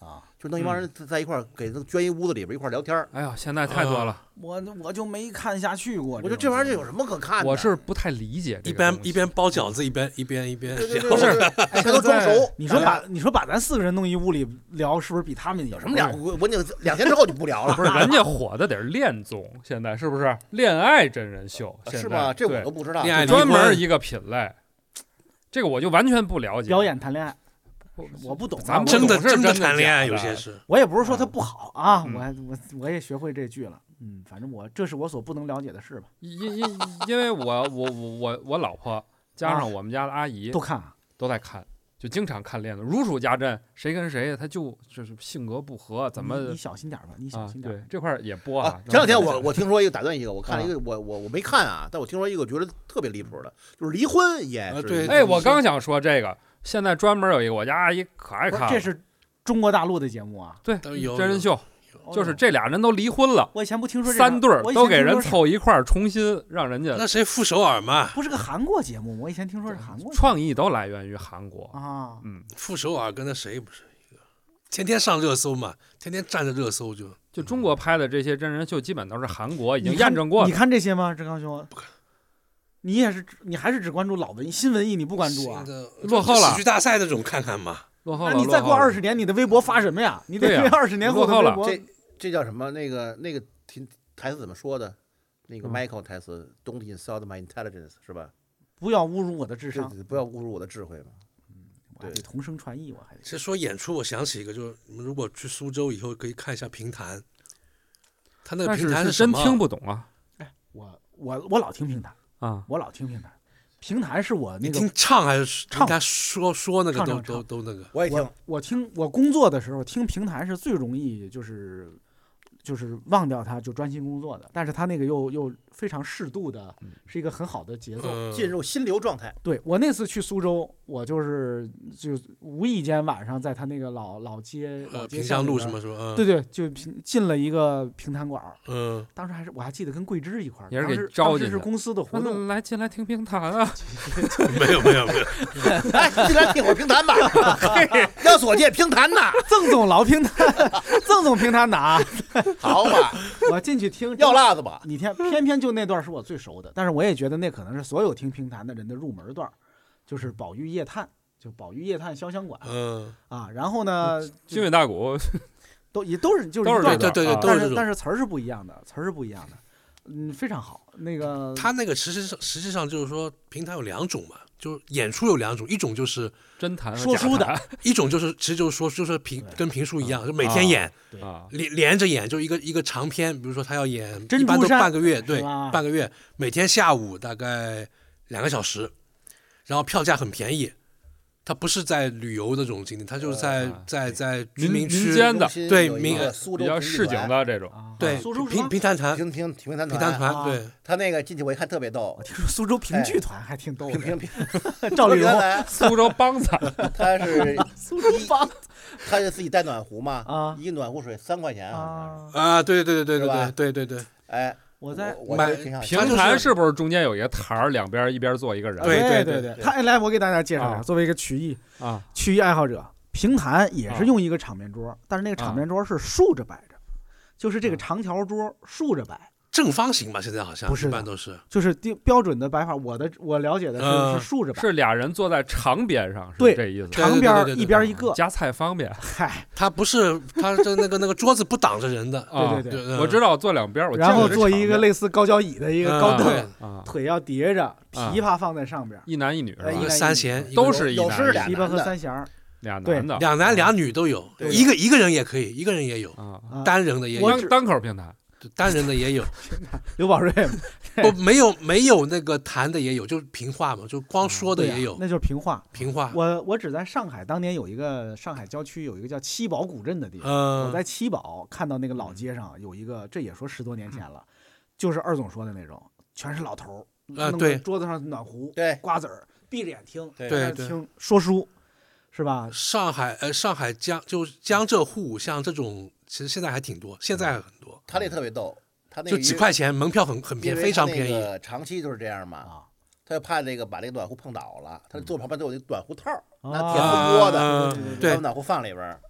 [SPEAKER 5] 啊，就弄一帮人在一块儿给他捐一屋子里边一块儿聊天。
[SPEAKER 4] 哎呀，现在太多了，
[SPEAKER 3] 我我就没看下去过。
[SPEAKER 5] 我觉得这玩意儿有什么可看的？
[SPEAKER 4] 我是不太理解这
[SPEAKER 6] 一
[SPEAKER 4] 个东西。
[SPEAKER 6] 边一边包饺子一边一边一边聊，
[SPEAKER 5] 对对对对，哎，他都装熟。
[SPEAKER 3] 你说把你说把咱四个人弄一屋里聊，是不是比他们
[SPEAKER 5] 有什么聊？我我你两天之后就不聊了。
[SPEAKER 4] 不是人家火的得是恋综，现在是不是恋爱真人秀？
[SPEAKER 5] 是吗？这我都不知道。
[SPEAKER 6] 恋爱
[SPEAKER 4] 专门一个品类，这个我就完全不了解。
[SPEAKER 3] 表演谈恋爱。我不懂，
[SPEAKER 4] 咱
[SPEAKER 6] 真的
[SPEAKER 4] 真
[SPEAKER 6] 的谈恋爱，有些是。
[SPEAKER 3] 我也不是说他不好啊，
[SPEAKER 4] 嗯、
[SPEAKER 3] 我我我也学会这句了。嗯，反正我这是我所不能了解的事吧。
[SPEAKER 4] 因因因为我我我我我老婆加上我们家的阿姨、
[SPEAKER 3] 啊、都看啊，
[SPEAKER 4] 都在看，就经常看恋的，如数家珍。谁跟谁他就就是性格不合，怎么
[SPEAKER 3] 你, 你小心点吧，你小心点、
[SPEAKER 4] 啊。对，这块也播啊。
[SPEAKER 5] 前两天我我听说一个打断一个，我看了一个，我我我没看啊，但我听说一个觉得特别离谱的，就是离婚也是。
[SPEAKER 6] 对，
[SPEAKER 4] 哎，我刚想说这个。现在专门有一个我家阿姨可爱看，
[SPEAKER 3] 这是中国大陆的节目啊，
[SPEAKER 4] 对，真人秀，就是这俩人都离婚了。
[SPEAKER 3] 我以前不听说
[SPEAKER 4] 三对儿都给人凑一块儿，重新让人家。
[SPEAKER 6] 那谁傅首尔嘛？
[SPEAKER 3] 不是个韩国节目，我以前听说是韩国。
[SPEAKER 4] 创意都来源于韩国
[SPEAKER 3] 啊，
[SPEAKER 4] 嗯，
[SPEAKER 6] 傅首尔跟那谁不是一个，天天上热搜嘛，天天站着热搜就。
[SPEAKER 4] 就中国拍的这些真人秀，基本都是韩国已经验证过的。
[SPEAKER 3] 你看这些吗，志刚兄？不看。你也是，你还是只关注老文艺、新文艺，你不关注啊？
[SPEAKER 4] 落后了。
[SPEAKER 6] 喜剧大赛那种看看嘛，
[SPEAKER 4] 落后了。
[SPEAKER 3] 那你再过二十年，你的微博发什么呀？你得二十年后的微博。
[SPEAKER 5] 这这叫什么？那个那个台词怎么说的？那个 Michael 台词、嗯、，Don't insult my intelligence， 是吧？
[SPEAKER 3] 不要侮辱我的智商，
[SPEAKER 5] 不要侮辱我的智慧嘛。
[SPEAKER 3] 嗯，我还得同声传译，我还得。
[SPEAKER 6] 其实说演出，我想起一个，就是你们如果去苏州以后，可以看一下评弹。他那个评弹
[SPEAKER 4] 是
[SPEAKER 6] 什么？
[SPEAKER 4] 真听不懂啊！
[SPEAKER 3] 哎，我我我老听评弹。
[SPEAKER 4] 啊，
[SPEAKER 3] 我老听评弹，评弹是我那个
[SPEAKER 6] 你听唱还是
[SPEAKER 3] 唱？
[SPEAKER 6] 他说说那个都
[SPEAKER 3] 都
[SPEAKER 6] 都那个，
[SPEAKER 5] 我也听。
[SPEAKER 3] 我听我工作的时候听评弹是最容易就是就是忘掉它就专心工作的，但是他那个又又非常适度的，是一个很好的节奏，
[SPEAKER 6] 嗯、
[SPEAKER 5] 进入心流状态。
[SPEAKER 3] 对我那次去苏州，我就是就无意间晚上在他那个老老街老街
[SPEAKER 6] 萍江路什么什么，嗯、
[SPEAKER 3] 对对，就进了一个评弹馆。
[SPEAKER 6] 嗯，
[SPEAKER 3] 当时还是我还记得跟桂枝一块儿，
[SPEAKER 4] 也是给招进
[SPEAKER 3] 去，是公司的活动，
[SPEAKER 4] 来进来听评弹啊。
[SPEAKER 6] 没有没有没有，
[SPEAKER 5] 来进来听会儿评弹吧。要所见评弹呐，
[SPEAKER 3] 郑总老评弹，郑总评弹呐。
[SPEAKER 5] 好吧，
[SPEAKER 3] 我进去听
[SPEAKER 5] 要辣子吧。
[SPEAKER 3] 你听，偏偏就那段是我最熟的，但是我也觉得那可能是所有听评弹的人的入门段，就是《宝玉夜探》，就《宝玉夜探》潇湘馆。
[SPEAKER 6] 嗯
[SPEAKER 3] 啊，然后呢，
[SPEAKER 4] 星云大鼓
[SPEAKER 3] 都也都是就是
[SPEAKER 4] 都是
[SPEAKER 6] 对对对对，
[SPEAKER 3] 但是但是词儿是不一样的，词儿是不一样的。嗯，非常好。那个
[SPEAKER 6] 他那个实际上实际上就是说，评弹有两种嘛，就是演出有两种，一种就是
[SPEAKER 4] 真弹
[SPEAKER 3] 说书的，
[SPEAKER 6] 一种就是其实就是说就是评跟评书一样，就每天演，
[SPEAKER 4] 啊，
[SPEAKER 6] 连连着演，就一个一个长篇，比如说他要演，
[SPEAKER 3] 一
[SPEAKER 6] 般都半个月，对，
[SPEAKER 3] 半
[SPEAKER 6] 个月，每天下午大概两个小时，然后票价很便宜。他不是在旅游的这种景点，他就是在、呃、在在居民区
[SPEAKER 4] 民间的，
[SPEAKER 6] 对民
[SPEAKER 4] 比较市井的这种，
[SPEAKER 6] 对评评弹团，
[SPEAKER 5] 评评评弹
[SPEAKER 6] 评弹团，
[SPEAKER 5] 啊、
[SPEAKER 6] 对
[SPEAKER 5] 他那个进去我一看特别逗，
[SPEAKER 3] 我听说苏州评剧团还挺逗的，
[SPEAKER 5] 评评评，
[SPEAKER 3] 赵丽蓉，
[SPEAKER 4] 苏州梆子，
[SPEAKER 5] 他是
[SPEAKER 3] 苏州梆，
[SPEAKER 5] 他是自己带暖壶嘛，
[SPEAKER 3] 啊，
[SPEAKER 5] 一个暖壶水三块钱
[SPEAKER 3] 啊，
[SPEAKER 6] 啊，对对对对对对对对，
[SPEAKER 5] 哎。
[SPEAKER 3] 我在
[SPEAKER 6] 买
[SPEAKER 4] 评弹是不是中间有一个台儿，两边一边坐一个人？
[SPEAKER 6] 对
[SPEAKER 3] 对
[SPEAKER 6] 对
[SPEAKER 3] 对，他来我给大家介绍一下，作为一个曲艺
[SPEAKER 4] 啊
[SPEAKER 3] 曲艺爱好者，评弹也是用一个场面桌，但是那个场面桌是竖着摆着，就是这个长条桌竖着摆。
[SPEAKER 6] 正方形吧，现在好像
[SPEAKER 3] 不是，
[SPEAKER 6] 一般都是，
[SPEAKER 3] 就是标准的摆法。我的我了解的是、嗯、是竖着摆，
[SPEAKER 4] 是俩人坐在长边上，是这意思。
[SPEAKER 3] 长边一边一个，
[SPEAKER 4] 夹菜方便。
[SPEAKER 3] 嗨，
[SPEAKER 6] 他不是，他的那个那个桌子不挡着人的。
[SPEAKER 3] 对对对，
[SPEAKER 6] 对
[SPEAKER 4] 我知道坐两边，我
[SPEAKER 3] 然后做一个类似高脚椅的一个高凳，
[SPEAKER 4] 啊、
[SPEAKER 3] 腿要叠着，琵琶放在上边，
[SPEAKER 4] 一男一女是吧？
[SPEAKER 6] 一个三弦
[SPEAKER 4] 都是一
[SPEAKER 5] 男
[SPEAKER 3] 是琵琶和三弦。
[SPEAKER 4] 俩男的，
[SPEAKER 6] 两男两女都有，一个一个人也可以，一个人也有，
[SPEAKER 4] 啊，
[SPEAKER 6] 单人的也有，
[SPEAKER 4] 单单口评弹。
[SPEAKER 6] 单人的也有，
[SPEAKER 3] 刘宝瑞
[SPEAKER 6] 不没有没有那个弹的也有，就是评话嘛，就光说的也有，
[SPEAKER 3] 啊、那就是评话。
[SPEAKER 6] 评话。
[SPEAKER 3] 我我只在上海，当年有一个上海郊区有一个叫七宝古镇的地方，
[SPEAKER 6] 嗯、
[SPEAKER 3] 我在七宝看到那个老街上有一个，这也说十多年前了，就是二总说的那种，全是老头
[SPEAKER 6] 儿，啊对，
[SPEAKER 3] 桌子上暖壶，
[SPEAKER 5] 对，
[SPEAKER 3] 瓜子儿，闭着眼听，
[SPEAKER 6] 对对
[SPEAKER 3] 听说书，是吧？
[SPEAKER 6] 上海呃，上海江就江浙沪像这种，其实现在还挺多，现在很多。
[SPEAKER 5] 他那特别逗。他那
[SPEAKER 6] 就几块钱，门票很很便宜，非常便宜。
[SPEAKER 5] 长期就是这样嘛，啊、他就怕那个把那个暖壶碰倒了，他坐旁边都有那个暖壶套，拿铁丝窝的，
[SPEAKER 6] 对，
[SPEAKER 5] 把暖壶放里边。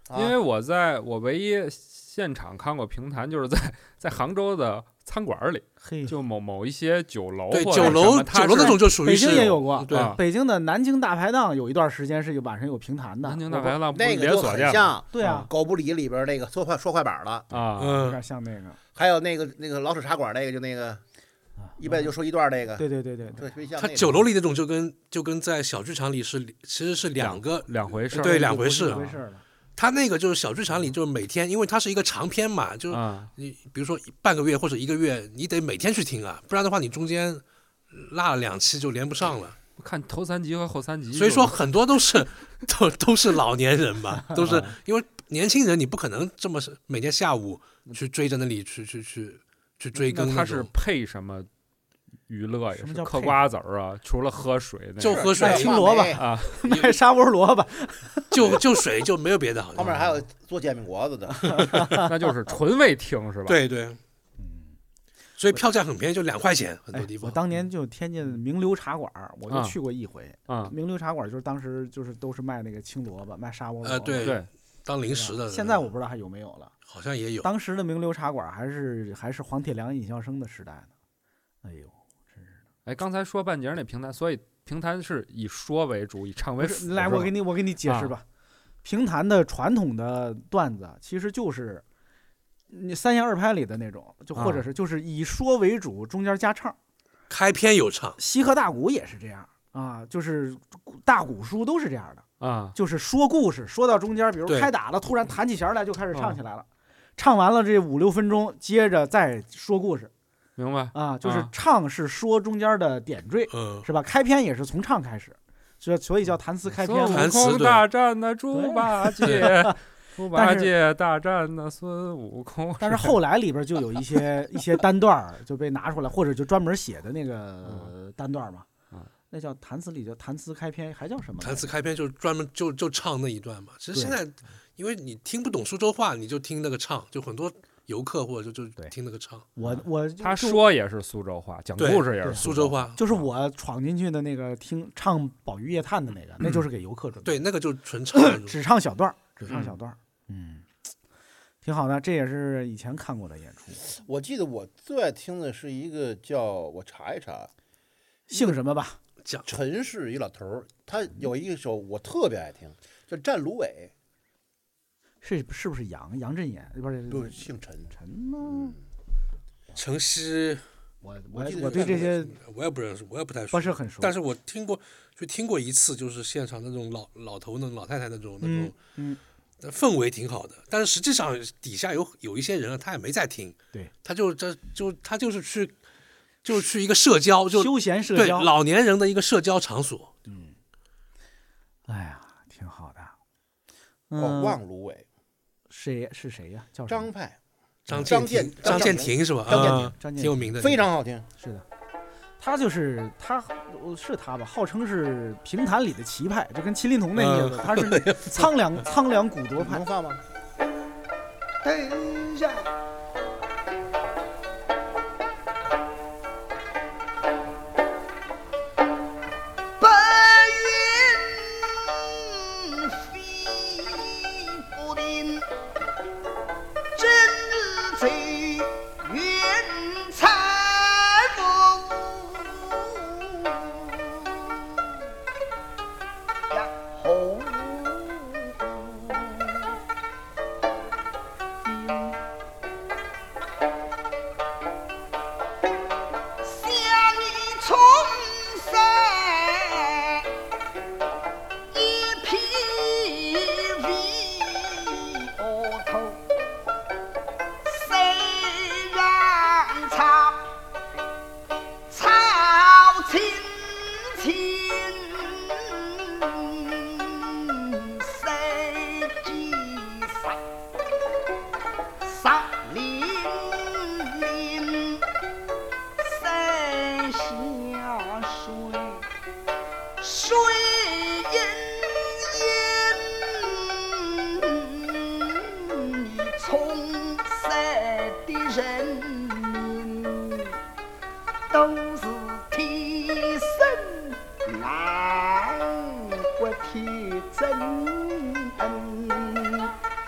[SPEAKER 5] 啊
[SPEAKER 4] 因为我在我唯一现场看过评弹，就是在在杭州的餐馆里，
[SPEAKER 3] 嘿，
[SPEAKER 4] 就某某一些酒楼
[SPEAKER 6] 对
[SPEAKER 4] 或者
[SPEAKER 6] 酒楼
[SPEAKER 4] 什么它是
[SPEAKER 6] 酒楼那种就属于
[SPEAKER 3] 北京
[SPEAKER 6] 是
[SPEAKER 3] 也有过，
[SPEAKER 6] 对
[SPEAKER 4] 啊
[SPEAKER 3] 北京的南京大排档有一段时间是有晚上有评弹的，
[SPEAKER 4] 南京大排档不是
[SPEAKER 5] 那个就
[SPEAKER 4] 连锁店吗
[SPEAKER 5] 很像
[SPEAKER 3] 对啊，
[SPEAKER 5] 狗不理里边那个说快说快板了，
[SPEAKER 4] 啊？
[SPEAKER 3] 有
[SPEAKER 6] 嗯
[SPEAKER 3] 点像那个，
[SPEAKER 5] 还有那个那个老式茶馆那个就那个
[SPEAKER 3] 啊
[SPEAKER 5] 一辈子就说一段那个，
[SPEAKER 3] 对对对对对，
[SPEAKER 5] 特别像那种
[SPEAKER 6] 它酒楼里那种就跟就跟在小剧场里是其实是两个，
[SPEAKER 4] 两回事儿。
[SPEAKER 6] 对两回
[SPEAKER 3] 不是
[SPEAKER 6] 事
[SPEAKER 3] 一回事儿了。
[SPEAKER 6] 它那个就是小剧场里就是每天，因为它是一个长篇嘛，就是
[SPEAKER 4] 啊，
[SPEAKER 6] 你比如说半个月或者一个月，你得每天去听啊，不然的话你中间落了两期就连不上了。
[SPEAKER 4] 看头三集和后三集就，
[SPEAKER 6] 所以说很多都是都都是老年人嘛，都是因为年轻人你不可能这么每天下午去追着那里去去去去追更
[SPEAKER 4] 那他是
[SPEAKER 6] 那种，
[SPEAKER 4] 配什么娱乐？也是
[SPEAKER 3] 什么叫配
[SPEAKER 4] 嗑瓜子儿啊，除了喝水那个
[SPEAKER 6] 就喝水
[SPEAKER 3] 卖青萝卜
[SPEAKER 4] 啊，
[SPEAKER 3] 卖沙窝萝卜，
[SPEAKER 6] 就就水就没有别的好像。
[SPEAKER 5] 后面还有做煎饼果子的，
[SPEAKER 4] 那就是纯为听是吧？
[SPEAKER 6] 对对，所以票价很便宜，就两块钱，很多地方。
[SPEAKER 3] 我当年就天津名流茶馆儿，我就
[SPEAKER 4] 啊
[SPEAKER 3] 去过一回。
[SPEAKER 4] 啊，
[SPEAKER 3] 名流茶馆儿就是当时就是都是卖那个青萝卜，卖沙窝萝卜。
[SPEAKER 6] 呃，对
[SPEAKER 4] 对，
[SPEAKER 6] 当零食的。
[SPEAKER 3] 现在我不知道还有没有了。
[SPEAKER 6] 好像也有。
[SPEAKER 3] 当时的名流茶馆儿还是还是黄铁良、尹笑生的时代呢。哎呦，真是的。
[SPEAKER 4] 哎，刚才说半截儿那评弹，所以评弹是以说为主，以唱为
[SPEAKER 3] 不是，
[SPEAKER 4] 辅。
[SPEAKER 3] 来，
[SPEAKER 4] 是吧
[SPEAKER 3] 我给你我给你解释
[SPEAKER 4] 啊
[SPEAKER 3] 吧。评弹的传统的段子其实就是你三言二拍里的那种，就或者
[SPEAKER 4] 啊
[SPEAKER 3] 是就是以说为主，中间加唱。
[SPEAKER 6] 开篇有唱，
[SPEAKER 3] 西河大鼓也是这样啊，就是大鼓书都是这样的，
[SPEAKER 4] 啊，
[SPEAKER 3] 就是说故事，说到中间，比如
[SPEAKER 6] 对
[SPEAKER 3] 开打了，突然弹起弦来就开始唱
[SPEAKER 4] 啊
[SPEAKER 3] 起来了，唱完了这五六分钟，接着再说故事
[SPEAKER 4] 明白？
[SPEAKER 3] 啊，就是
[SPEAKER 4] 啊
[SPEAKER 3] 唱是说中间的点缀，
[SPEAKER 6] 嗯，
[SPEAKER 3] 是吧？开篇也是从唱开始，所以所以叫弹词开篇嘛。
[SPEAKER 6] 弹词
[SPEAKER 4] 孙悟空
[SPEAKER 6] 对
[SPEAKER 4] 大战那猪八戒，猪八
[SPEAKER 3] 但是
[SPEAKER 4] 戒大战那孙悟空。
[SPEAKER 3] 但是后来里边就有一些一些单段儿就被拿出来，或者就专门写的那个
[SPEAKER 4] 嗯
[SPEAKER 3] 单段儿嘛
[SPEAKER 4] 嗯，
[SPEAKER 3] 那叫弹词里叫弹词开篇，还叫什么来着？
[SPEAKER 6] 弹词开篇就是专门就就唱那一段嘛。其实
[SPEAKER 3] 对
[SPEAKER 6] 现在因为你听不懂苏州话，你就听那个唱，就很多游客或者就就
[SPEAKER 3] 对
[SPEAKER 6] 听那个唱。
[SPEAKER 3] 我我
[SPEAKER 4] 他
[SPEAKER 3] 就
[SPEAKER 4] 说也是苏州话，讲
[SPEAKER 6] 对
[SPEAKER 4] 故事也是州
[SPEAKER 6] 苏州。话，
[SPEAKER 3] 就是我闯进去的那个听唱《宝玉夜探》的那个，那就是给游客准备，
[SPEAKER 6] 对，那个就纯唱那种。
[SPEAKER 3] 只唱小段儿，只唱
[SPEAKER 4] 嗯
[SPEAKER 3] 小段儿，嗯，挺好的，这也是以前看过的演出。
[SPEAKER 5] 我记得我最爱听的是一个叫我查一查，
[SPEAKER 3] 姓什么吧？
[SPEAKER 6] 讲
[SPEAKER 5] 陈氏一老头儿，他有一首我特别爱听，叫《战芦苇
[SPEAKER 3] 是是不是杨杨振言？不是》，
[SPEAKER 5] 不是姓陈。
[SPEAKER 3] 陈吗？
[SPEAKER 5] 嗯，
[SPEAKER 6] 城西，
[SPEAKER 3] 我我
[SPEAKER 5] 我记得
[SPEAKER 3] 我
[SPEAKER 5] 是战芦
[SPEAKER 3] 对这些
[SPEAKER 6] 我也不认识，我也不太熟
[SPEAKER 3] 不是很熟，
[SPEAKER 6] 但是我听过，就听过一次，就是现场那种老老头、那种老太太那种那种
[SPEAKER 3] 嗯，
[SPEAKER 6] 呃氛围挺好的。但是实际上底下有有一些人啊，他也没在听，
[SPEAKER 3] 对，
[SPEAKER 6] 他就这就他就是去就是去一个社交，就
[SPEAKER 3] 休闲社
[SPEAKER 6] 对
[SPEAKER 3] 交，
[SPEAKER 6] 老年人的一个社交场所。
[SPEAKER 3] 嗯，哎呀，挺好的。
[SPEAKER 5] 哦，
[SPEAKER 3] 嗯，
[SPEAKER 5] 望芦苇，
[SPEAKER 3] 谁是谁呀？叫什么
[SPEAKER 5] 张派，
[SPEAKER 6] 张
[SPEAKER 5] 张
[SPEAKER 6] 建
[SPEAKER 5] 建
[SPEAKER 6] 张建
[SPEAKER 5] 张建
[SPEAKER 6] 庭是吧？
[SPEAKER 5] 张建
[SPEAKER 6] 啊
[SPEAKER 3] 张建
[SPEAKER 6] 挺有名的，
[SPEAKER 5] 非常好听。
[SPEAKER 3] 是的，他就是他，是他吧？号称是评弹里的旗派，就跟麒麟童那意思，他是那苍凉苍凉古拙派
[SPEAKER 5] 能。放吗？
[SPEAKER 2] 等一下，白云飞不定，真日在云彩雾。呀吼！想你重山一匹为头，谁让草草青青，谁记杀杀林林。山下水，水阴阴，你冲山的人民都是天生南国铁真。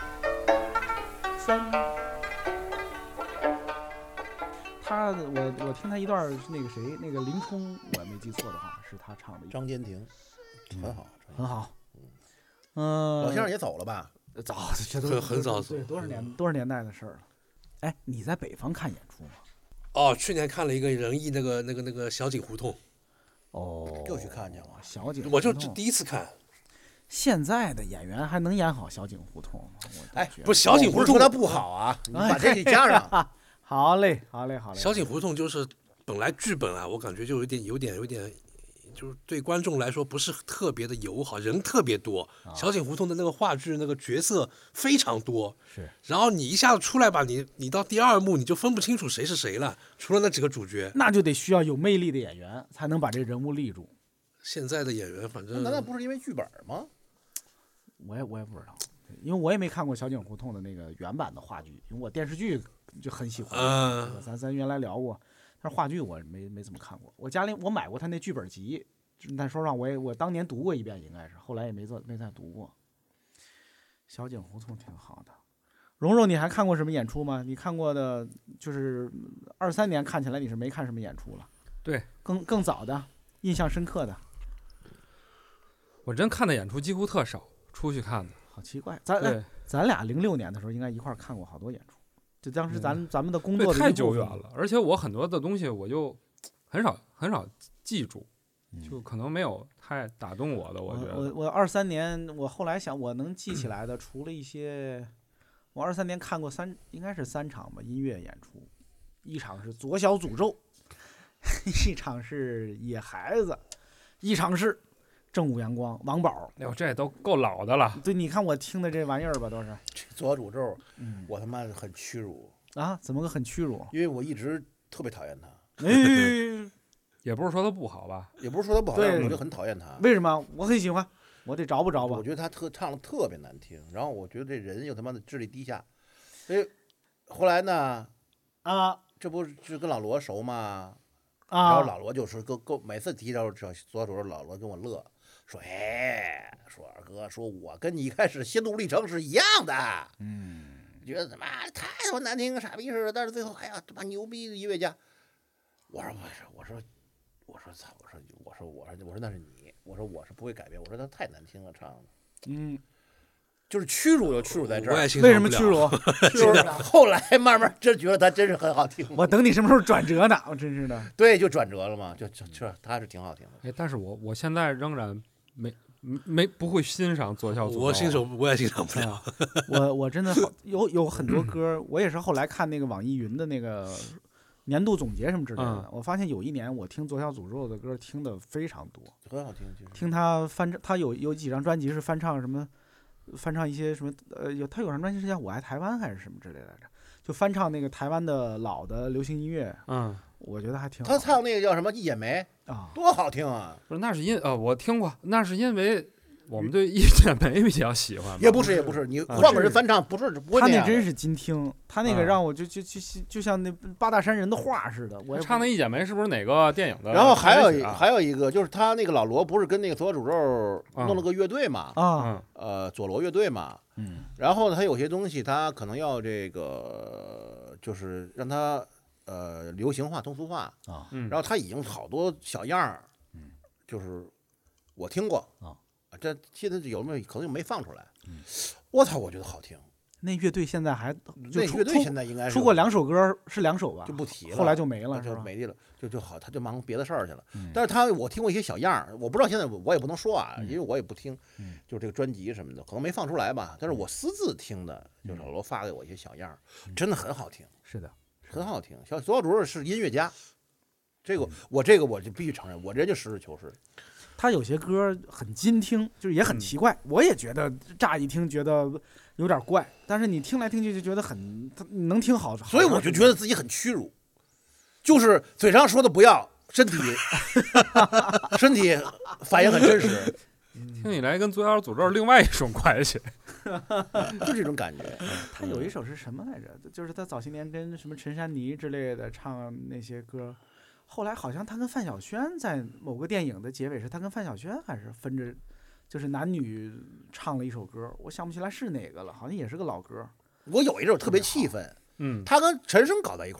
[SPEAKER 3] 我我听他一段是那个谁那个林冲，我没记错的话是他唱的。
[SPEAKER 5] 张坚庭，很好，
[SPEAKER 3] 很好。嗯，
[SPEAKER 5] 老先生也走了吧？
[SPEAKER 3] 早，这都
[SPEAKER 6] 很很早走
[SPEAKER 3] 对，多少年多少年代的事儿了。哎，你在北方看演出吗？
[SPEAKER 6] 哦，去年看了一个仁义那个那个那个小井胡同。
[SPEAKER 3] 哦，
[SPEAKER 5] 又去看去了。
[SPEAKER 3] 小井，
[SPEAKER 6] 我就第一次看。
[SPEAKER 3] 现在的演员还能演好小井胡同吗？
[SPEAKER 5] 哎，
[SPEAKER 6] 不是小井胡同，
[SPEAKER 5] 说他不好啊，你把这给加上。
[SPEAKER 3] 好嘞，好嘞，好嘞。
[SPEAKER 6] 小井胡同就是本来剧本啊，我感觉就有点有点有点，就是对观众来说不是特别的友好，人特别多。
[SPEAKER 3] 啊、
[SPEAKER 6] 小井胡同的那个话剧那个角色非常多，
[SPEAKER 3] 是。
[SPEAKER 6] 然后你一下子出来吧，你你到第二幕你就分不清楚谁是谁了，除了那几个主角，
[SPEAKER 3] 那就得需要有魅力的演员才能把这人物立住。
[SPEAKER 6] 现在的演员反正
[SPEAKER 5] 难道不是因为剧本吗？
[SPEAKER 3] 我也我也不知道，因为我也没看过小井胡同的那个原版的话剧，因为我电视剧就很喜欢。
[SPEAKER 6] 嗯，
[SPEAKER 3] 咱咱原来聊过，但是话剧我没没怎么看过。我家里我买过他那剧本集，但说实话，我也我当年读过一遍，应该是，后来也没做没再读过。小井胡同挺好的。蓉蓉，你还看过什么演出吗？你看过的，就是二三年看起来你是没看什么演出了。
[SPEAKER 4] 对，
[SPEAKER 3] 更更早的，印象深刻的。
[SPEAKER 4] 我真看的演出几乎特少。出去看的，
[SPEAKER 3] 好奇怪。咱哎，咱俩零六年的时候应该一块儿看过好多演出，就当时咱、嗯、咱们的工作的
[SPEAKER 4] 太久远了，而且我很多的东西我就很少很少记住，
[SPEAKER 3] 嗯、
[SPEAKER 4] 就可能没有太打动我的。我觉得
[SPEAKER 3] 我我二三年，我后来想我能记起来的，除了一些，我二三年看过三，应该是三场吧音乐演出，一场是左小诅咒，一场是野孩子，一场是。正午阳光，王宝，
[SPEAKER 4] 哎呦，这都够老的了。
[SPEAKER 3] 对，你看我听的这玩意儿吧，都是
[SPEAKER 5] 左诅咒，嗯，我他妈很屈辱
[SPEAKER 3] 啊！怎么个很屈辱？
[SPEAKER 5] 因为我一直特别讨厌他。
[SPEAKER 3] 哎，
[SPEAKER 4] 也不是说他不好吧，
[SPEAKER 5] 也不是说他不好，
[SPEAKER 3] 对，
[SPEAKER 5] 我就很讨厌他。
[SPEAKER 3] 为什么？我很喜欢，我得着不着吧？
[SPEAKER 5] 我觉得他特唱的特别难听，然后我觉得这人又他妈的智力低下。哎，后来呢？
[SPEAKER 3] 啊，
[SPEAKER 5] 这不是跟老罗熟吗？
[SPEAKER 3] 啊，
[SPEAKER 5] 然后老罗就是够够，每次提到这左诅咒，老罗跟我乐。说哎，说二哥，说我跟你一开始心路历程是一样的，
[SPEAKER 3] 嗯，
[SPEAKER 5] 觉得他妈太他妈难听，傻逼似的，但是最后哎呀，他妈牛逼的音乐家。我说不是，我说我说操，我说我说我说我说那是你，我说我是不会改变，我说他太难听了唱的，
[SPEAKER 3] 嗯，
[SPEAKER 5] 就是屈辱就屈辱在这儿。
[SPEAKER 3] 为什么屈辱？
[SPEAKER 5] 就是后来慢慢真觉得他真是很好听。
[SPEAKER 3] 我等你什么时候转折呢？我真是的。
[SPEAKER 5] 对，就转折了嘛，就就就他是挺好听的。
[SPEAKER 4] 哎，但是我我现在仍然。没没不会欣赏左小诅咒，
[SPEAKER 6] 我欣赏我也欣赏不了。
[SPEAKER 3] 我我真的好有有很多歌，我也是后来看那个网易云的那个年度总结什么之类的，
[SPEAKER 4] 嗯、
[SPEAKER 3] 我发现有一年我听左小诅咒的歌听的非常多，
[SPEAKER 5] 很好听。其实
[SPEAKER 3] 听他翻唱，他有有几张专辑是翻唱什么，翻唱一些什么呃有他有张专辑是叫《我爱台湾》还是什么之类的来着，就翻唱那个台湾的老的流行音乐，
[SPEAKER 4] 嗯。
[SPEAKER 3] 我觉得还挺好。
[SPEAKER 5] 他唱那个叫什么《一剪梅》
[SPEAKER 3] 啊，
[SPEAKER 5] 多好听啊！
[SPEAKER 4] 不是，那是因呃，我听过，那是因为我们对一剪梅比较喜欢。
[SPEAKER 5] 也不是，也不是，你换个人翻唱，不是不会
[SPEAKER 3] 那
[SPEAKER 5] 样。
[SPEAKER 3] 他那真是精听，他那个让我就就就就像那八大山人的话似的。我
[SPEAKER 4] 唱那一剪梅是不是哪个电影的？
[SPEAKER 5] 然后还有还有一个就是他那个老罗不是跟那个左诅咒弄了个乐队嘛？
[SPEAKER 3] 啊，
[SPEAKER 5] 呃，左罗乐队嘛。
[SPEAKER 3] 嗯。
[SPEAKER 5] 然后呢，他有些东西他可能要这个，就是让他。呃，流行化、通俗化
[SPEAKER 3] 啊，
[SPEAKER 5] 然后他已经好多小样儿，
[SPEAKER 3] 嗯，
[SPEAKER 5] 就是我听过
[SPEAKER 3] 啊，
[SPEAKER 5] 这现在有没有可能没放出来？
[SPEAKER 3] 嗯，
[SPEAKER 5] 我操，我觉得好听。
[SPEAKER 3] 那乐队现在还
[SPEAKER 5] 那乐队现在应该是
[SPEAKER 3] 出过两首歌，是两首吧？
[SPEAKER 5] 就不提了，
[SPEAKER 3] 后来就没了，
[SPEAKER 5] 就没力了，就就好，他就忙别的事儿去了。
[SPEAKER 3] 嗯、
[SPEAKER 5] 但是他我听过一些小样儿，我不知道现在我也不能说啊，
[SPEAKER 3] 嗯、
[SPEAKER 5] 因为我也不听，
[SPEAKER 3] 嗯、
[SPEAKER 5] 就是这个专辑什么的，可能没放出来吧。但是我私自听的，就是老罗发给我一些小样儿，
[SPEAKER 3] 嗯、
[SPEAKER 5] 真的很好听。
[SPEAKER 3] 是的。
[SPEAKER 5] 很好听，小左小诅咒是音乐家，这个我这个我就必须承认，我人家实事求是。
[SPEAKER 3] 他有些歌很精听，就是也很奇怪，嗯、我也觉得乍一听觉得有点怪，但是你听来听去就觉得很，你能听好。
[SPEAKER 5] 所以我就觉得自己很屈辱，就是嘴上说的不要，身体身体反应很真实。
[SPEAKER 4] 听起来跟左小诅咒另外一种关系，
[SPEAKER 5] 就这种感觉。
[SPEAKER 3] 他有一首是什么来着？就是他早些年跟什么陈珊妮之类的唱那些歌，后来好像他跟范晓萱在某个电影的结尾是他跟范晓萱还是分着，就是男女唱了一首歌，我想不起来是哪个了，好像也是个老歌。
[SPEAKER 5] 我有一阵特别气愤，
[SPEAKER 4] 嗯，
[SPEAKER 5] 他跟陈升搞在一块儿，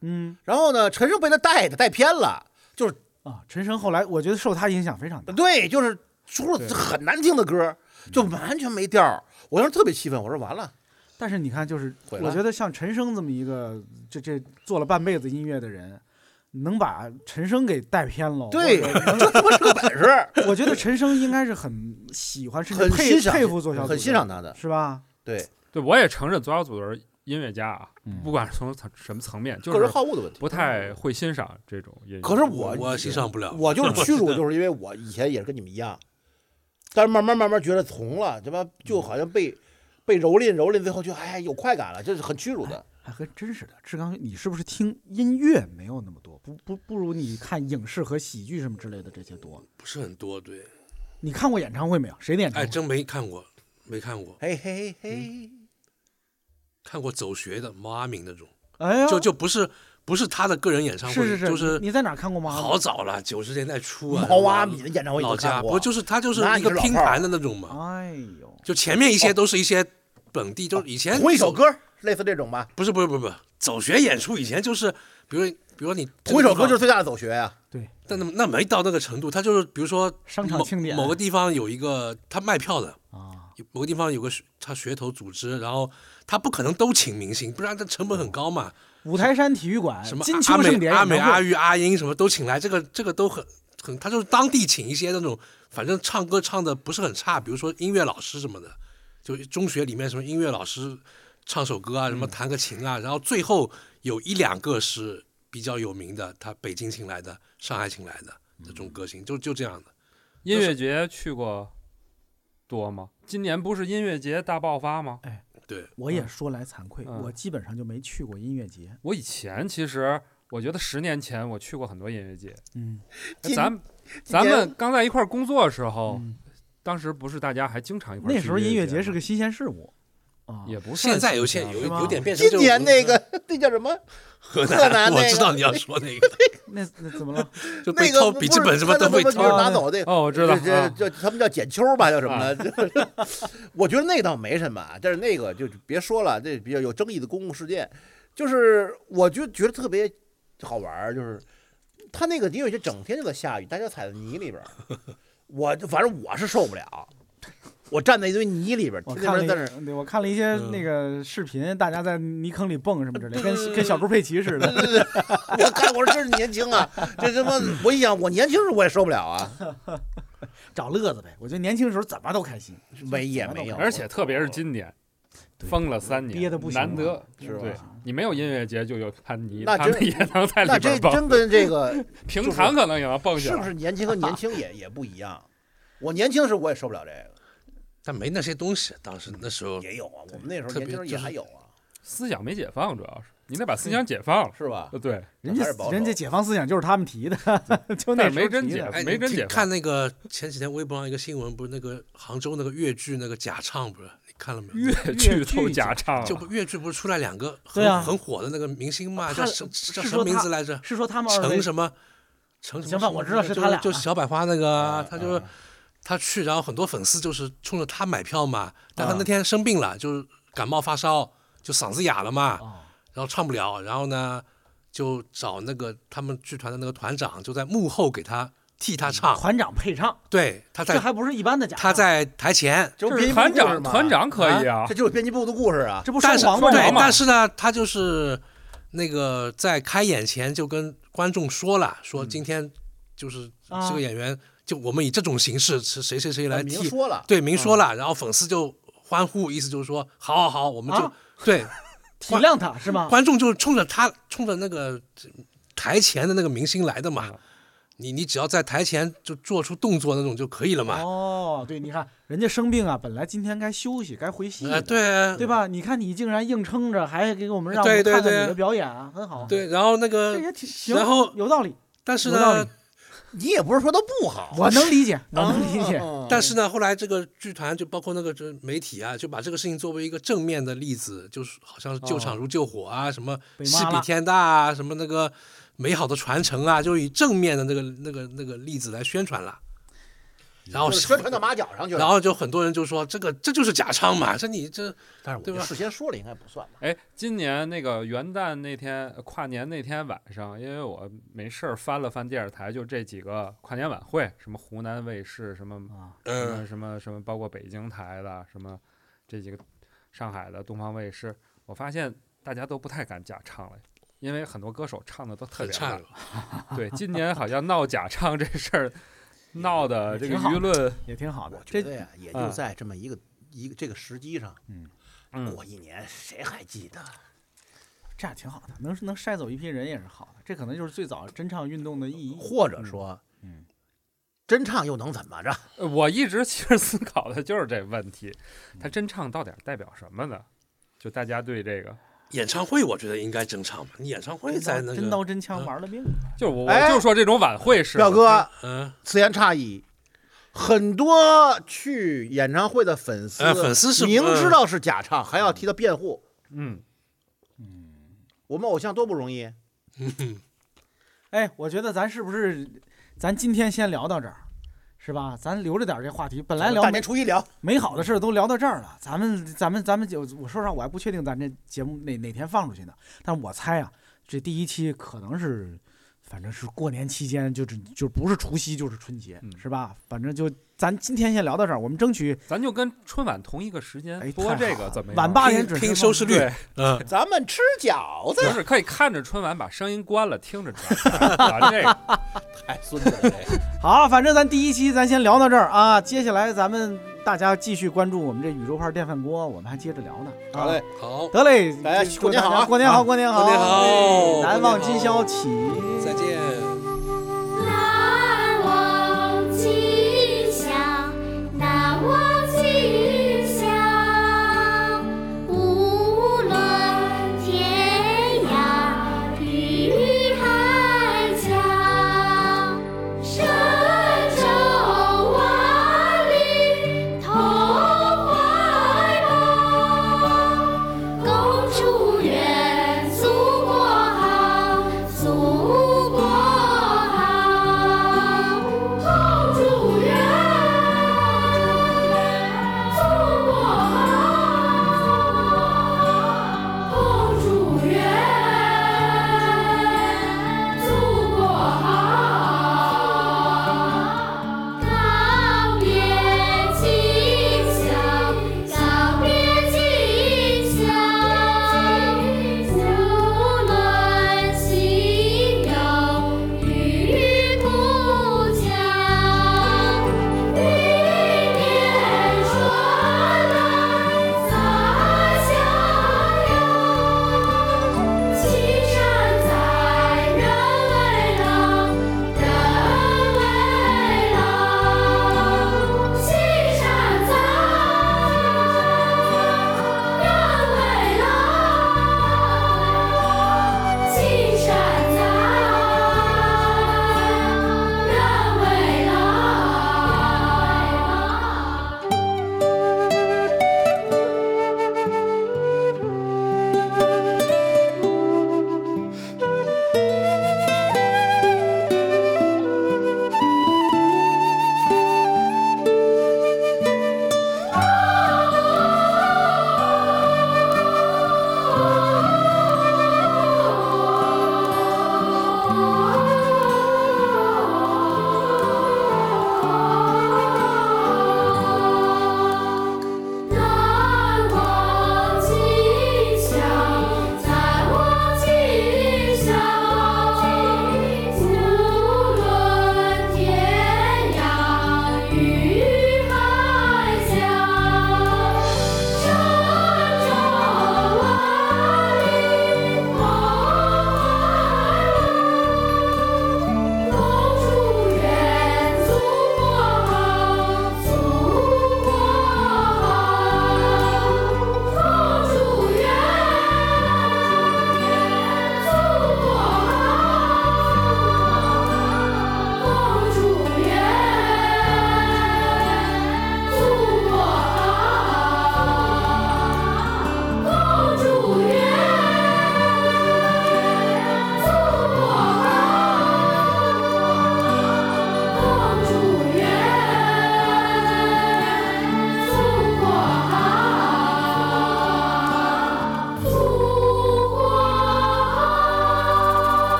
[SPEAKER 3] 嗯
[SPEAKER 5] 然后呢，陈升被他带的带偏了，就是
[SPEAKER 3] 啊，陈升后来我觉得受他影响非常大。
[SPEAKER 5] 对，就是出了
[SPEAKER 4] 对
[SPEAKER 5] 很难听的歌，就完全没调儿。我当时特别气愤，我说完了，
[SPEAKER 3] 但是你看，就是
[SPEAKER 5] 毁了
[SPEAKER 3] 我觉得像陈升这么一个这这做了半辈子音乐的人，能把陈升给带偏了。
[SPEAKER 5] 对，
[SPEAKER 3] 或者能
[SPEAKER 5] 这他妈是个本事，
[SPEAKER 3] 我觉得陈升应该是很喜欢，甚至
[SPEAKER 5] 很
[SPEAKER 3] 佩
[SPEAKER 5] 欣赏
[SPEAKER 3] 佩服左小祖的，
[SPEAKER 5] 很欣赏他的。
[SPEAKER 3] 是吧？
[SPEAKER 5] 对，
[SPEAKER 4] 对，我也承认左小祖是音乐家啊，
[SPEAKER 3] 嗯
[SPEAKER 4] 不管是从层什么层面，就
[SPEAKER 5] 个人
[SPEAKER 4] 是
[SPEAKER 5] 好恶的问题。
[SPEAKER 4] 不太会欣赏这种音乐。
[SPEAKER 5] 可是我
[SPEAKER 6] 我欣赏不了，
[SPEAKER 5] 我就是屈辱，就是因为我以前也是跟你们一样，但是慢慢慢慢觉得从了，他妈就好像被被蹂躏蹂躏，最后就哎有快感了，这是很屈辱的。
[SPEAKER 3] 还和真是的，志刚，你是不是听音乐没有那么多？不不不如你看影视和喜剧什么之类的这些多。
[SPEAKER 6] 不是很多。对，
[SPEAKER 3] 你看过演唱会没有？谁的演唱
[SPEAKER 6] 哎，
[SPEAKER 3] 会？
[SPEAKER 6] 真没看过，没看过，
[SPEAKER 5] 嘿嘿嘿，
[SPEAKER 6] 看过走学的毛阿敏那种，
[SPEAKER 3] 哎呀，
[SPEAKER 6] 就就不是不是他的个人演唱会，
[SPEAKER 3] 是是是，
[SPEAKER 6] 就是
[SPEAKER 3] 你在哪儿看过吗？
[SPEAKER 6] 好早了，九十年代初啊，
[SPEAKER 5] 毛阿敏的演唱会
[SPEAKER 6] 老家，
[SPEAKER 5] 你都看过
[SPEAKER 6] 不就是他就是
[SPEAKER 5] 那
[SPEAKER 6] 一个拼
[SPEAKER 5] 你是老炮儿
[SPEAKER 6] 盘的那种嘛，
[SPEAKER 3] 哎呦，
[SPEAKER 6] 就前面一些都是一些本地，就是以前走，
[SPEAKER 5] 同一首歌，类似这种吧。
[SPEAKER 6] 不是不是不是不是走学演出，以前就是比如比如说你
[SPEAKER 5] 同一首歌就是
[SPEAKER 6] 是，
[SPEAKER 5] 最大的走学呀。
[SPEAKER 3] 对，
[SPEAKER 6] 但那那没到那个程度，他就是比如说
[SPEAKER 3] 商场
[SPEAKER 6] 某
[SPEAKER 3] 庆典
[SPEAKER 6] 某个地方有一个他卖票的，
[SPEAKER 3] 啊，
[SPEAKER 6] 某个地方有个他噱头组织，然后他不可能都请明星，不然他成本很高嘛。
[SPEAKER 3] 五台山体育馆
[SPEAKER 6] 什么
[SPEAKER 3] 金
[SPEAKER 6] 阿美
[SPEAKER 3] 秋盛典
[SPEAKER 6] 阿美、
[SPEAKER 3] 演唱会
[SPEAKER 6] 阿玉、阿英什么都请来，这个这个都很很，他就是当地请一些那种，反正唱歌唱的不是很差，比如说音乐老师什么的，就中学里面什么音乐老师唱首歌啊，什么弹个琴啊，然后最后有一两个是比较有名的，他北京请来的、上海请来的这种歌星，就就这样的。
[SPEAKER 4] 音乐节去过多吗？今年不是音乐节大爆发吗？
[SPEAKER 6] 对，
[SPEAKER 3] 我也说来惭愧，
[SPEAKER 4] 嗯
[SPEAKER 3] 我基本上就没去过音乐节。
[SPEAKER 4] 我以前其实我觉得十年前我去过很多音乐节。
[SPEAKER 3] 嗯，
[SPEAKER 5] 今
[SPEAKER 4] 咱咱
[SPEAKER 5] 年
[SPEAKER 4] 们刚在一块儿工作的时候，
[SPEAKER 3] 嗯
[SPEAKER 4] 当时不是大家还经常一块儿去
[SPEAKER 3] 那时候音乐节
[SPEAKER 4] 吗
[SPEAKER 3] 是个新鲜事物啊，
[SPEAKER 4] 也不算
[SPEAKER 6] 现在有
[SPEAKER 4] 新鲜
[SPEAKER 6] 些有
[SPEAKER 3] 是吗
[SPEAKER 6] 有点变成
[SPEAKER 5] 今年那个那叫什么？
[SPEAKER 6] 河
[SPEAKER 5] 河南那个
[SPEAKER 6] 我知道你要说那个，
[SPEAKER 3] 那那怎么了？
[SPEAKER 6] 就被
[SPEAKER 5] 那个
[SPEAKER 6] 偷笔记本什么都被偷
[SPEAKER 5] 不是拿走那
[SPEAKER 4] 哦，我知道，
[SPEAKER 5] 这
[SPEAKER 4] 啊
[SPEAKER 5] 这这他们叫剪秋吧，叫什么呢？我觉得那个倒没什么，但是那个就别说了，这比较有争议的公共事件，就是我就觉得特别好玩儿，就是他那个音乐节整天就在下雨，大家踩在泥里边儿，我就反正我是受不了，我站在一堆泥里边儿，
[SPEAKER 3] 我看了
[SPEAKER 5] 天天在那儿。
[SPEAKER 3] 一，对我看了一些
[SPEAKER 6] 嗯
[SPEAKER 3] 那个视频，大家在泥坑里蹦什么之类，跟跟小猪佩奇似的。
[SPEAKER 5] 我看我说真是年轻啊，这他妈！我一想，我年轻时我也受不了啊，
[SPEAKER 3] 找乐子呗。我觉得年轻时候怎么都开心，
[SPEAKER 5] 没也没有，
[SPEAKER 4] 而且特别是今年
[SPEAKER 3] 对
[SPEAKER 4] 封了三年，
[SPEAKER 3] 憋得不行了
[SPEAKER 4] 难得
[SPEAKER 5] 是吧
[SPEAKER 4] 对你没有音乐节就有潘妮，
[SPEAKER 5] 那真
[SPEAKER 4] 他们也能在
[SPEAKER 5] 那这
[SPEAKER 4] 里边蹦，
[SPEAKER 5] 真跟这个
[SPEAKER 4] 平潭可能也能蹦起来。
[SPEAKER 5] 是不是年轻和年轻也也不一样？我年轻时我也受不了这个，
[SPEAKER 6] 但没那些东西，当时那时候
[SPEAKER 5] 也有啊，我们那时候
[SPEAKER 6] 特别
[SPEAKER 5] 年轻时候也还有啊，
[SPEAKER 4] 思想没解放，主要是你得把思想解放了。
[SPEAKER 5] 是吧？
[SPEAKER 4] 呃，对，
[SPEAKER 3] 人家
[SPEAKER 5] 还是保守
[SPEAKER 3] 人家解放思想就是他们提的，就那时候
[SPEAKER 4] 但是没真
[SPEAKER 3] 提的
[SPEAKER 4] 解
[SPEAKER 6] 哎，你
[SPEAKER 4] 没真解放
[SPEAKER 6] 看那个前几天微博上一个新闻，不是那个杭州那个越剧那个假唱，不是你看了没有？
[SPEAKER 4] 越剧都假唱了，
[SPEAKER 6] 就不越剧不是出来两个
[SPEAKER 3] 对啊
[SPEAKER 6] 很很火的那个明星嘛，
[SPEAKER 3] 他
[SPEAKER 6] 叫什叫什
[SPEAKER 3] 是说他
[SPEAKER 6] 么名字来着？
[SPEAKER 3] 是说他们二位
[SPEAKER 6] 程什么？程什么？
[SPEAKER 3] 行吧我知道是
[SPEAKER 6] 就
[SPEAKER 3] 他俩
[SPEAKER 6] 就是小百花那个啊，他就是
[SPEAKER 5] 嗯
[SPEAKER 6] 他去，然后很多粉丝就是冲着他买票嘛，但他
[SPEAKER 3] 啊
[SPEAKER 6] 那天生病了，就是感冒发烧，就嗓子哑了嘛，
[SPEAKER 3] 啊，
[SPEAKER 6] 然后唱不了，然后呢就找那个他们剧团的那个团长就在幕后给他替他唱，
[SPEAKER 3] 团长配唱，
[SPEAKER 6] 对，他在
[SPEAKER 3] 这还不是一般的假唱，
[SPEAKER 6] 他在台前，
[SPEAKER 5] 这不
[SPEAKER 4] 这是
[SPEAKER 5] 编辑部故事
[SPEAKER 4] 团长，
[SPEAKER 5] 吗
[SPEAKER 4] 团长可以啊
[SPEAKER 5] 这，就是编辑部的故事啊。
[SPEAKER 3] 这不
[SPEAKER 6] 但是
[SPEAKER 3] 双簧吗？
[SPEAKER 6] 对，
[SPEAKER 4] 嘛
[SPEAKER 6] 但是呢，他就是那个在开演前就跟观众说了，说今天就是
[SPEAKER 3] 啊
[SPEAKER 6] 这个演员，就我们以这种形式是谁谁谁来
[SPEAKER 5] 啊明
[SPEAKER 6] 替，
[SPEAKER 5] 说了，
[SPEAKER 6] 对，明说了，然后粉丝就欢呼，意思就是说好好好，我们就
[SPEAKER 3] 啊
[SPEAKER 6] 对
[SPEAKER 3] 体谅他是吗？
[SPEAKER 6] 观众就冲着他冲着那个台前的那个明星来的嘛
[SPEAKER 4] 嗯。
[SPEAKER 6] 你你只要在台前就做出动作那种就可以了嘛。
[SPEAKER 3] 哦，对，你看人家生病啊，本来今天该休息，该回戏
[SPEAKER 6] 哎，
[SPEAKER 3] 的，
[SPEAKER 6] 对
[SPEAKER 3] 对吧？你看你竟然硬撑着，还给我们让我
[SPEAKER 6] 对对
[SPEAKER 3] 们看看
[SPEAKER 6] 对
[SPEAKER 3] 你的表演啊，很好。，
[SPEAKER 6] 对，然后那个
[SPEAKER 3] 这也挺行，
[SPEAKER 6] 然后
[SPEAKER 3] 有道理，
[SPEAKER 6] 但是呢
[SPEAKER 3] 有道理，
[SPEAKER 5] 你也不是说他不好，
[SPEAKER 3] 我能理解，我能理解。
[SPEAKER 5] 嗯
[SPEAKER 6] 但是呢，后来这个剧团就包括那个这媒体啊，就把这个事情作为一个正面的例子，就是好像是救场如救火啊，什么
[SPEAKER 3] 被骂了
[SPEAKER 6] 戏比天大啊，什么那个美好的传承啊，就以正面的那个那个那个例子来宣传了。 然后
[SPEAKER 5] 就是宣传到马脚上去了。
[SPEAKER 6] 然后就很多人就说这个这就是假唱嘛，这你这，
[SPEAKER 5] 但是我
[SPEAKER 6] 对吧
[SPEAKER 5] 觉得事先说了应该不算吧。
[SPEAKER 4] 哎，今年那个元旦那天，跨年那天晚上，因为我没事儿翻了翻电视台，就这几个跨年晚会，什么湖南卫视，什么
[SPEAKER 3] 啊，
[SPEAKER 4] 什么
[SPEAKER 6] 嗯
[SPEAKER 4] 什么什么，包括北京台的，什么这几个上海的东方卫视，我发现大家都不太敢假唱了。因为很多歌手唱的都特别烂
[SPEAKER 6] 很颤，
[SPEAKER 4] 对，今年好像闹假唱这事儿闹的这个舆论，
[SPEAKER 3] 也挺好的
[SPEAKER 5] 我。觉
[SPEAKER 3] 这
[SPEAKER 5] 得呀，也就
[SPEAKER 4] 嗯
[SPEAKER 5] 在这么一个一个这个时机上，
[SPEAKER 4] 嗯
[SPEAKER 5] 过一年谁还记得？
[SPEAKER 3] 这样挺好的，能能筛走一批人也是好的。这可能就是最早真唱运动的意义。
[SPEAKER 5] 或者说，
[SPEAKER 3] 嗯，
[SPEAKER 5] 真唱又能怎么着？
[SPEAKER 4] 呃我一直其实思考的就是这问题，他真唱到底代表什么呢？就大家对这个，
[SPEAKER 6] 演唱会我觉得应该真唱吧，你演唱会在那
[SPEAKER 3] 真刀
[SPEAKER 6] 个，
[SPEAKER 3] 真枪玩了命。
[SPEAKER 4] 就是我
[SPEAKER 5] 哎
[SPEAKER 4] 我就说这种晚会是
[SPEAKER 5] 表哥，
[SPEAKER 6] 嗯，
[SPEAKER 5] 此言差矣。很多去演唱会的粉丝，
[SPEAKER 6] 哎粉丝是
[SPEAKER 5] 明知道是假唱，还要替他辩护。
[SPEAKER 4] 嗯，
[SPEAKER 5] 我们偶像多不容易。
[SPEAKER 3] 哎，我觉得咱是不是，咱今天先聊到这儿，是吧？咱留着点这话题，本来聊
[SPEAKER 5] 大
[SPEAKER 3] 美
[SPEAKER 5] 年初一聊，
[SPEAKER 3] 美好的事儿都聊到这儿了，咱们咱们咱们就我说实话，我还不确定咱这节目哪哪天放出去呢，但是我猜啊，这第一期可能是，反正是过年期间，就是就不是除夕就是春节，
[SPEAKER 4] 嗯
[SPEAKER 3] 是吧？反正就咱今天先聊到这儿，我们争取
[SPEAKER 4] 咱就跟春晚同一个时间
[SPEAKER 3] 哎
[SPEAKER 4] 播这
[SPEAKER 3] 太好了
[SPEAKER 4] 个怎么样？
[SPEAKER 3] 晚八点
[SPEAKER 6] 拼
[SPEAKER 3] 准时
[SPEAKER 6] 拼收视率
[SPEAKER 4] 对，
[SPEAKER 6] 嗯，
[SPEAKER 5] 咱们吃饺子，
[SPEAKER 4] 就是可以看着春晚把声音关了，听着咱这个。
[SPEAKER 5] 太孙子了。这个
[SPEAKER 3] 好，反正咱第一期咱先聊到这儿啊，接下来咱们大家继续关注我们这宇宙牌电饭锅，我们还接着聊呢。啊
[SPEAKER 5] 好嘞，
[SPEAKER 6] 好，
[SPEAKER 3] 得嘞，
[SPEAKER 5] 大家
[SPEAKER 3] 祝
[SPEAKER 5] 过年好啊
[SPEAKER 3] 大家过年好，过年好，
[SPEAKER 6] 过年好
[SPEAKER 3] 哎
[SPEAKER 6] 过年好
[SPEAKER 3] 难忘今宵起。
[SPEAKER 6] 再见。